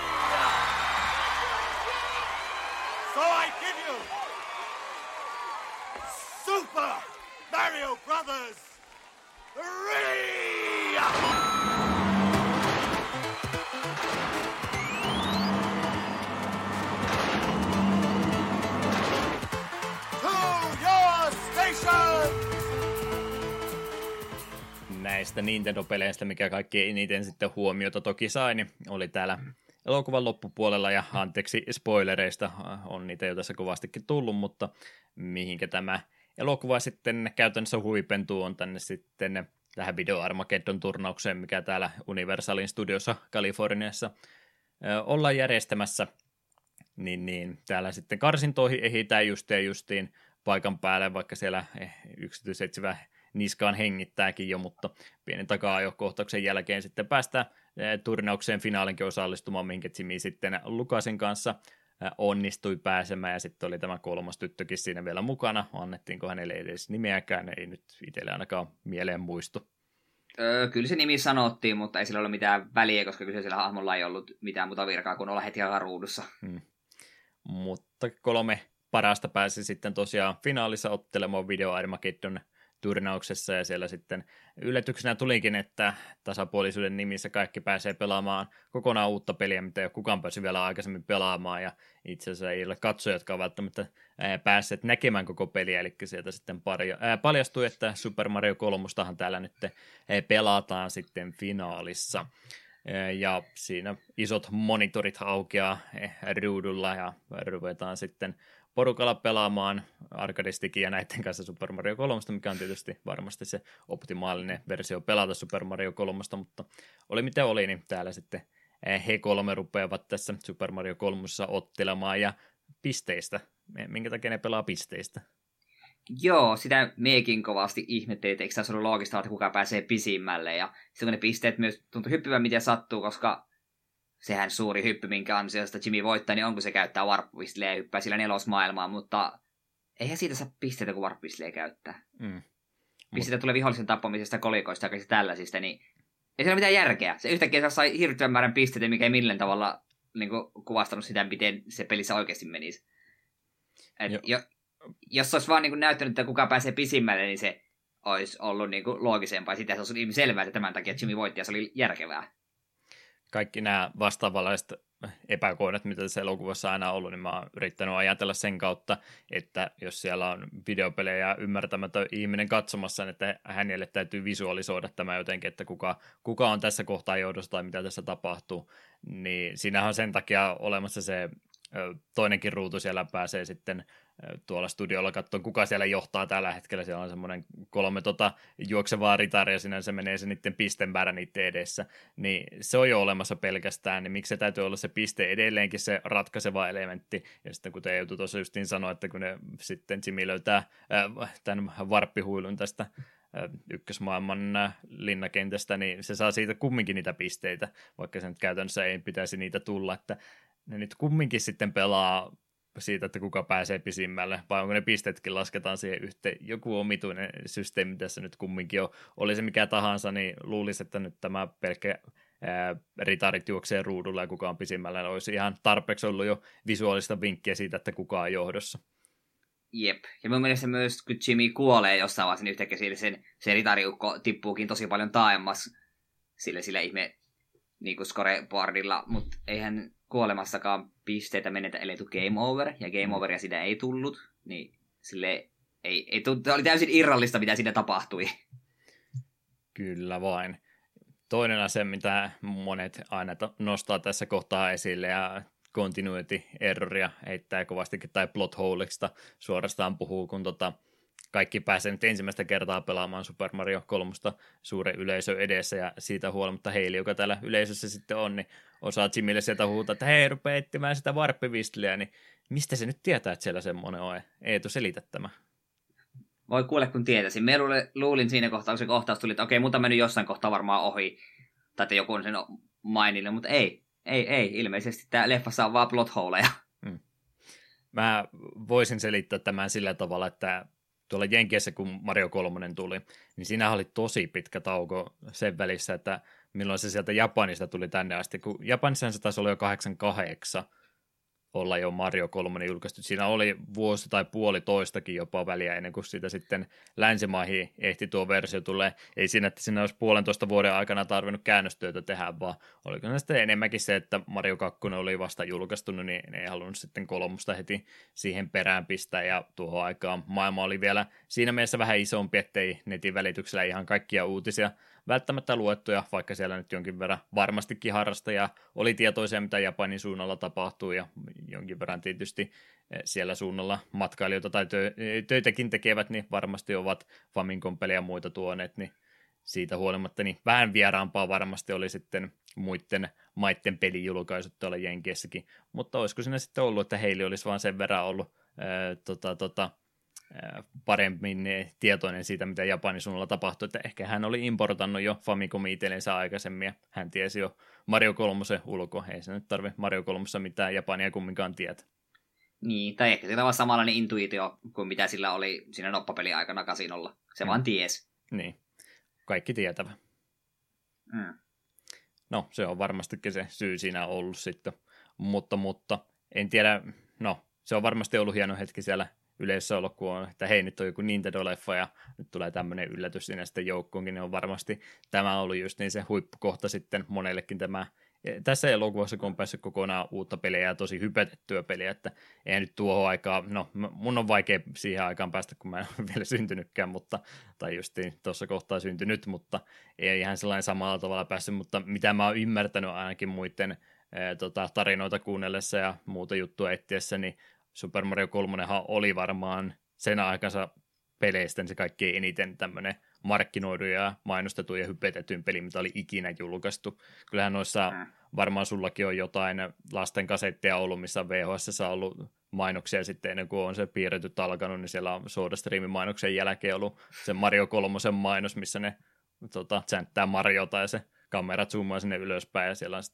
[SPEAKER 6] So I give you Super Mario Brothers 3!
[SPEAKER 1] Näistä Nintendo-peleistä, mikä kaikki eniten sitten huomiota toki sai, niin oli täällä elokuvan loppupuolella, ja anteeksi spoilereista, on niitä jo tässä kovastikin tullut, mutta mihinkä tämä elokuva sitten käytännössä huipentuu, on tänne sitten tähän Video Armageddon turnaukseen, mikä täällä Universalin studiossa Kaliforniassa ollaan järjestämässä, niin täällä sitten karsintoihin ehitään justiin paikan päälle, vaikka siellä yksityisetsivä niskaan hengittääkin jo, mutta pienen taka-ajokohtauksen jälkeen sitten päästään turnaukseen finaalinkin osallistumaan, minkä Jimmy sitten Lucasin kanssa onnistui pääsemään, ja sitten oli tämä 3. tyttökin siinä vielä mukana. Annettiinko hänelle edes nimeäkään, ei nyt itselle ainakaan mieleen muistu.
[SPEAKER 2] Kyllä se nimi sanottiin, mutta ei sillä ole mitään väliä, koska kyseisellä hahmolla ei ollut mitään muuta virkaa kuin olla heti ruudussa.
[SPEAKER 1] Mutta 3 parasta pääsi sitten tosiaan finaalissa ottelemaan Video Armageddon turnauksessa, ja siellä sitten yllätyksenä tulikin, että tasapuolisuuden nimissä kaikki pääsee pelaamaan kokonaan uutta peliä, mitä ei ole kukaan päässyt vielä aikaisemmin pelaamaan, ja itse asiassa ei ole katsojat, jotka ovat välttämättä päässeet näkemään koko peliä, eli sieltä sitten paljastui, että Super Mario 3:stahan täällä nyt pelataan sitten finaalissa. Ja siinä isot monitorit aukeaa ruudulla, ja ruvetaan sitten porukalla pelaamaan arcadistikin ja näiden kanssa Super Mario 3, mikä on tietysti varmasti se optimaalinen versio pelata Super Mario 3, mutta oli miten oli, niin täällä sitten he 3 rupeavat tässä Super Mario 3 ottelemaan, ja pisteistä. Minkä takia ne pelaa pisteistä?
[SPEAKER 2] Joo, sitä mekin kovasti ihmettelin, että eikö tässä ollut loogista, että kuka pääsee pisimmälle, ja sitten ne pisteet myös tuntui hyppivän miten sattuu, koska sehän suuri hyppy, minkä ansiosta Jimmy voittaa, niin on, kun se käyttää Warp Whistleä ja hyppää sillä nelosmaailmaan, mutta eihän siitä saa pisteitä, kun Warp Whistleä käyttää. Pisteitä tulee vihollisen tappamisesta, kolikoista ja kaikista tällaisista, niin ei se ole mitään järkeä. Se yhtäkkiä sai hirveän määrän pisteitä, mikä ei millään tavalla niin kuin, kuvastanut sitä, miten se pelissä oikeasti menisi. Jos se olisi vaan niin kuin, näyttänyt, että kuka pääsee pisimmälle, niin se olisi ollut niin kuin, loogisempaa. Sitten se olisi ollut selvää, että tämän takia Jimmy voitti, ja se oli järkevää.
[SPEAKER 1] Kaikki nämä vastaavanlaiset epäkohdat, mitä tässä elokuvassa aina on ollut, niin mä oon yrittänyt ajatella sen kautta, että jos siellä on videopelejä ymmärtämätön ihminen katsomassa, että hänelle täytyy visualisoida tämä jotenkin, että kuka on tässä kohtaa johdossa tai mitä tässä tapahtuu, niin siinähän on sen takia olemassa se toinenkin ruutu, siellä pääsee sitten tuolla studiolla katsomaan, kuka siellä johtaa tällä hetkellä. Siellä on semmoinen 3 juoksevaa ritaria, sinänsä menee se niiden pistemäärä niiden edessä. Niin se on jo olemassa pelkästään, niin miksi se täytyy olla se piste edelleenkin se ratkaiseva elementti. Ja sitten kuten Eutu tuossa justiin sanoi, että kun ne sitten Jimmy löytää tämän varppihuilun tästä ykkösmaailman linnakentästä, niin se saa siitä kumminkin niitä pisteitä, vaikka sen käytännössä ei pitäisi niitä tulla, että ne nyt kumminkin sitten pelaa siitä, että kuka pääsee pisimmälle, vai onko ne pisteetkin lasketaan siihen yhteen. Joku omituinen systeemi tässä nyt kumminkin on. Oli se mikä tahansa, niin luulisi, että nyt tämä pelkkä ritarit juoksee ruudulla ja kuka on pisimmällä. Olisi ihan tarpeeksi ollut jo visuaalista vinkkiä siitä, että kuka on johdossa.
[SPEAKER 2] Jep. Ja mun mielestä myös, kun Jimmy kuolee jossain vaiheessa, niin yhtäkkiä se ritariukko tippuukin tosi paljon taaemmas sillä ihme niin kuin scoreboardilla, mutta eihän kuolemassakaan pisteitä menetä, ellei tule game over, ja game overia sitä ei tullut, niin sille oli täysin irrallista, mitä siinä tapahtui.
[SPEAKER 1] Kyllä vain. Toinen asia, mitä monet aina nostaa tässä kohtaa esille, ja continuity erroria heittää kovastikin, tai plot holeista suorastaan puhuu, kun kaikki pääsee nyt ensimmäistä kertaa pelaamaan Super Mario 3 suuren yleisön edessä, ja siitä huolimatta Hailey, joka täällä yleisössä sitten on, niin osaa Jimmylle sieltä huutaa, että hei, rupea etsimään sitä varppivistliä, niin mistä se nyt tietää, että siellä semmoinen on? Eetu, selitä tämä.
[SPEAKER 2] Voi kuule, kun tietäisin. Me luulin siinä kohtaa, kun se kohtaus tuli, että okei, multa on mennyt jossain kohtaa varmaan ohi, tai että joku on sen maininnut, mutta ei. Ilmeisesti tämä leffassa on vaan plot holeja.
[SPEAKER 1] Mä voisin selittää tämän sillä tavalla, että tuolla Jenkeissä, kun Mario 3 tuli, niin siinä oli tosi pitkä tauko sen välissä, että milloin se sieltä Japanista tuli tänne asti, kun Japanissa se taisi olla jo 88 olla jo Mario 3 julkaistu. Siinä oli vuosi tai puolitoistakin jopa väliä ennen kuin siitä sitten länsimaihin ehti tuo versio tulee. Ei siinä, että siinä olisi 1,5 vuoden aikana tarvinnut käännöstyötä tehdä, vaan oliko se sitten enemmänkin se, että Mario 2 oli vasta julkaistunut, niin ne ei halunnut sitten 3 heti siihen perään pistää, ja tuohon aikaan maailma oli vielä siinä mielessä vähän isompi, ettei netin välityksellä ihan kaikkia uutisia välttämättä luettuja, vaikka siellä nyt jonkin verran varmastikin harrastajia oli tietoisia, mitä Japanin suunnalla tapahtuu, ja jonkin verran tietysti siellä suunnalla matkailijoita tai töitäkin tekevät, niin varmasti ovat Famicom-pelejä ja muita tuoneet, niin siitä huolimatta niin vähän vieraampaa varmasti oli sitten muiden maiden pelijulkaisut tuolla Jenkeissäkin, mutta olisiko siinä sitten ollut, että Hailey olisi vaan sen verran ollut paremmin tietoinen siitä, mitä Japanin suunnalla tapahtui, että ehkä hän oli importannut jo Famicom itsellensä aikaisemmin, ja hän tiesi jo Mario 3 ulkoa, ei se nyt tarvitse Mario 3 mitään Japania kumminkaan tietää.
[SPEAKER 2] Niin, tai ehkä sillä on samanlainen intuitio kuin mitä sillä oli siinä noppapelin aikana kasinolla. Se vaan ties.
[SPEAKER 1] Niin, kaikki tietävä. No, se on varmastikin se syy siinä ollut sitten, mutta en tiedä, no, se on varmasti ollut hieno hetki siellä yleisössä ollut, kun on, että hei, nyt on joku Nintendo-leffa ja nyt tulee tämmöinen yllätys siinä sitten joukkoonkin, niin on varmasti tämä ollut just niin se huippukohta sitten monellekin tämä. Tässä elokuvassa, kun on päässyt kokonaan uutta peliä ja tosi hypetettyä peliä, että ei nyt tuohon aikaan, no mun on vaikea siihen aikaan päästä, kun mä en ole vielä syntynytkään, tai justiin tuossa kohtaa syntynyt, mutta ei ihan sellainen samalla tavalla päässyt, mutta mitä mä oon ymmärtänyt ainakin muiden tarinoita kuunnellessa ja muuta juttua etsiessä, niin Super Mario 3 oli varmaan sen aikansa peleistä se kaikkein eniten tämmöinen markkinoidu ja mainostettu ja hypetetyn peli, mitä oli ikinä julkaistu. Kyllähän noissa varmaan sullakin on jotain lasten kasetteja ollut, missä on VHS on ollut mainoksia sitten ennen kuin on se piirretyt alkanut, niin siellä on SodaStreamin mainoksen jälkeen ollut se Mario 3 mainos, missä ne tsäntää Mariota ja se kamera zoomaa sinne ylöspäin ja siellä on sitten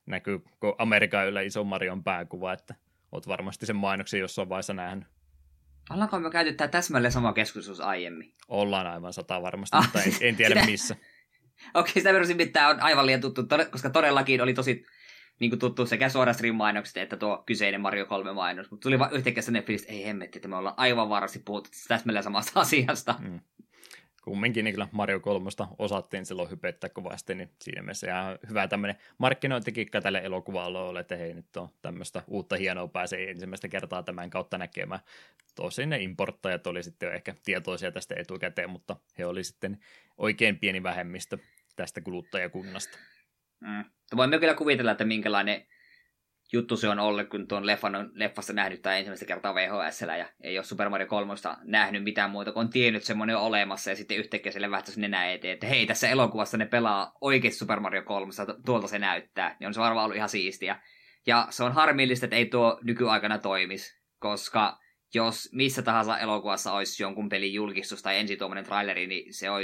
[SPEAKER 1] näkyy Amerikan yllä iso Marion pääkuva, että oot varmasti sen mainoksen jossain vaiheessa nähnyt.
[SPEAKER 2] Ollaanko me käyty tämä täsmälleen sama keskustelus aiemmin?
[SPEAKER 1] Ollaan aivan 100 varmasti, mutta en tiedä missä.
[SPEAKER 2] Okei, sitä perusin, että tämä on aivan liian tuttu, koska todellakin oli tosi niin kuin tuttu sekä suoraan stream-mainokset että tuo kyseinen Mario 3-mainos. Mutta tuli vaan yhtäkkiä sellainen fiilis, että ei hemmetti, että me ollaan aivan varmasti puhuttu täsmälleen samasta asiasta.
[SPEAKER 1] Kumminkin niin kyllä Mario 3 osattiin silloin hypettää kovasti, niin siinä mielessä ihan hyvä tämmöinen markkinointikikka tälle elokuvalle oli, että hei, nyt on tämmöistä uutta hienoa pääsee ensimmäistä kertaa tämän kautta näkemään. Tosin ne importtajat oli sitten jo ehkä tietoisia tästä etukäteen, mutta he oli sitten oikein pieni vähemmistö tästä kuluttajakunnasta.
[SPEAKER 2] Voimme kyllä kuvitella, että minkälainen juttu se on ollut, kun tuon leffan on leffasta nähnyt tai ensimmäistä kertaa VHS:llä ja ei ole Super Mario 3 nähnyt mitään muuta, kun on tiennyt semmoinen on olemassa ja sitten yhtäkkiä sille vähtäisi nenä eteen, että hei, tässä elokuvassa ne pelaa oikeasti Super Mario 3, tuolta se näyttää, niin on se varmaan ollut ihan siistiä. Ja se on harmillista, että ei tuo nykyaikana toimisi, koska jos missä tahansa elokuvassa olisi jonkun pelin julkistus tai ensituommoinen traileri, niin se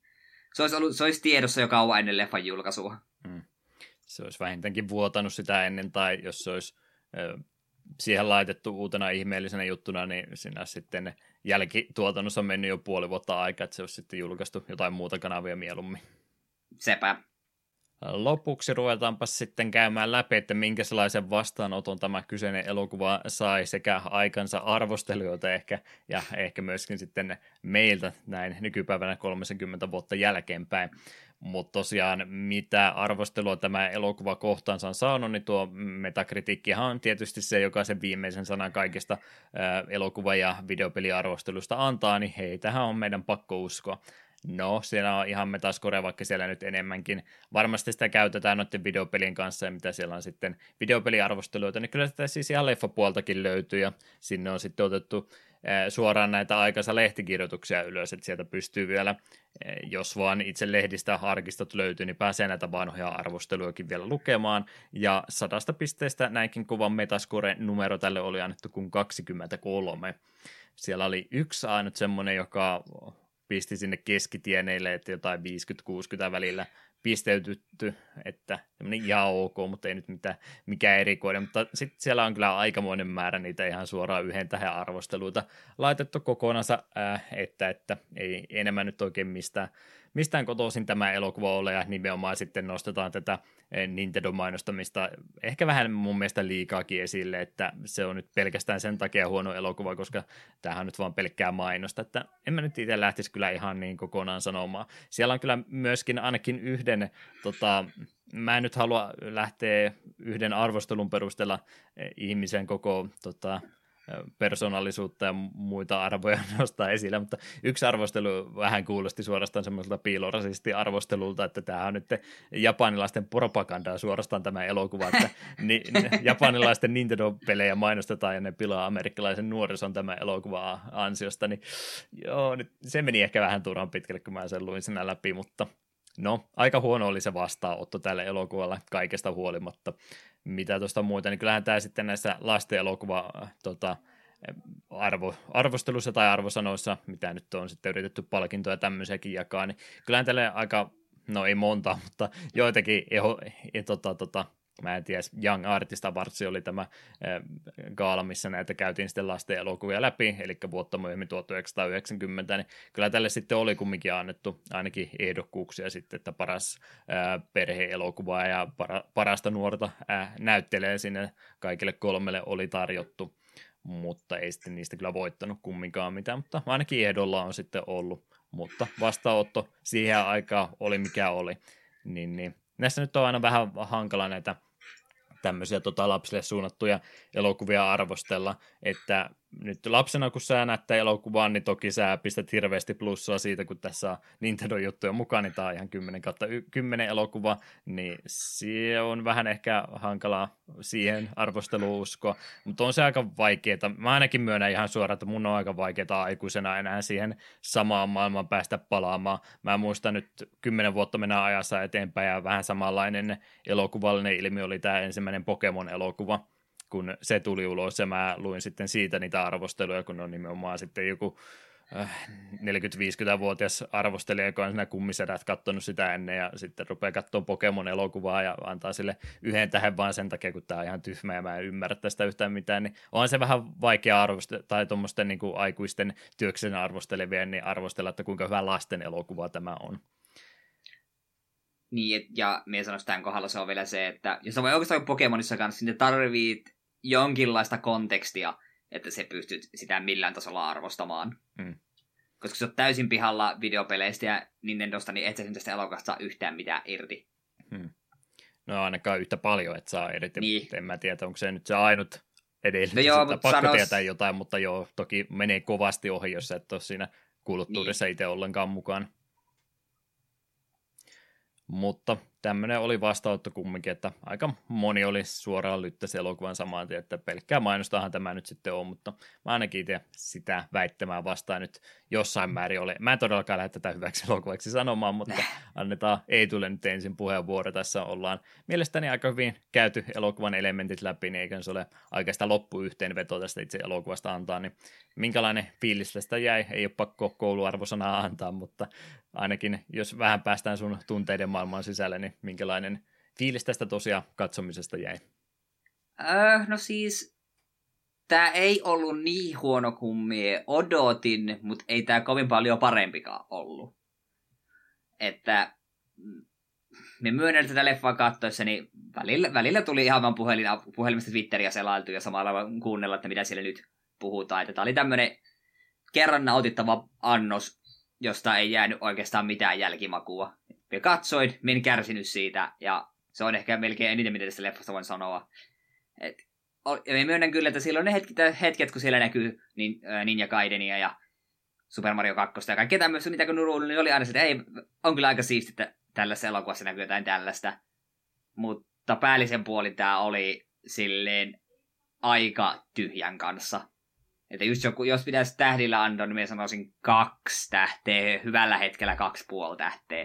[SPEAKER 2] olisi tiedossa jo kauan ennen leffan julkaisua.
[SPEAKER 1] Se olisi vähintäänkin vuotanut sitä ennen, tai jos se olisi siihen laitettu uutena ihmeellisenä juttuna, niin siinä sitten jälkituotannossa on mennyt jo puoli vuotta aikaa, että se olisi sitten julkaistu jotain muuta kanavia mieluummin.
[SPEAKER 2] Sepä.
[SPEAKER 1] Lopuksi ruvetaanpa sitten käymään läpi, että minkälaisen vastaanoton tämä kyseinen elokuva sai sekä aikansa arvostelijoita ehkä myöskin sitten meiltä näin nykypäivänä 30 vuotta jälkeenpäin. Mutta tosiaan mitä arvostelua tämä elokuva kohtaansa on saanut, niin tuo metakritiikkihan on tietysti se, joka sen viimeisen sanan kaikista elokuva- ja videopeliarvostelusta antaa, niin heitähän on meidän pakko uskoa. No, siellä on ihan Metascore, vaikka siellä nyt enemmänkin. Varmasti sitä käytetään noiden videopelien kanssa, ja mitä siellä on sitten videopeliarvosteluita, niin kyllä sitä siis ihan leffapuoltakin löytyy, ja sinne on sitten otettu suoraan näitä aikansa lehtikirjoituksia ylös, että sieltä pystyy vielä, jos vaan itse lehdistä arkistot löytyy, niin pääsee näitä vanhoja arvostelujakin vielä lukemaan, ja 100 pisteestä näinkin kuvan Metascore-numero tälle oli annettu kuin 23. Siellä oli yksi ainut semmoinen, joka pisti sinne keskitieneille, että jotain 50-60 välillä pisteytytty, että semmoinen ihan ok, mutta ei nyt mikään erikoinen, mutta sitten siellä on kyllä aikamoinen määrä niitä ihan suoraan yhden tähän arvosteluita laitettu kokonansa, että ei enemmän nyt oikein mistään kotoisin tämä elokuva ole, ja nimenomaan sitten nostetaan tätä Nintendo-mainostamista ehkä vähän mun mielestä liikaakin esille, että se on nyt pelkästään sen takia huono elokuva, koska tämähän on nyt vaan pelkkää mainosta, että en mä nyt itse lähtisi kyllä ihan niin kokonaan sanomaan. Siellä on kyllä myöskin ainakin yhden, mä en nyt halua lähteä yhden arvostelun perusteella ihmisen koko persoonallisuutta ja muita arvoja nostaa esille, mutta yksi arvostelu vähän kuulosti suorastaan semmoiselta piilorasisti-arvostelulta, että tämä on nyt japanilaisten propagandaa suorastaan tämä elokuva, että japanilaisten Nintendo-pelejä mainostetaan ja ne pilaa amerikkalaisen nuorison tämä elokuva ansiosta, niin joo, nyt se meni ehkä vähän turhan pitkälle, kun mä sen luin sen läpi, mutta no, aika huono oli se vastaanotto tälle elokuvalle kaikesta huolimatta. Mitä tuosta muuta, niin kyllähän tämä sitten näissä lasten elokuva arvostelussa tai arvosanoissa, mitä nyt on sitten yritetty palkintoja tämmöisiäkin jakaa, niin kyllähän tälle aika, no ei monta, mutta joitakin mä en tiedä, Young Artist Awards oli tämä gaala, missä näitä käytiin sitten lasten elokuvia läpi, eli vuotta myöhemmin 1990, niin kyllä tälle sitten oli kumminkin annettu ainakin ehdokkuuksia sitten, että paras perhe-elokuva ja parasta nuorta näyttelee sinne kaikille 3 oli tarjottu, mutta ei sitten niistä kyllä voittanut kumminkaan mitään, mutta ainakin ehdolla on sitten ollut, mutta vastaanotto siihen aikaan oli mikä oli, niin näissä nyt on aina vähän hankala näitä tämmöisiä lapsille suunnattuja elokuvia arvostella, että nyt lapsena kun sä näet tämän elokuvan, niin toki sä pistät hirveästi plussaa siitä, kun tässä on Nintendo-juttuja mukaan, niin tää on ihan 10/10 elokuva, niin se on vähän ehkä hankalaa siihen arvosteluun uskoa, mutta on se aika vaikeaa. Mä ainakin myönnän ihan suoraan, että mun on aika vaikeaa aikuisena enää siihen samaan maailmaan päästä palaamaan. Mä muistan nyt 10 vuotta mennään ajassa eteenpäin ja vähän samanlainen elokuvallinen ilmiö oli tämä ensimmäinen Pokemon-elokuva, kun se tuli ulos ja mä luin sitten siitä niitä arvosteluja, kun on nimenomaan sitten joku 40-50-vuotias arvostelija, joka on siinä kummisedät katsonut sitä ennen ja sitten rupeaa katsomaan Pokemon-elokuvaa ja antaa sille 1 tähden vaan sen takia, kun tämä on ihan tyhmä ja mä en ymmärrä tästä yhtään mitään, niin onhan se vähän vaikea arvostella, tai tuommoisten niin kuin aikuisten työkseen arvostelevien, niin arvostella, että kuinka hyvä lasten elokuva tämä on.
[SPEAKER 2] Niin, ja minä sanoisin tämän kohdalla se on vielä se, että jos on oikeastaan Pokemonissa kanssa, niin tarvit jonkinlaista kontekstia, että se pystyt sitä millään tasolla arvostamaan. Koska se on täysin pihalla videopeleistä ja Nintendosta, niin et sä tästä elokuvasta saa yhtään mitään irti.
[SPEAKER 1] No ainakaan yhtä paljon, että saa irti.
[SPEAKER 2] Niin.
[SPEAKER 1] En mä tiedä, onko se nyt se ainut edellytys,
[SPEAKER 2] no joo,
[SPEAKER 1] että pakko tietää jotain, mutta joo, toki menee kovasti ohi, jos sä et ole siinä kulttuurissa itse ollenkaan mukaan. Mutta tämmöinen oli vastaanotto kumminkin, että aika moni oli suoraan lyttäisi elokuvan samaan tien, että pelkkää mainostahan tämä nyt sitten on, mutta mä ainakin itse sitä väittämään vastaan nyt jossain määrin ole. Mä en todellakaan lähde tätä hyväksi elokuvaksi sanomaan, mutta annetaan ei tule nyt ensin puheenvuoro. Tässä ollaan mielestäni aika hyvin käyty elokuvan elementit läpi, niin eikä se ole aikaista loppuyhteenvetoa tästä itse elokuvasta antaa, niin minkälainen fiilis tästä jäi? Ei ole pakko kouluarvosanaa antaa, mutta ainakin jos vähän päästään sun tunteiden maailman sisälle, niin minkälainen fiilis tästä tosiaan katsomisesta jäi?
[SPEAKER 2] No siis, tää ei ollut niin huono kuin mie odotin, mutta ei tää kovin paljon parempikaan ollut. Että me myönnän tätä leffaa katsoessa, niin välillä tuli ihan vaan puhelimesta Twitteriä selailtu ja samalla kuunnella, että mitä siellä nyt puhutaan. Että tää oli tämmönen kerran nautittava annos, josta ei jäänyt oikeastaan mitään jälkimakua. Me katsoin, minä en kärsinyt siitä, ja se on ehkä melkein eniten, mitä tästä leffasta voin sanoa. Ja me myönnän kyllä, että silloin ne hetket, kun siellä näkyy Ninja Gaidenia ja Super Mario 2 ja kaikkea tämmöistä, mitä kun nuruun, niin oli aina se, että ei, on kyllä aika siisti, että tällaisessa elokuvassa näkyy jotain tällaista. Mutta päällisen puolin tämä oli silleen aika tyhjän kanssa. Että just jos pitäisi tähdillä antaa, niin minä sanoisin 2 tähteä, hyvällä hetkellä 2,5 tähteä.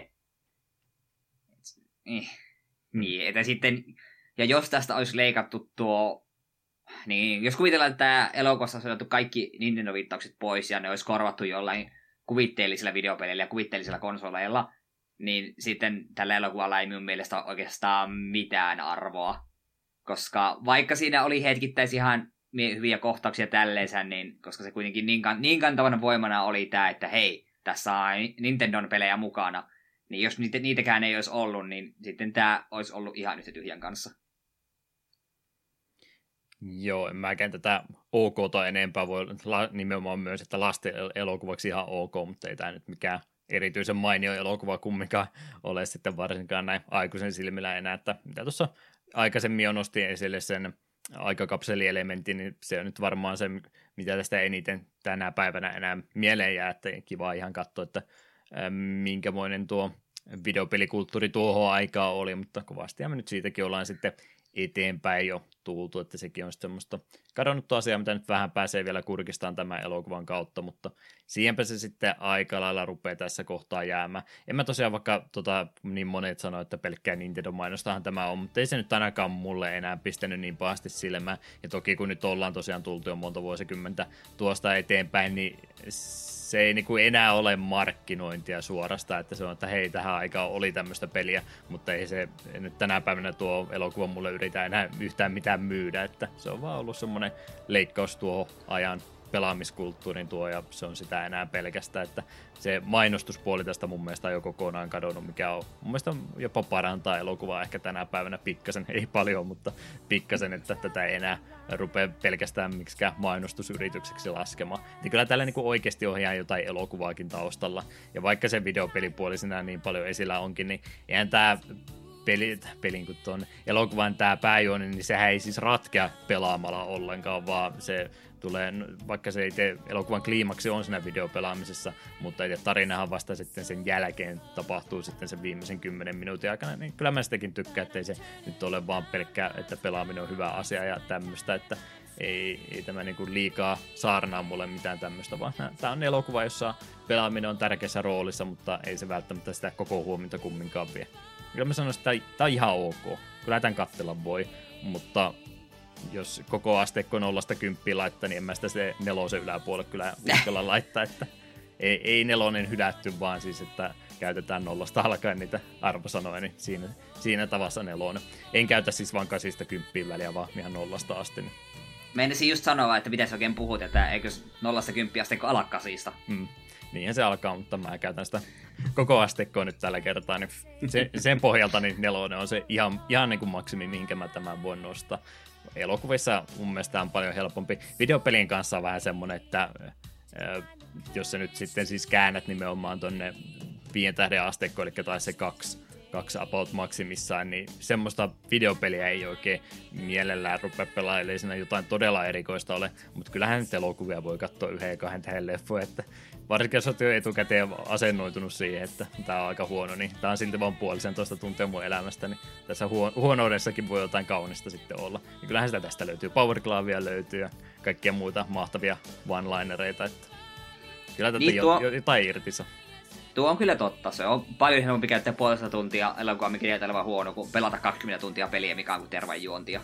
[SPEAKER 2] Niin, että sitten, ja jos tästä olisi leikattu niin jos kuvitellaan, että tämä elokuvassa olisi otettu kaikki Nintendo-viittaukset pois, ja ne olisi korvattu jollain kuvitteellisilla videopeleillä ja kuvitteellisilla konsoleilla, niin sitten tällä elokuvalla ei minun mielestä oikeastaan mitään arvoa. Koska vaikka siinä oli hetkittäisi ihan hyviä kohtauksia tälleensä, niin koska se kuitenkin niin kantavana voimana oli tämä, että hei, tässä on Nintendon pelejä mukana, niin jos niitäkään ei olisi ollut, niin sitten tämä olisi ollut ihan yhtä tyhjän kanssa.
[SPEAKER 1] Joo, en mäkään tätä OK:ta enempää voi nimenomaan myös, että lasten elokuvaksi ihan OK, mutta ei tämä nyt mikään erityisen mainio elokuva kumminkaan ole sitten varsinkaan näin aikuisen silmillä enää, että mitä tuossa aikaisemmin jo nostin esille sen aikakapselielementti, niin se on nyt varmaan se, mitä tästä eniten tänä päivänä enää mieleen jää, että kiva ihan katsoa, että minkämoinen tuo videopelikulttuuri tuohon aikaan oli, mutta kovastihan me nyt siitäkin ollaan sitten eteenpäin jo tultu, että sekin on semmoista kadonnut asiaa, mitä nyt vähän pääsee vielä kurkistamaan tämän elokuvan kautta, mutta siihenpä se sitten aika lailla rupeaa tässä kohtaa jäämään. En mä tosiaan vaikka niin monet sanoo, että pelkkää Nintendo-mainostahan tämä on, mutta ei se nyt ainakaan mulle enää pistänyt niin pahasti silmään, ja toki kun nyt ollaan tosiaan tultu jo monta vuosikymmentä tuosta eteenpäin, niin se ei niinku enää ole markkinointia suorastaan, että se on, että hei, tähän aikaan oli tämmöistä peliä, mutta ei se nyt tänä päivänä tuo elokuva mulle yritä enää yhtään mitään myydä, että se on vaan ollut semmoinen leikkaus tuohon ajan pelaamiskulttuurin tuo, ja se on sitä enää pelkästään, että se mainostuspuoli tästä mun mielestä on jo kokonaan kadonnut, mikä on mun mielestä jopa parantaa elokuvaa ehkä tänä päivänä pikkasen, ei paljon, mutta pikkasen, että tätä ei enää rupea pelkästään miksikään mainostusyritykseksi laskemaan. Niin kyllä täällä niinku oikeasti on ihan jotain elokuvaakin taustalla, ja vaikka se videopelipuoli sinä niin paljon esillä onkin, niin eihän tää pelin kuin tuon elokuvan tämä pääjuoni, niin sehän ei siis ratkea pelaamalla ollenkaan, vaan se tulee, vaikka se itse elokuvan kliimaksi on siinä videopelaamisessa, mutta itse tarinahan vasta sitten sen jälkeen tapahtuu sitten sen viimeisen 10 minuutin aikana, niin kyllä mä sitäkin tykkään, ettei se nyt ole vaan pelkkää, että pelaaminen on hyvä asia ja tämmöistä, että ei tämä niinku liikaa saarnaa mulle mitään tämmöistä, vaan tämä on elokuva, jossa pelaaminen on tärkeässä roolissa, mutta ei se välttämättä sitä koko huomiota kumminkaan vie. Kyllä mä sanoisin, että tämä on ihan ok. Kyllä tämän katsella voi, mutta jos koko asteikko 0-10 laittaa, niin en mä sitä se 4 yläpuolelle kyllä uskalla laittaa. Että ei nelonen hylätty, vaan siis, että käytetään 0 alkaen niitä arvosanoja, niin siinä tavassa nelonen. En käytä siis vaan 8–10 väliä, vaan ihan 0 asti. Niin.
[SPEAKER 2] Meinasin just sanoa, että miten sä oikein puhut, että eikö 0–10 asteikko ala 8.
[SPEAKER 1] Niinhän se alkaa, mutta mä käytän sitä koko asteikkoa nyt tällä kertaa, niin sen pohjalta niin nelonen on se ihan niin kuin maksimi, minkä mä tämän voin nostaa. Elokuvissa mun mielestä on paljon helpompi. Videopelin kanssa on vähän semmonen, että jos sä nyt sitten siis käännät nimenomaan tonne 5 tähden asteikkoon, eli taisi se 2 about maksimissaan, niin semmoista videopeliä ei oikein mielellään rupea pelaamaan, eli siinä jotain todella erikoista ole, mutta kyllähän nyt elokuvia voi katsoa 1 ja 2 tähden leffoja, että varsinkin jos olet jo etukäteen asennoitunut siihen, että tämä on aika huono, niin tämä on silti vaan 1,5 tuntia mun elämästä, niin tässä huonoudessakin voi jotain kaunista sitten olla. Ja kyllähän sitä tästä löytyy, Power Glovea löytyy ja kaikkia muita mahtavia one-linereita, että kyllä tätä niin jotain irti saa.
[SPEAKER 2] Tuo on kyllä totta. Se on paljon helpompi käyttää 1,5 tuntia elokuvaa, mikä ei olevan huono, kuin pelata 20 tuntia peliä, mikä on kuin tervanjuontia.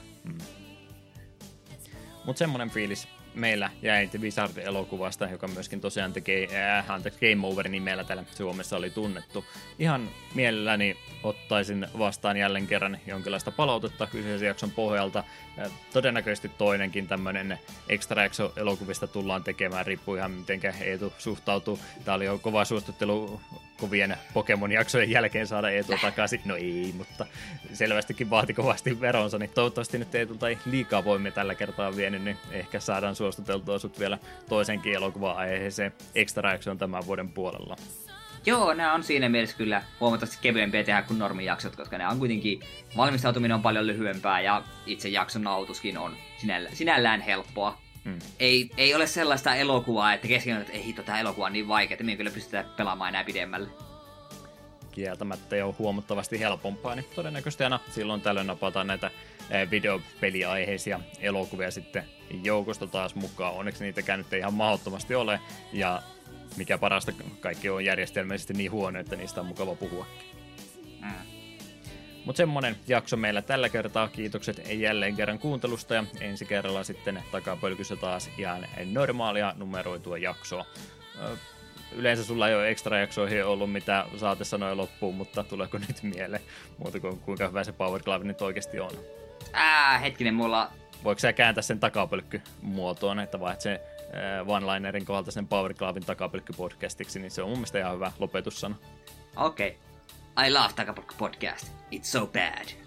[SPEAKER 1] Mutta semmonen fiilis meillä jäi The Wizard-elokuvasta, joka myöskin tosiaan Game Over nimellä täällä Suomessa oli tunnettu. Ihan mielelläni ottaisin vastaan jälleen kerran jonkinlaista palautetta kyseisen jakson pohjalta. Todennäköisesti toinenkin tämmönen extra jakso elokuvista tullaan tekemään, riippuu ihan mitenkä Eetu suhtautuu. Tää oli jo kova suosittelu kovien Pokemon-jaksojen jälkeen saada Eetua takaisin. No ei, mutta selvästikin vaati kovasti veronsa, niin toivottavasti nyt Eetulta ei liikaa voimia tällä kertaa vienyt, niin ehkä saadaan suostuteltua sut vielä toisenkin elokuva-aiheeseen extra jakson tämän vuoden puolella.
[SPEAKER 2] Joo, nämä on siinä mielessä kyllä huomattavasti kevyempiä tehdä kuin normijaksot, koska ne on kuitenkin, valmistautuminen on paljon lyhyempää ja itse jakson nautuskin on sinällään helppoa. Ei ole sellaista elokuvaa, että kesken että ei hitto, tämä elokuva on niin vaikea, että me ei kyllä pystytä pelaamaan enää pidemmälle.
[SPEAKER 1] Kieltämättä jo huomattavasti helpompaa, niin todennäköisesti aina silloin tällöin napataan näitä videopeliaiheisia elokuvia sitten joukosta taas mukaan. Onneksi niitäkään nyt ei ihan mahdottomasti ole, ja mikä parasta, kaikki on järjestelmällisesti niin huono, että niistä on mukava puhuakin. Mutta semmonen jakso meillä tällä kertaa. Kiitokset jälleen kerran kuuntelusta ja ensi kerralla sitten takapölkyssä taas ihan normaalia numeroitua jaksoa. Yleensä sulla ei ole ekstra jaksoihin ollut mitä saate sanoa loppuun, mutta tuleeko nyt mieleen muuta kuin kuinka hyvä se Power Glove nyt oikeasti on?
[SPEAKER 2] Hetkinen, mulla...
[SPEAKER 1] Voiko sä kääntää sen takapölkky-muotoon, että vaihdat sen one-linerin kohdalta sen Power Gloven takapölkky-podcastiksi, niin se on mun mielestä ihan hyvä lopetussana.
[SPEAKER 2] Okei. I love Takapölkky podcast. It's so bad.